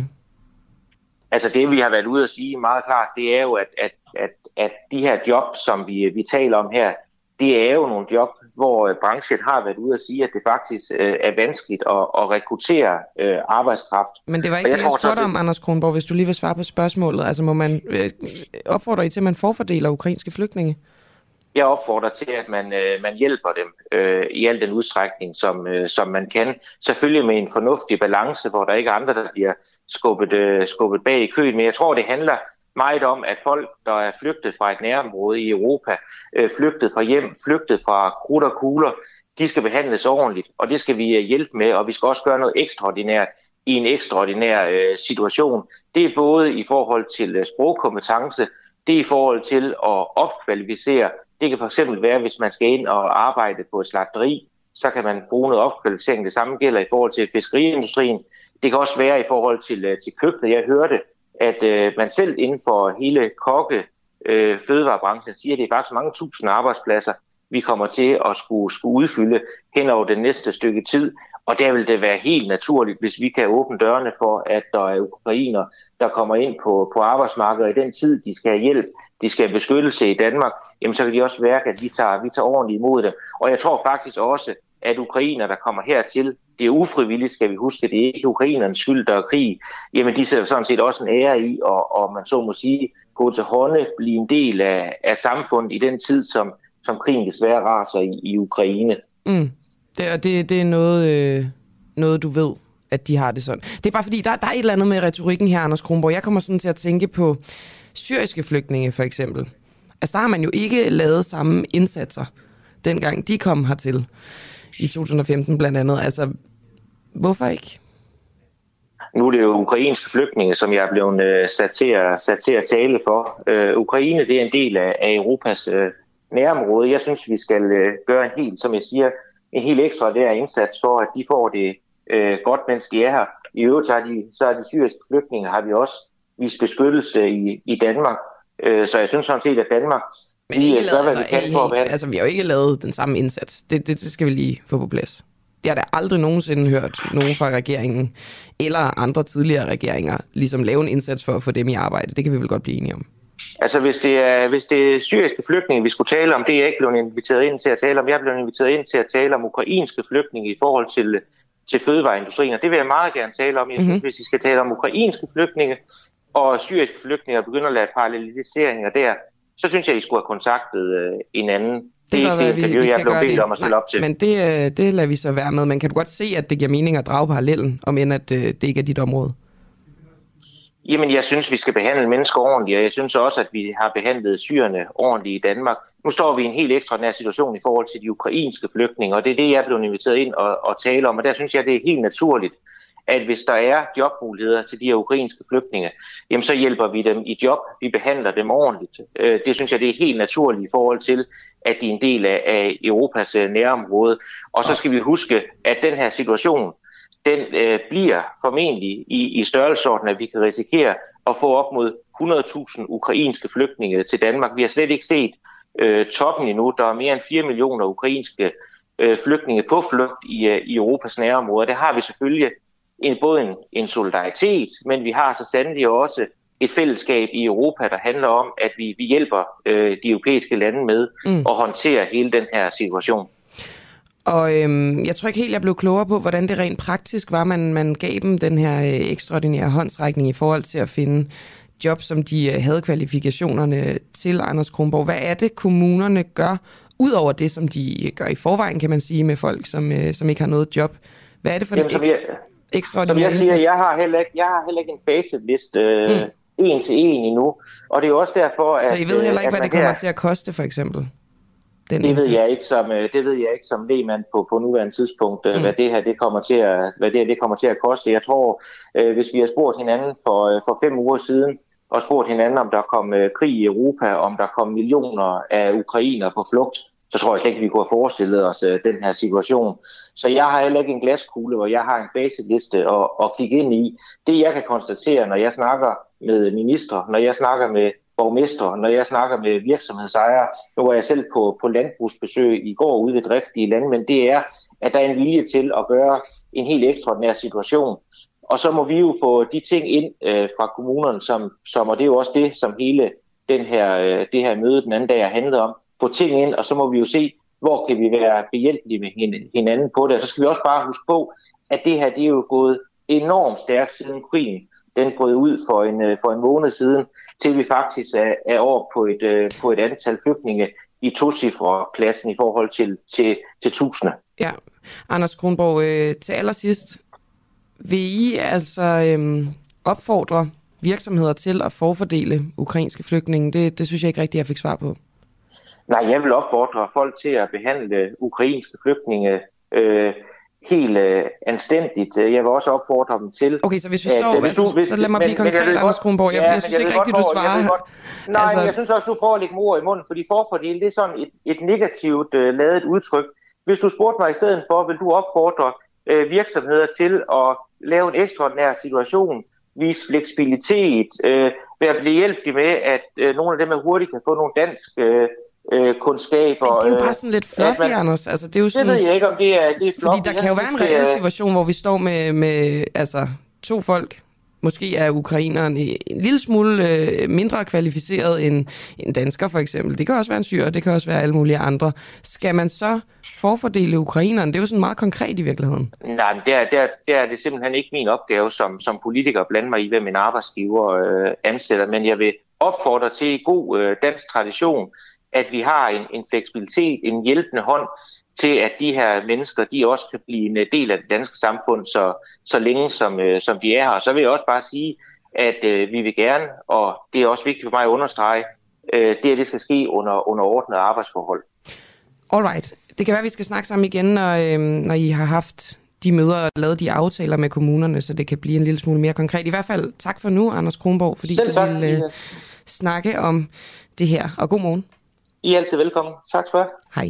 Altså det, vi har været ude at sige meget klart, det er jo, at, at, at, at de her job, som vi, vi taler om her, det er jo nogle job, hvor branchen har været ude at sige, at det faktisk øh, er vanskeligt at, at rekruttere øh, arbejdskraft. Men det var ikke jeg det, jeg spurgte om, Anders Kronborg, hvis du lige vil svare på spørgsmålet. Altså må man øh, opfordre I til, at man forfordeler ukrainske flygtninge? Jeg opfordrer til, at man, øh, man hjælper dem øh, i al den udstrækning, som, øh, som man kan. Selvfølgelig med en fornuftig balance, hvor der ikke er andre, der bliver skubbet, øh, skubbet bag i køen. Men jeg tror, det handler meget om, at folk, der er flygtet fra et nærområde i Europa, øh, flygtet fra hjem, flygtet fra krudt og kugler, de skal behandles ordentligt, og det skal vi hjælpe med, og vi skal også gøre noget ekstraordinært i en ekstraordinær øh, situation. Det er både i forhold til øh, sprogkompetence, det er i forhold til at opkvalificere. Det kan fx være, hvis man skal ind og arbejde på et slagteri, så kan man bruge noget opkvalificering. Det samme gælder i forhold til fiskeriindustrien. Det kan også være i forhold til, til køkkenet. Jeg hørte, at øh, man selv inden for hele kokke øh, fødevarebranchen siger, at det er faktisk mange tusind arbejdspladser, vi kommer til at skulle, skulle udfylde hen over det næste stykke tid. Og der vil det være helt naturligt, hvis vi kan åbne dørene for, at der er ukrainer, der kommer ind på, på arbejdsmarkedet. I den tid, de skal have hjælp, de skal have beskyttelse i Danmark, jamen så kan de også værke, at vi tager, vi tager ordentligt imod dem. Og jeg tror faktisk også, at ukrainer, der kommer hertil, det er ufrivilligt, skal vi huske, det er ikke ukrainernes skyld, der er krig. Jamen de sætter sådan set også en ære i, og, og man så må sige, gå til hånde, blive en del af, af samfundet i den tid, som, som krigen desværre raser i, i Ukraine. Mm. Det, det, det er noget, øh, noget, du ved, at de har det sådan. Det er bare fordi, der, der er et eller andet med retorikken her, Anders Kronborg. Jeg kommer sådan til at tænke på syriske flygtninge, for eksempel. Altså, der har man jo ikke lavet samme indsatser, dengang de kom hertil i to tusind og femten blandt andet. Altså, hvorfor ikke? Nu er det jo ukrainske flygtninge, som jeg er blevet øh, sat, til at, sat til at tale for. Øh, Ukraine, det er en del af, af Europas øh, nærområde. Jeg synes, vi skal øh, gøre en helt, som jeg siger, en helt ekstraordinær indsats for, at de får det øh, godt, mens de er her. I øvrigt så er de, så er de syriske flygtninge, har vi også vist beskyttelse i, i Danmark. Øh, så jeg synes sådan set, at Danmark... Men ikke lavet, altså, vi, kan for at være... altså, vi har jo ikke lavet den samme indsats. Det, det, det skal vi lige få på plads. Jeg har da aldrig nogensinde hørt nogen fra regeringen eller andre tidligere regeringer ligesom lave en indsats for at få dem i arbejde. Det kan vi vel godt blive enige om. Altså hvis det er, hvis det er syriske flygtninge, vi skulle tale om, det er jeg ikke blevet inviteret ind til at tale om. Jeg er blevet inviteret ind til at tale om ukrainske flygtninge i forhold til, til fødevareindustrien, og det vil jeg meget gerne tale om. Jeg synes, mm-hmm. hvis vi skal tale om ukrainske flygtninge og syriske flygtninge og begynde at lade paralleliseringer der, så synes jeg, I skulle have kontaktet øh, en anden. Det, det er ikke det interview, jeg er blevet bedt om at stille op til. Men det, det lader vi så være med. Men kan du godt se, at det giver mening at drage parallellen, om end at øh, det ikke er dit område? Jamen, jeg synes, vi skal behandle mennesker ordentligt, og jeg synes også, at vi har behandlet syrerne ordentligt i Danmark. Nu står vi i en helt ekstraordinær situation i forhold til de ukrainske flygtninge, og det er det, jeg er blevet inviteret ind og, og tale om. Og der synes jeg, det er helt naturligt, at hvis der er jobmuligheder til de her ukrainske flygtninge, jamen så hjælper vi dem i job, vi behandler dem ordentligt. Det synes jeg, det er helt naturligt i forhold til, at de er en del af, af Europas nærområde. Og så skal vi huske, at den her situation, den øh, bliver formentlig i, i størrelsesorden, at vi kan risikere at få op mod hundrede tusind ukrainske flygtninge til Danmark. Vi har slet ikke set øh, toppen endnu. Der er mere end fire millioner ukrainske øh, flygtninge på flugt i, øh, i Europas nærområde. Det har vi selvfølgelig en, både en, en solidaritet, men vi har så sandelig også et fællesskab i Europa, der handler om, at vi, vi hjælper øh, de europæiske lande med mm. at håndtere hele den her situation. Og øhm, jeg tror ikke helt, jeg blev klogere på, hvordan det rent praktisk var, man, man gav dem den her øh, ekstraordinære håndsrækning i forhold til at finde job, som de øh, havde kvalifikationerne til, Anders Kronborg. Hvad er det, kommunerne gør, ud over det, som de gør i forvejen, kan man sige, med folk, som, øh, som ikke har noget job? Hvad er det for Jamen, en ekstra, ekstraordinær Som jeg siger, jeg har heller ikke, jeg har heller ikke en facitliste øh, mm. en til en endnu, og det er jo også derfor, at... Så I ved heller ikke, hvad det kommer her... til at koste, for eksempel? Det ved, jeg ikke som, det ved jeg ikke som lægmand på, på nuværende tidspunkt, mm. hvad det her det kommer til at, hvad det her, det kommer til at koste. Jeg tror, øh, hvis vi har spurgt hinanden for, for fem uger siden, og spurgt hinanden, om der kom øh, krig i Europa, om der kom millioner af ukrainere på flugt, så tror jeg slet ikke, vi kunne have forestillet os øh, den her situation. Så jeg har heller ikke en glaskugle, hvor jeg har en basisliste at, at kigge ind i. Det jeg kan konstatere, når jeg snakker med ministre, når jeg snakker med borgmester, når jeg snakker med virksomhedsejere, nu var jeg selv på, på landbrugsbesøg i går ude ved driftige landmænd, det er, at der er en vilje til at gøre en helt ekstraordinær situation. Og så må vi jo få de ting ind øh, fra kommunerne, som, som, og det er jo også det, som hele den her, øh, det her møde den anden dag har handlet om, få ting ind, og så må vi jo se, hvor kan vi være behjælpelige med hinanden på det. Og så skal vi også bare huske på, at det her det er jo gået enormt stærkt siden krigen. Den brød ud for en, for en måned siden, til vi faktisk er, er over på et, på et antal flygtninge i tocifreklassen i forhold til, til, til tusinde. Ja, Anders Kronborg, øh, til allersidst, vil I altså øh, opfordre virksomheder til at forfordele ukrainske flygtninge? Det, det synes jeg ikke rigtigt, jeg fik svar på. Nej, jeg vil opfordre folk til at behandle ukrainske flygtninge øh, helt øh, anstændigt. Jeg vil også opfordre dem til... Okay, så hvis vi står... At, altså, hvis, så lad mig blive men, konkret, men Anders Kronborg. Jeg, ja, jeg synes jeg ikke rigtigt, du svarer. Jeg nej, altså... men jeg synes også, du prøver at lægge ord i munden, fordi forfordele, det er sådan et, et negativt uh, ladet udtryk. Hvis du spurgte mig i stedet for, vil du opfordre uh, virksomheder til at lave en ekstraordinær situation, vise fleksibilitet, uh, være behjælpelig med, at uh, nogle af dem er hurtigt kan få nogle dansk... Uh, Øh, kundskaber. Men det er jo bare sådan lidt fluffy, man, Anders. Altså, det, er jo sådan, det ved jeg ikke, om det er, det er fluffy. Fordi der kan jo være en reel situation, hvor vi står med, med altså, to folk. Måske er ukraineren en lille smule øh, mindre kvalificeret end en dansker, for eksempel. Det kan også være en syrer, det kan også være alle mulige andre. Skal man så forfordele ukraineren? Det er jo sådan meget konkret i virkeligheden. Nej, men der, der, der er det simpelthen ikke min opgave som, som politiker at blande mig i, hvad min arbejdsgiver øh, ansætter. Men jeg vil opfordre til god øh, dansk tradition, at vi har en, en fleksibilitet, en hjælpende hånd til, at de her mennesker, de også kan blive en del af det danske samfund, så, så længe som, øh, som de er her. Og så vil jeg også bare sige, at øh, vi vil gerne, og det er også vigtigt for mig at understrege, øh, det at det skal ske under, under ordnede arbejdsforhold. Alright. Det kan være, at vi skal snakke sammen igen, når, øh, når I har haft de møder og lavet de aftaler med kommunerne, så det kan blive en lille smule mere konkret. I hvert fald tak for nu, Anders Kronborg, fordi Selv du tak. vil øh, snakke om det her. Og god morgen. I er altid velkommen. Tak for det. Hej.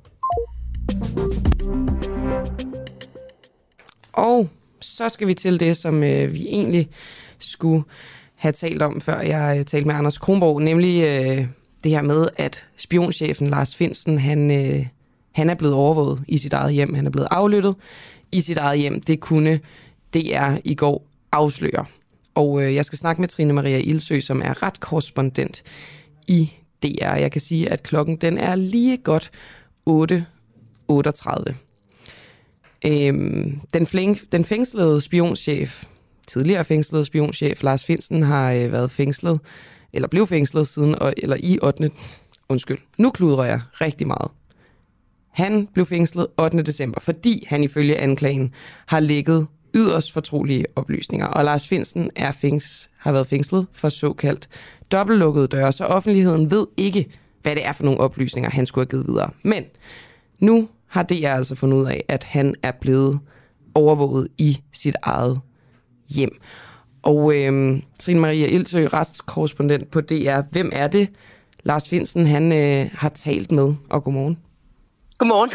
Og så skal vi til det, som øh, vi egentlig skulle have talt om, før jeg øh, talte med Anders Kronborg, nemlig øh, det her med, at spionchefen Lars Findsen, han øh, Han er blevet overvåget i sit eget hjem. Han er blevet aflyttet i sit eget hjem. Det kunne D R i går afsløre. Og øh, jeg skal snakke med Trine Maria Ildsøe, som er retskorrespondent i D R. Jeg kan sige, at klokken den er lige godt otte otteogtredive. Øhm, den, flæng, den fængslede spionchef, tidligere fængslede spionchef Lars Findsen, har øh, været fængslet, eller blev fængslet siden, eller i ottende Undskyld, nu kludrer jeg rigtig meget. Han blev fængslet ottende december, fordi han ifølge anklagen har lækket yderst fortrolige oplysninger, og Lars Findsen er fængs, har været fængslet for såkaldt dobbeltlukkede døre, så offentligheden ved ikke, hvad det er for nogle oplysninger, han skulle have givet videre. Men nu har D R altså fundet ud af, at han er blevet overvåget i sit eget hjem. Og øhm, Trine Maria Ildsøe, retskorrespondent på D R. Hvem er det, Lars Findsen han, øh, har talt med? Og godmorgen. Godmorgen.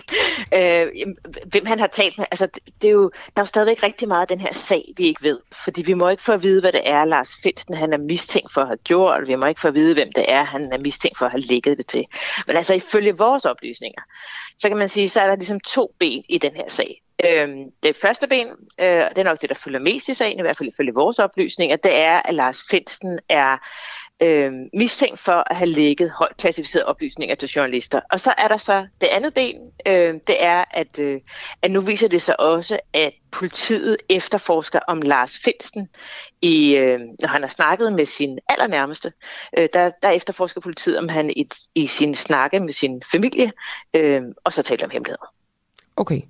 øh, hvem han har talt med? Altså, det er jo, der er jo stadigvæk rigtig meget af den her sag, vi ikke ved. Fordi vi må ikke få at vide, hvad det er, Lars Findsen han er mistænkt for at have gjort. Vi må ikke få at vide, hvem det er, han er mistænkt for at have lækket det til. Men altså, ifølge vores oplysninger, så kan man sige, så er der ligesom to ben i den her sag. Øhm, det første ben, øh, det er nok det, der følger mest i sagen, i hvert fald ifølge vores oplysninger, det er, at Lars Findsen er øh, mistænkt for at have lækket højt klassificerede oplysninger til journalister. Og så er der så det andet ben, øh, det er, at, øh, at nu viser det sig også, at politiet efterforsker om Lars Findsen, i, øh, når han har snakket med sin allernærmeste, øh, der, der efterforsker politiet, om han i, i sin snakke med sin familie, øh, og så taler om hemmeligheder. Okay.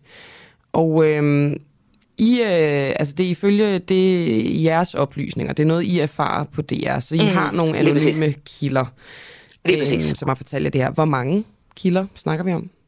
Og øhm, I, øh, altså det er ifølge det jeres oplysninger, det er noget, I erfarer på D R, så I mm, har nogle anonyme kilder, øhm, som har fortalt jer det her. Hvor mange kilder snakker vi om?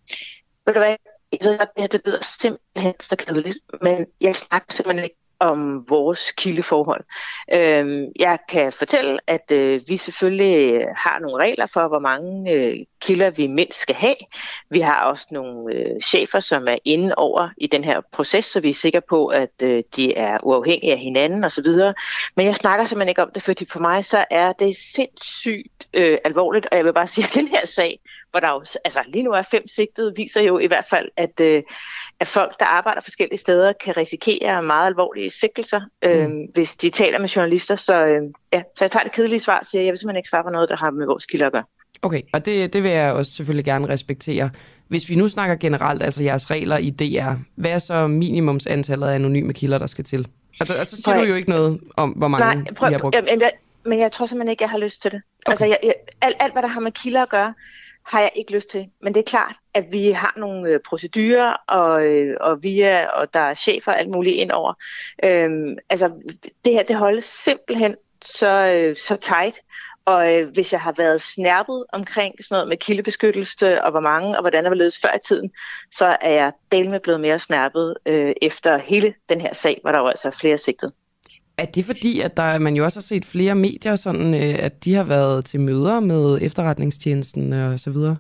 Ved du hvad, jeg ved godt, det her det lyder simpelthen så kedeligt, men jeg snakker simpelthen ikke om vores kildeforhold. Øhm, jeg kan fortælle, at øh, vi selvfølgelig har nogle regler for, hvor mange øh, kilder vi mindst skal have. Vi har også nogle øh, chefer, som er inde over i den her proces, så vi er sikre på, at øh, de er uafhængige af hinanden osv. Men jeg snakker simpelthen ikke om det, fordi for mig så er det sindssygt øh, alvorligt, og jeg vil bare sige, at den her sag, hvor der jo altså, lige nu er fem sigtede, viser jo i hvert fald, at, øh, at folk, der arbejder forskellige steder, kan risikere meget alvorlige sigtelser, øh, mm. hvis de taler med journalister. Så, øh, ja, så jeg tager det kedelige svar og siger, at jeg vil simpelthen ikke svare på noget, der har med vores kilder at gøre. Okay, og det, det vil jeg også selvfølgelig gerne respektere. Hvis vi nu snakker generelt, altså jeres regler i D R, hvad er så minimumsantallet af anonyme kilder, der skal til? Altså, altså så siger prøv, du jo ikke noget om, hvor mange Nej, prøv, I har brugt. Jamen, jeg, men jeg tror simpelthen ikke, jeg har lyst til det. Okay. Altså, jeg, jeg, alt, alt, hvad der har med kilder at gøre, har jeg ikke lyst til. Men det er klart, at vi har nogle øh, procedurer, og, øh, og, vi er, og der er chefer og alt muligt indover. Øhm, altså, det her, det holdes simpelthen så, øh, så tight. Og øh, hvis jeg har været snærpet omkring sådan noget med kildebeskyttelse, og hvor mange, og hvordan der var ledes før i tiden, så er jeg del med blevet mere snærpet øh, efter hele den her sag, hvor der jo altså er flere sigtet. Er det fordi, at der, man jo også har set flere medier, sådan, øh, at de har været til møder med efterretningstjenesten og så videre?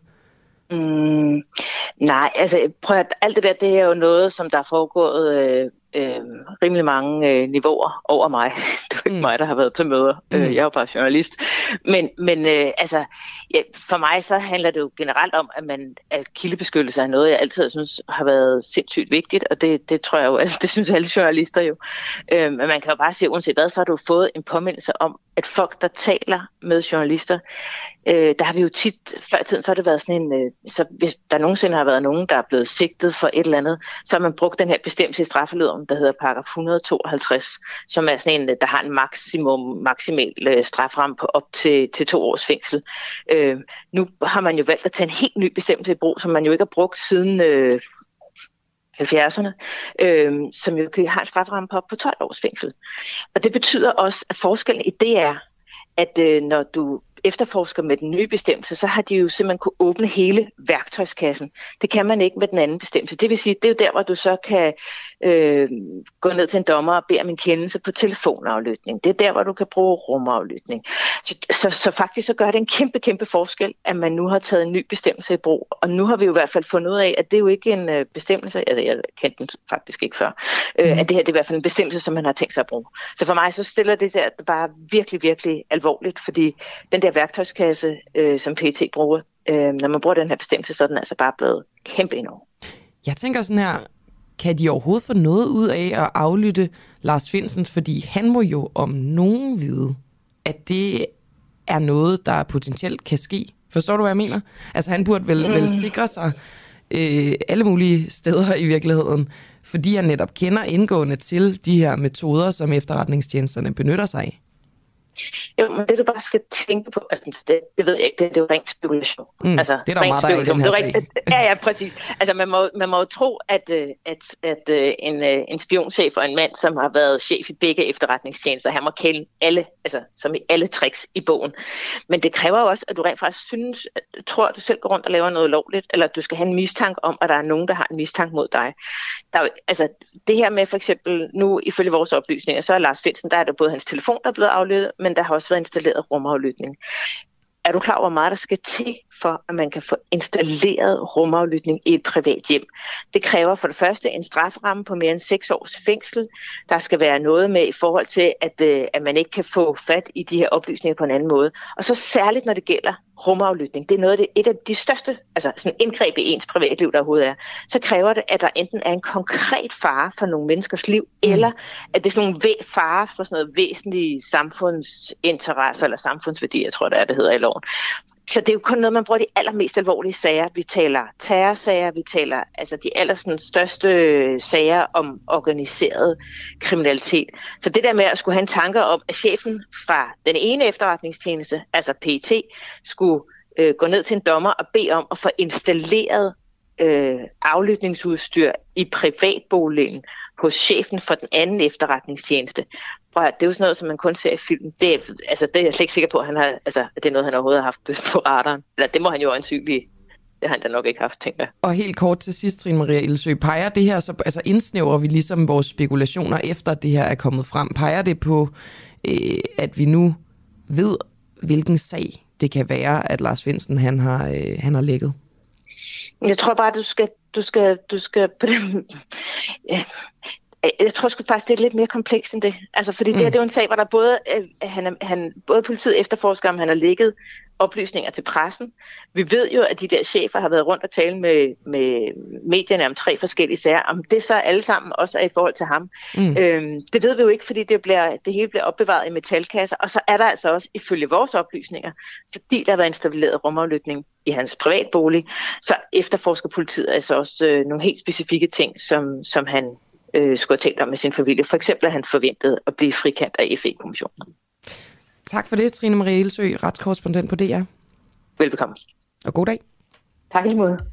Mm, nej, altså prøv at alt det der, det er jo noget, som der er foregået øh, øh, rimelig mange øh, niveauer over mig. Det er jo ikke mm. mig, der har været til møder. Mm. Jeg er jo bare journalist. Men, men øh, altså, ja, for mig så handler det jo generelt om, at, man, at kildebeskyttelse er noget, jeg altid synes har været sindssygt vigtigt, og det, det tror jeg jo, det synes alle journalister jo. Øh, men man kan jo bare sige, uanset hvad, så har du fået en påmindelse om, at folk, der taler med journalister, øh, der har vi jo tit, før i tiden, så har det været sådan en, øh, så hvis der nogensinde har været nogen, der er blevet sigtet for et eller andet, så har man brugt den her bestemmelse i straffeloven, der hedder paragraf et hundrede og tooghalvtreds, som er sådan en, der har en maksimum, maksimal øh, straframme på op til, til to års fængsel. Øh, nu har man jo valgt at tage en helt ny bestemmelse i brug, som man jo ikke har brugt siden øh, halvfjerdserne, øh, som jo har en straframme på op på tolv års fængsel. Og det betyder også, at forskellen i det er, at øh, når du efterforsker med den nye bestemmelse, så har de jo simpelthen kunne åbne hele værktøjskassen. Det kan man ikke med den anden bestemmelse. Det vil sige, det er jo der, hvor du så kan øh, gå ned til en dommer og bede om en kendelse på telefonaflytning. Det er der, hvor du kan bruge rumaflytning. Så, så, så faktisk så gør det en kæmpe, kæmpe forskel, at man nu har taget en ny bestemmelse i brug. Og nu har vi jo i hvert fald fundet ud af, at det er jo ikke en øh, bestemmelse, altså jeg kendte den faktisk ikke før, øh, mm. at det her det er i hvert fald en bestemmelse, som man har tænkt sig at bruge. Så for mig så stiller det der bare virkelig, virkelig alvorligt, fordi den der værktøjskasse, øh, som P E T bruger, Øh, når man bruger den her bestemmelse, så er den altså bare blevet kæmpe enorm. Jeg tænker sådan her, kan de overhovedet få noget ud af at aflytte Lars Findsen, fordi han må jo om nogen vide, at det er noget, der potentielt kan ske. Forstår du, hvad jeg mener? Altså han burde vel, mm. vel sikre sig øh, alle mulige steder i virkeligheden, fordi han netop kender indgående til de her metoder, som efterretningstjenesterne benytter sig af. Jo, men det du bare skal tænke på, altså, det, det ved jeg ikke, det, det er jo rent spekulation. Mm, altså, det er der meget der i den her sag. Rent, ja, ja, præcis. Altså, man må, man må jo tro, at, at, at en, en spionchef og en mand, som har været chef i begge efterretningstjenester, han må kende alle, altså, som i alle tricks i bogen. Men det kræver jo også, at du rent faktisk synes, at, tror, at du selv går rundt og laver noget lovligt, eller at du skal have en mistanke om, at der er nogen, der har en mistanke mod dig. Der er, altså, det her med for eksempel, nu ifølge vores oplysninger, så er Lars Findsen, der er det både hans telefon, der er blevet aflyttet, men der har også været installeret rumaflytning. Er du klar over, hvor meget der skal til, for at man kan få installeret rumaflytning i et privat hjem? Det kræver for det første en strafferamme på mere end seks års fængsel. Der skal være noget med i forhold til, at, at man ikke kan få fat i de her oplysninger på en anden måde. Og så særligt, når det gælder rumaflytning. Det er noget af det, et af de største altså sådan indgreb i ens privatliv, der overhovedet er. Så kræver det, at der enten er en konkret fare for nogle menneskers liv, mm. eller at det er sådan nogle væ- fare for sådan noget væsentlige samfundsinteresser eller samfundsværdier, tror jeg, det er, det hedder i loven. Så det er jo kun noget, man bruger de allermest alvorlige sager. Vi taler terrorsager, vi taler altså de aller sådan, største sager om organiseret kriminalitet. Så det der med at skulle have en tanke om, at chefen fra den ene efterretningstjeneste, altså P E T, skulle øh, gå ned til en dommer og bede om at få installeret øh, aflytningsudstyr i privatboligen hos chefen for den anden efterretningstjeneste. Det er jo sådan noget, som man kun ser i film. Det er, altså, det er jeg slet ikke sikker på, at, han har, altså, at det er noget, han overhovedet har haft på radaren. Eller det må han jo øjensynligt. Det har han da nok ikke haft, tænker jeg. Og helt kort til sidst, Trine Maria Ilsøe, peger det her, så, altså indsnævrer vi ligesom vores spekulationer efter det her er kommet frem. Peger det på, øh, at vi nu ved, hvilken sag det kan være, at Lars Findsen han har, øh, han har lækket? Jeg tror bare, at du skal, du skal, du skal på det... Ja. Jeg tror sgu faktisk, det er lidt mere komplekst end det. Altså, fordi mm. det, her, det er jo en sag, hvor der både, øh, han, han, både politiet efterforsker, om han har lækket oplysninger til pressen. Vi ved jo, at de der chefer har været rundt og tale med, med medierne om tre forskellige sager. Om det så alle sammen også er i forhold til ham. Mm. Øhm, det ved vi jo ikke, fordi det, bliver, det hele bliver opbevaret i metalkasser. Og så er der altså også, ifølge vores oplysninger, fordi der har været installeret rumaflytning i hans privatbolig, så efterforsker politiet altså også øh, nogle helt specifikke ting, som, som han øh, skulle have talt om med sin familie. For eksempel, at han forventede at blive frikendt af F E-kommissionen. Tak for det, Trine Maria Ilsøe, retskorrespondent på D R. Velbekomme. Og god dag. Tak i lige måde.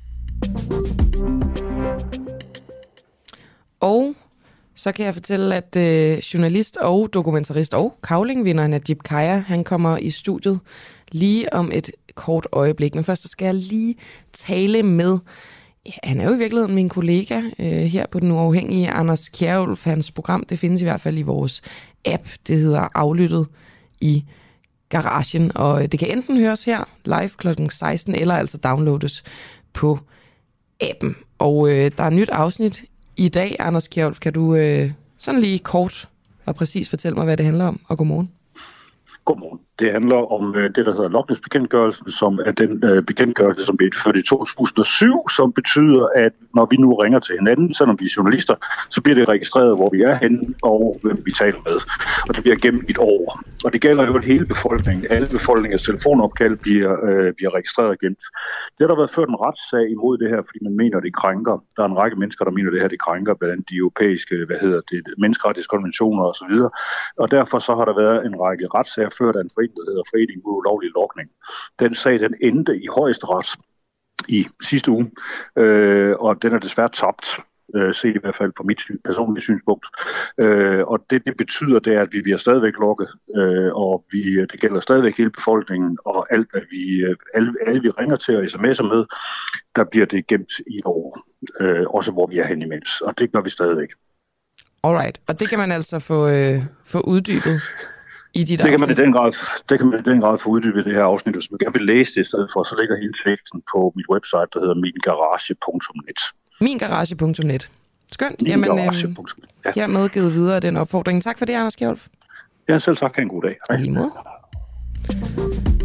Og så kan jeg fortælle, at øh, journalist og dokumentarist og Cavling-vinder Najib Khaja, han kommer i studiet lige om et kort øjeblik. Men først så skal jeg lige tale med, ja, han er jo i virkeligheden min kollega øh, her på Den Uafhængige, Anders Kjærulf. Hans program, det findes i hvert fald i vores app, det hedder Aflyttet i garagen, og det kan enten høres her live klokken seksten, eller altså downloades på appen. Og øh, der er et nyt afsnit i dag, Anders Kjærulf. Kan du øh, sådan lige kort og præcis fortælle mig, hvad det handler om, og godmorgen? Godmorgen. Det handler om øh, det, der hedder logningsbekendtgørelsen, som er den øh, bekendtgørelse, som blev indført i to tusind og syv, som betyder, at når vi nu ringer til hinanden, selvom vi er journalister, så bliver det registreret, hvor vi er henne, og hvem vi taler med. Og det bliver gennem et år. Og det gælder jo hele befolkningen. Alle befolkningens telefonopkald bliver, øh, bliver registreret gennem. Det har der været ført en retssag imod det her, fordi man mener, at det krænker. Der er en række mennesker, der mener, at det her det krænker, blandt andet de europæiske, hvad hedder det, menneskerettighedskonventioner osv. Og derfor så har der været en række retssager ført af en forening, der hedder Forening mod ulovlig logning. Den sag, den endte i Højesteret i sidste uge, øh, og den er desværre tabt, øh, set i hvert fald på mit personlige synspunkt. Øh, og det, det betyder, det er, at vi bliver stadigvæk logget, øh, og vi, det gælder stadigvæk hele befolkningen, og alt, hvad vi, alle, alle vi ringer til og sms'er med, der bliver det gemt i et år, øh, også hvor vi er hen imens, og det gør vi stadigvæk. Alright, og det kan man altså få, øh, få uddybet i dit det kan, man i den grad, det kan man i den grad få uddybet det her afsnit. Hvis man gerne vil læse det i stedet for, så ligger hele teksten på mit website, der hedder min garage punktum net. min garage punktum net. Skønt. Jamen, øhm, ja. Jeg er medgivet videre den opfordring. Tak for det, Anders Kjærulf. Ja, selv tak. Ha' en god dag. Hej. I lige måde.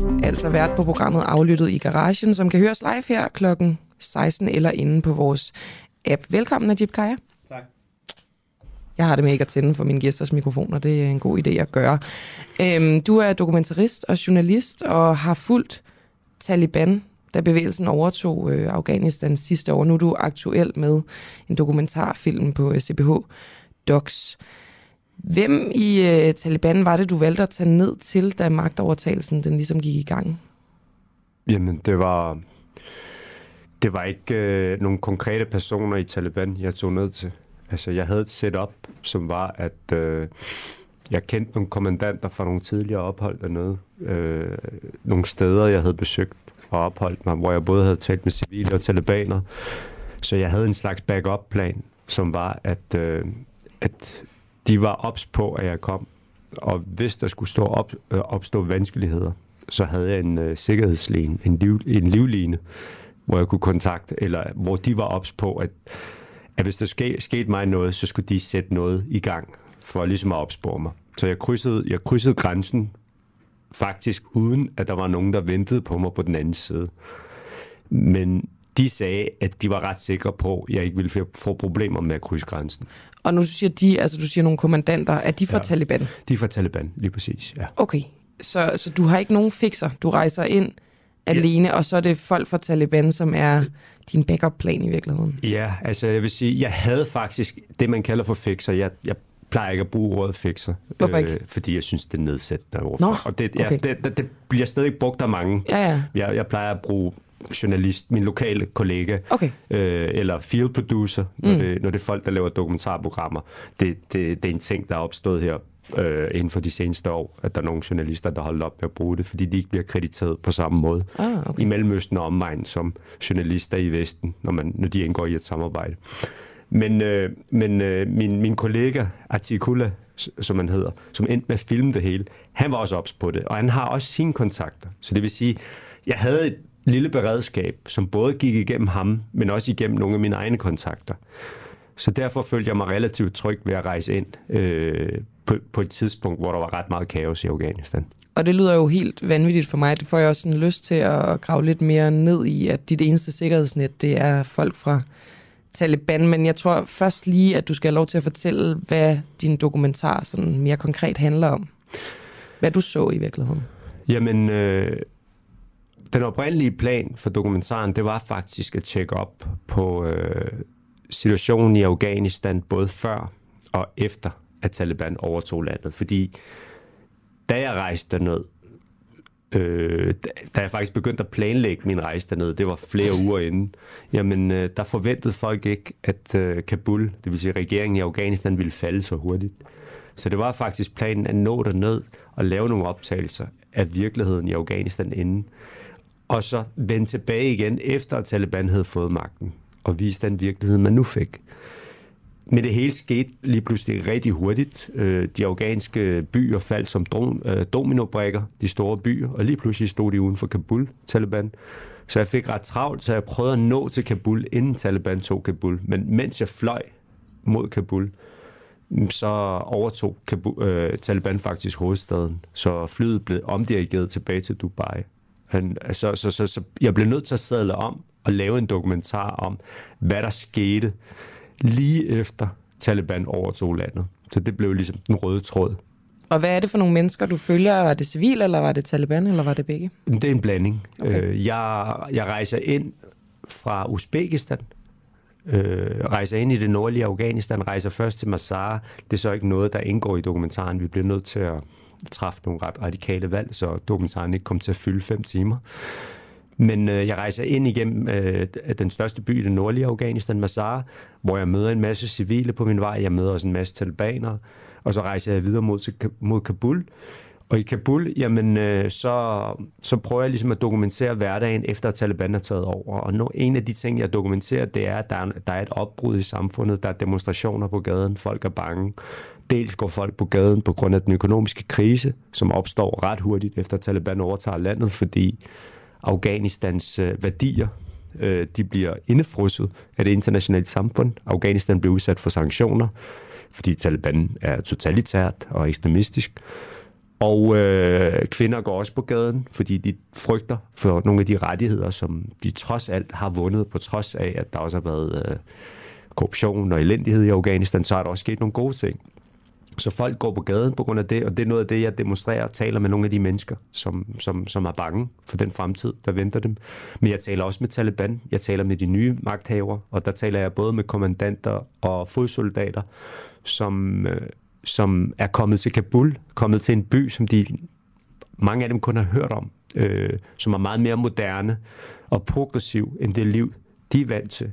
Altså vært på programmet Aflyttet i Garagen, som kan høres live her klokken seksten eller inde på vores app. Velkommen, Najib Khaja. Tak. Jeg har det med ikke at tænde for mine gæsters mikrofoner. Det er en god idé at gøre. Øhm, du er dokumentarist og journalist og har fulgt Taliban, da bevægelsen overtog øh, Afghanistan sidste år. Nu er du aktuel med en dokumentarfilm på øh, C B H Docs. Hvem i øh, Taliban var det, du valgte at tage ned til, da magtovertagelsen den ligesom gik i gang? Jamen, det var, det var ikke øh, nogle konkrete personer i Taliban, jeg tog ned til. Altså, jeg havde et setup, som var, at øh, jeg kendte nogle kommandanter fra nogle tidligere ophold dernede. Øh, nogle steder, jeg havde besøgt og opholdt mig, hvor jeg både havde talt med civile og talibaner. Så jeg havde en slags backup-plan, som var, at, øh, at de var ops på, at jeg kom. Og hvis der skulle stå op, øh, opstå vanskeligheder, så havde jeg en øh, sikkerhedsline, en, liv, en livline, hvor jeg kunne kontakte, eller hvor de var ops på, at, at hvis der ske, skete mig noget, så skulle de sætte noget i gang, for ligesom at opspore mig. Så jeg krydsede, jeg krydsede grænsen, faktisk uden at der var nogen, der ventede på mig på den anden side. Men de sagde, at de var ret sikre på, at jeg ikke ville få problemer med at krydse grænsen. Og nu siger de, altså du siger nogle kommandanter, er de fra ja, Taliban? De er fra Taliban, lige præcis, ja. Okay, så, så du har ikke nogen fikser? Du rejser ind alene, ja. Og så er det folk fra Taliban, som er din backup-plan i virkeligheden? Ja, altså jeg vil sige, jeg havde faktisk det, man kalder for fikser. Jeg, jeg plejer ikke at bruge ordet fikser. Hvorfor ikke? Øh, fordi jeg synes, det er nedsættende overfor. Nå, og det, okay. ja, det, det, det bliver stadig brugt af mange. Ja, ja. Jeg, jeg plejer at bruge journalist, min lokale kollega, okay. øh, eller field producer, når, mm. det, når det er folk, der laver dokumentarprogrammer. Det, det, det er en ting, der er opstået her øh, inden for de seneste år, at der er nogle journalister, der holder op med at bruge det, fordi de ikke bliver krediteret på samme måde ah, okay. i Mellemøsten og omvejen som journalister i Vesten, når, man, når de indgår i et samarbejde. Men, øh, men øh, min, min kollega, Atikula, som man hedder, som endte med at filme det hele, han var også ops på det, og han har også sine kontakter. Så det vil sige, jeg havde et lille beredskab, som både gik igennem ham, men også igennem nogle af mine egne kontakter. Så derfor følte jeg mig relativt tryg ved at rejse ind øh, på, på et tidspunkt, hvor der var ret meget kaos i Afghanistan. Og det lyder jo helt vanvittigt for mig. Det får jeg også sådan lyst til at grave lidt mere ned i, at dit eneste sikkerhedsnet, det er folk fra Taliban. Men jeg tror først lige, at du skal have lov til at fortælle, hvad din dokumentar sådan mere konkret handler om. Hvad du så i virkeligheden. Jamen, øh, den oprindelige plan for dokumentaren, det var faktisk at tjekke op på øh, situationen i Afghanistan, både før og efter, at Taliban overtog landet. Fordi da jeg rejste derned, øh, da jeg faktisk begyndte at planlægge min rejse derned, det var flere uger inden, jamen øh, der forventede folk ikke, at øh, Kabul, det vil sige regeringen i Afghanistan, ville falde så hurtigt. Så det var faktisk planen at nå derned og lave nogle optagelser af virkeligheden i Afghanistan inden. Og så vende tilbage igen, efter at Taliban havde fået magten, og vise den virkelighed, man nu fik. Men det hele skete lige pludselig rigtig hurtigt. De afghanske byer faldt som dominobrikker, de store byer, og lige pludselig stod de uden for Kabul, Taliban. Så jeg fik ret travlt, så jeg prøvede at nå til Kabul, inden Taliban tog Kabul. Men mens jeg fløj mod Kabul, så overtog Kabul, øh, Taliban faktisk hovedstaden. Så flyet blev omdirigeret tilbage til Dubai. Han, så, så, så, så jeg blev nødt til at sadle om og lave en dokumentar om, hvad der skete lige efter Taliban overtog landet. Så det blev ligesom den røde tråd. Og hvad er det for nogle mennesker, du følger? Var det civil, eller var det Taliban, eller var det begge? Det er en blanding. Okay. Jeg, jeg rejser ind fra Uzbekistan, øh, rejser ind i det nordlige Afghanistan, rejser først til Mazar. Det er så ikke noget, der indgår i dokumentaren. Vi bliver nødt til at træffe nogle ret radikale valg, så dokumentaren ikke kom til at fylde fem timer. Men øh, jeg rejser ind igennem øh, den største by i det nordlige Afghanistan, Mazar, hvor jeg møder en masse civile på min vej. Jeg møder også en masse talibanere, og så rejser jeg videre mod, til, mod Kabul. Og i Kabul, jamen, øh, så, så prøver jeg ligesom at dokumentere hverdagen, efter at Taliban er taget over. Og no, en af de ting, jeg dokumenterer, det er, at der er, der er et opbrud i samfundet. Der er demonstrationer på gaden, folk er bange. Dels går folk på gaden på grund af den økonomiske krise, som opstår ret hurtigt, efter Taliban overtager landet, fordi Afghanistans øh, værdier, øh, de bliver indefrosset af det internationale samfund. Afghanistan bliver udsat for sanktioner, fordi Taliban er totalitært og ekstremistisk. Og øh, kvinder går også på gaden, fordi de frygter for nogle af de rettigheder, som de trods alt har vundet, på trods af, at der også har været øh, korruption og elendighed i Afghanistan, så er der også sket nogle gode ting. Så folk går på gaden på grund af det, og det er noget af det, jeg demonstrerer og taler med nogle af de mennesker, som, som, som er bange for den fremtid, der venter dem. Men jeg taler også med Taliban, jeg taler med de nye magthavere, og der taler jeg både med kommandanter og fodsoldater, som, øh, som er kommet til Kabul, kommet til en by, som de mange af dem kun har hørt om, øh, som er meget mere moderne og progressiv end det liv, de er vant til.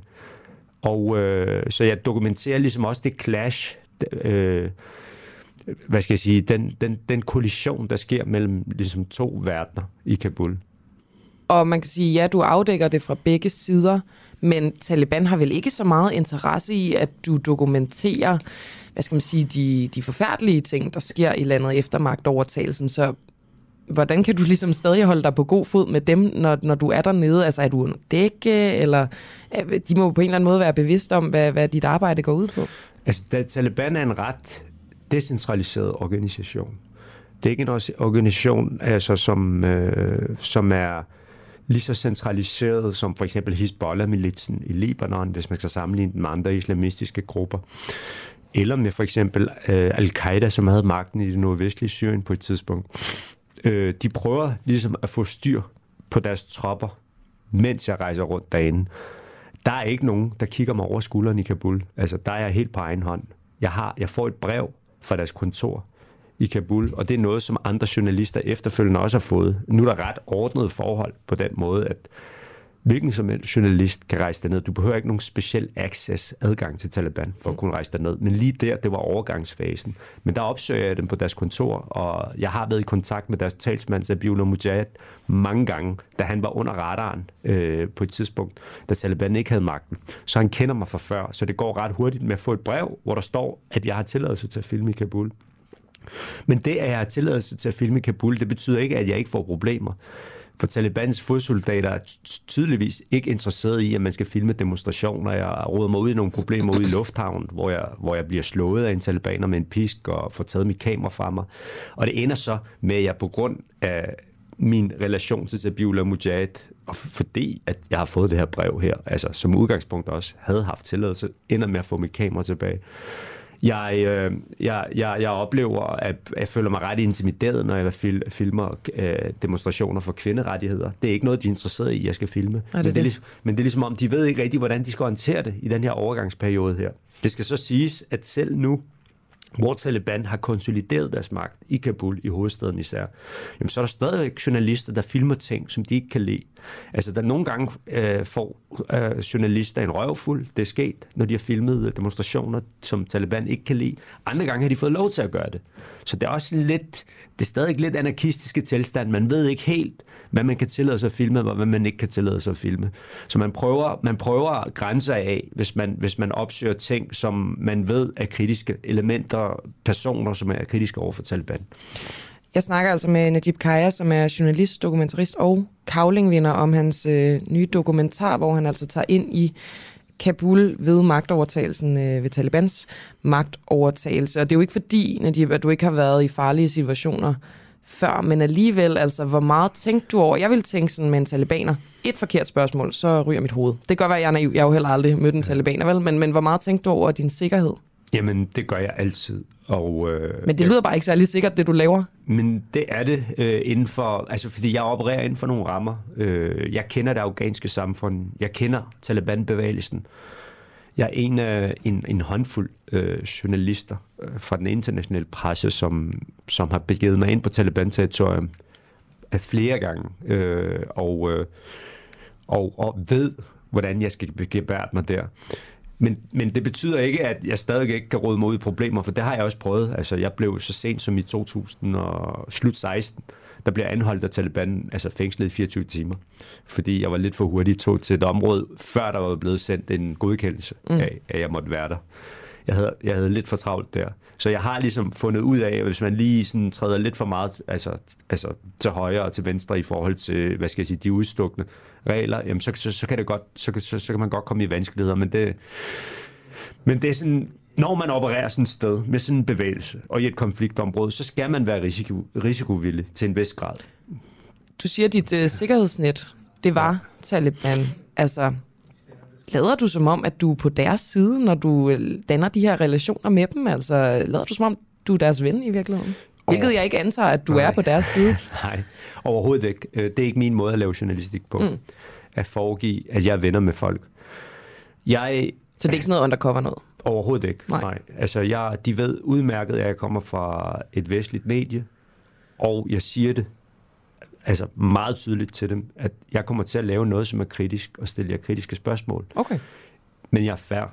Og øh, så jeg dokumenterer ligesom også det clash, øh, hvad skal jeg sige, den, den, den kollision, der sker mellem ligesom to verdener i Kabul. Og man kan sige, ja, du afdækker det fra begge sider, men Taliban har vel ikke så meget interesse i, at du dokumenterer, hvad skal man sige, de, de forfærdelige ting, der sker i landet efter magtovertagelsen. Så hvordan kan du ligesom stadig holde dig på god fod med dem, når, når du er dernede? Altså er du en dække, eller de må på en eller anden måde være bevidst om, hvad, hvad dit arbejde går ud på? Altså, Taliban er en ret decentraliseret organisation. Det er ikke en organisation, altså, som, øh, som er lige så centraliseret som for eksempel Hizbollah-militsen i Libanon, hvis man skal sammenligne den med andre islamistiske grupper. Eller med for eksempel øh, Al-Qaida, som havde magten i det nordvestlige Syrien på et tidspunkt. Øh, de prøver ligesom at få styr på deres tropper, mens jeg rejser rundt derinde. Der er ikke nogen, der kigger mig over skulderen i Kabul. Altså, der er jeg helt på egen hånd. Jeg, har, jeg får et brev fra deres kontor i Kabul, og det er noget, som andre journalister efterfølgende også har fået. Nu er der ret ordnet forhold på den måde, at hvilken som helst journalist kan rejse derned. Du behøver ikke nogen speciel access, adgang til Taliban for at kunne rejse derned. Men lige der, det var overgangsfasen. Men der opsøger jeg dem på deres kontor, og jeg har været i kontakt med deres talsmand, Zabiullah Mujahid, mange gange, da han var under radaren øh, på et tidspunkt, da Taliban ikke havde magten. Så han kender mig fra før, så det går ret hurtigt med at få et brev, hvor der står, at jeg har tilladelse til at filme i Kabul. Men det, at jeg har tilladelse til at filme i Kabul, det betyder ikke, at jeg ikke får problemer. For Talibans fodsoldater er tydeligvis ikke interesseret i, at man skal filme demonstrationer. Jeg råder mig ud i nogle problemer ude i lufthavnen, hvor jeg, hvor jeg bliver slået af en talibaner med en pisk og får taget mit kamera fra mig. Og det ender så med, at jeg på grund af min relation til Zabiullah Mujahid, og fordi at jeg har fået det her brev her, altså som udgangspunkt også havde haft tilladelse, ender med at få mit kamera tilbage. Jeg, øh, jeg, jeg, jeg oplever, at jeg føler mig ret intimideret, når jeg fil, filmer øh, demonstrationer for kvinderettigheder. Det er ikke noget, de er interesseret i, jeg skal filme. Ja, det men, det er ligesom, men det er ligesom om, de ved ikke rigtig, hvordan de skal håndtere det i den her overgangsperiode her. Det skal så siges, at selv nu, hvor Taliban har konsolideret deres magt i Kabul, i hovedstaden især, jamen, så er der stadigvæk journalister, der filmer ting, som de ikke kan lide. Altså, der nogle gange øh, får øh, journalister en røvfuld. Det er sket, når de har filmet demonstrationer, som Taliban ikke kan lide. Andre gange har de fået lov til at gøre det. Så det er også lidt, det er stadig lidt anarkistiske tilstand. Man ved ikke helt, hvad man kan tillade sig at filme, og hvad man ikke kan tillade sig at filme. Så man prøver, man prøver grænser af, hvis man, hvis man opsøger ting, som man ved er kritiske elementer, personer, som er kritiske over for Taliban. Jeg snakker altså med Najib Khaja, som er journalist, dokumentarist og Cavlingvinder, om hans øh, nye dokumentar, hvor han altså tager ind i Kabul ved magtovertagelsen, øh, ved Talibans magtovertagelse. Og det er jo ikke fordi, Najib, at du ikke har været i farlige situationer før, men alligevel, altså, hvor meget tænkte du over? Jeg vil tænke sådan med en talibaner. Et forkert spørgsmål, så ryger mit hoved. Det kan godt være, jeg er naiv. Jeg har jo heller aldrig mødt en talibaner, vel? Men, men hvor meget tænkte du over din sikkerhed? Jamen, det gør jeg altid. Og, øh, men det lyder bare ikke særlig sikkert, det du laver. Men det er det øh, inden for, altså fordi jeg opererer inden for nogle rammer. Øh, jeg kender det afghanske samfund. Jeg kender Taliban-bevægelsen. Jeg er en af en, en håndfuld øh, journalister øh, fra den internationale presse, som, som har begivet mig ind på Taliban-territorium af flere gange. Øh, og, øh, og, og ved, hvordan jeg skal gebærde mig der. Men, men det betyder ikke, at jeg stadig ikke kan råde mig ud i problemer, for det har jeg også prøvet. Altså, jeg blev så sent som i to tusind og slut seksten, der blev anholdt af Taliban, altså fængslet i fireogtyve timer. Fordi jeg var lidt for hurtigt tog til et område, før der var blevet sendt en godkendelse mm. af, at jeg måtte være der. Jeg havde, jeg havde lidt for travlt der. Så jeg har ligesom fundet ud af, at hvis man lige sådan træder lidt for meget altså, altså til højre og til venstre i forhold til, hvad skal jeg sige, de udstukne regler, jamen så, så, så, kan det godt, så, så, så kan man godt komme i vanskeligheder. Men det, men det er sådan, Når man opererer sådan et sted med sådan en bevægelse og i et konfliktområde, så skal man være risiko, risikovillig til en vis grad. Du siger, at dit uh, sikkerhedsnet, det var ja. Taliban. Altså, lader du som om, at du er på deres side, når du uh, danner de her relationer med dem? Altså, lader du som om, du er deres ven i virkeligheden? Hvilket jeg ikke antager, at du Nej. er på deres side. Nej, overhovedet ikke. Det er ikke min måde at lave journalistik på. Mm. At foregive, at jeg er venner med folk. Jeg... Så det er ikke sådan noget undercover noget? Overhovedet ikke. Nej. Nej. Altså, jeg, de ved udmærket, at jeg kommer fra et vestligt medie, og jeg siger det altså meget tydeligt til dem, at jeg kommer til at lave noget, som er kritisk, og stille jer kritiske spørgsmål. Okay. Men jeg er fair.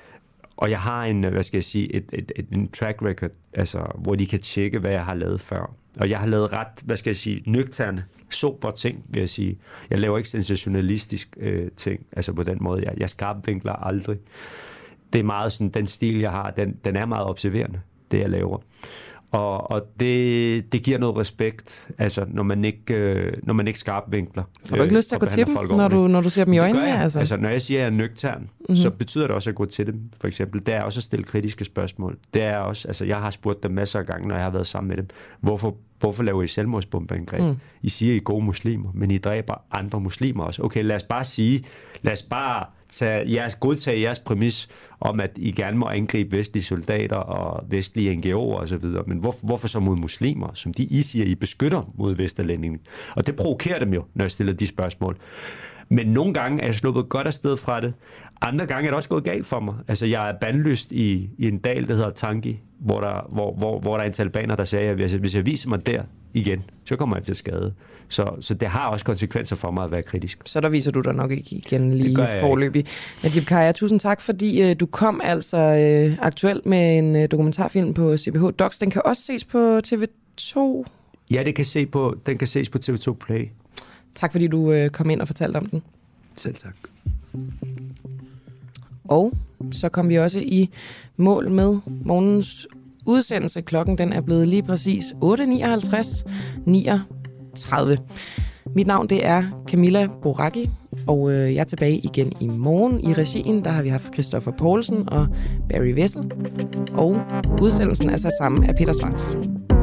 Og jeg har en, hvad skal jeg sige, et, et, et, en track record, altså, hvor de kan tjekke, hvad jeg har lavet før. Og jeg har lavet ret, hvad skal jeg sige, nøgterne, super ting, vil jeg sige. Jeg laver ikke sensationalistisk øh, ting, altså på den måde. Jeg, jeg skarpvinkler aldrig. Det er meget sådan, den stil, jeg har, den, den er meget observerende, det jeg laver. Og, og det, det giver noget respekt, altså når man ikke, øh, når man ikke skarpvinkler. Får du ikke øh, lyst til at gå til dem, når du, når du ser dem i øjnene? Det gør jeg. Altså. altså, når jeg siger, at jeg er nøgtern, mm-hmm. så betyder det også at gå til dem, for eksempel. Det er også at stille kritiske spørgsmål. Det er også, altså jeg har spurgt dem masser af gange, når jeg har været sammen med dem, hvorfor, hvorfor laver I selvmordsbombeangreb? Mm. I siger, I er gode muslimer, men I dræber andre muslimer også. Okay, lad os bare sige, lad os bare tage jeres, godtage jeres præmis om, at I gerne må angribe vestlige soldater og vestlige N G O'er og så videre. Men hvor, hvorfor så mod muslimer, som de I siger, I beskytter mod vesterlændinge? Og det provokerer dem jo, når jeg stiller de spørgsmål. Men nogle gange er jeg sluppet godt afsted fra det. Andre gange er det også gået galt for mig. Altså, jeg er bandlyst i, i en dal, der hedder Tangi, hvor der, hvor, hvor, hvor der er en talibaner, der sagde, at hvis jeg, hvis jeg viser mig der igen, så kommer jeg til skade. Så, så det har også konsekvenser for mig at være kritisk. Så der viser du dig nok ikke igen lige forløbig. Najib Khaja, tusind tak, fordi uh, du kom altså uh, aktuelt med en uh, dokumentarfilm på C B H Docs. Den kan også ses på T V to. Ja, det kan se på, den kan ses på T V to Play. Tak fordi du uh, kom ind og fortalte om den. Selv tak. Og så kom vi også i mål med morgens udsendelse. Klokken den er blevet lige præcis otte nioghalvtreds niogtredive. Mit navn det er Camilla Boracchi, og øh, jeg er tilbage igen i morgen. I regien der har vi haft Christoffer Poulsen og Barry Wessel, og udsendelsen er sat sammen af Peter Schwartz.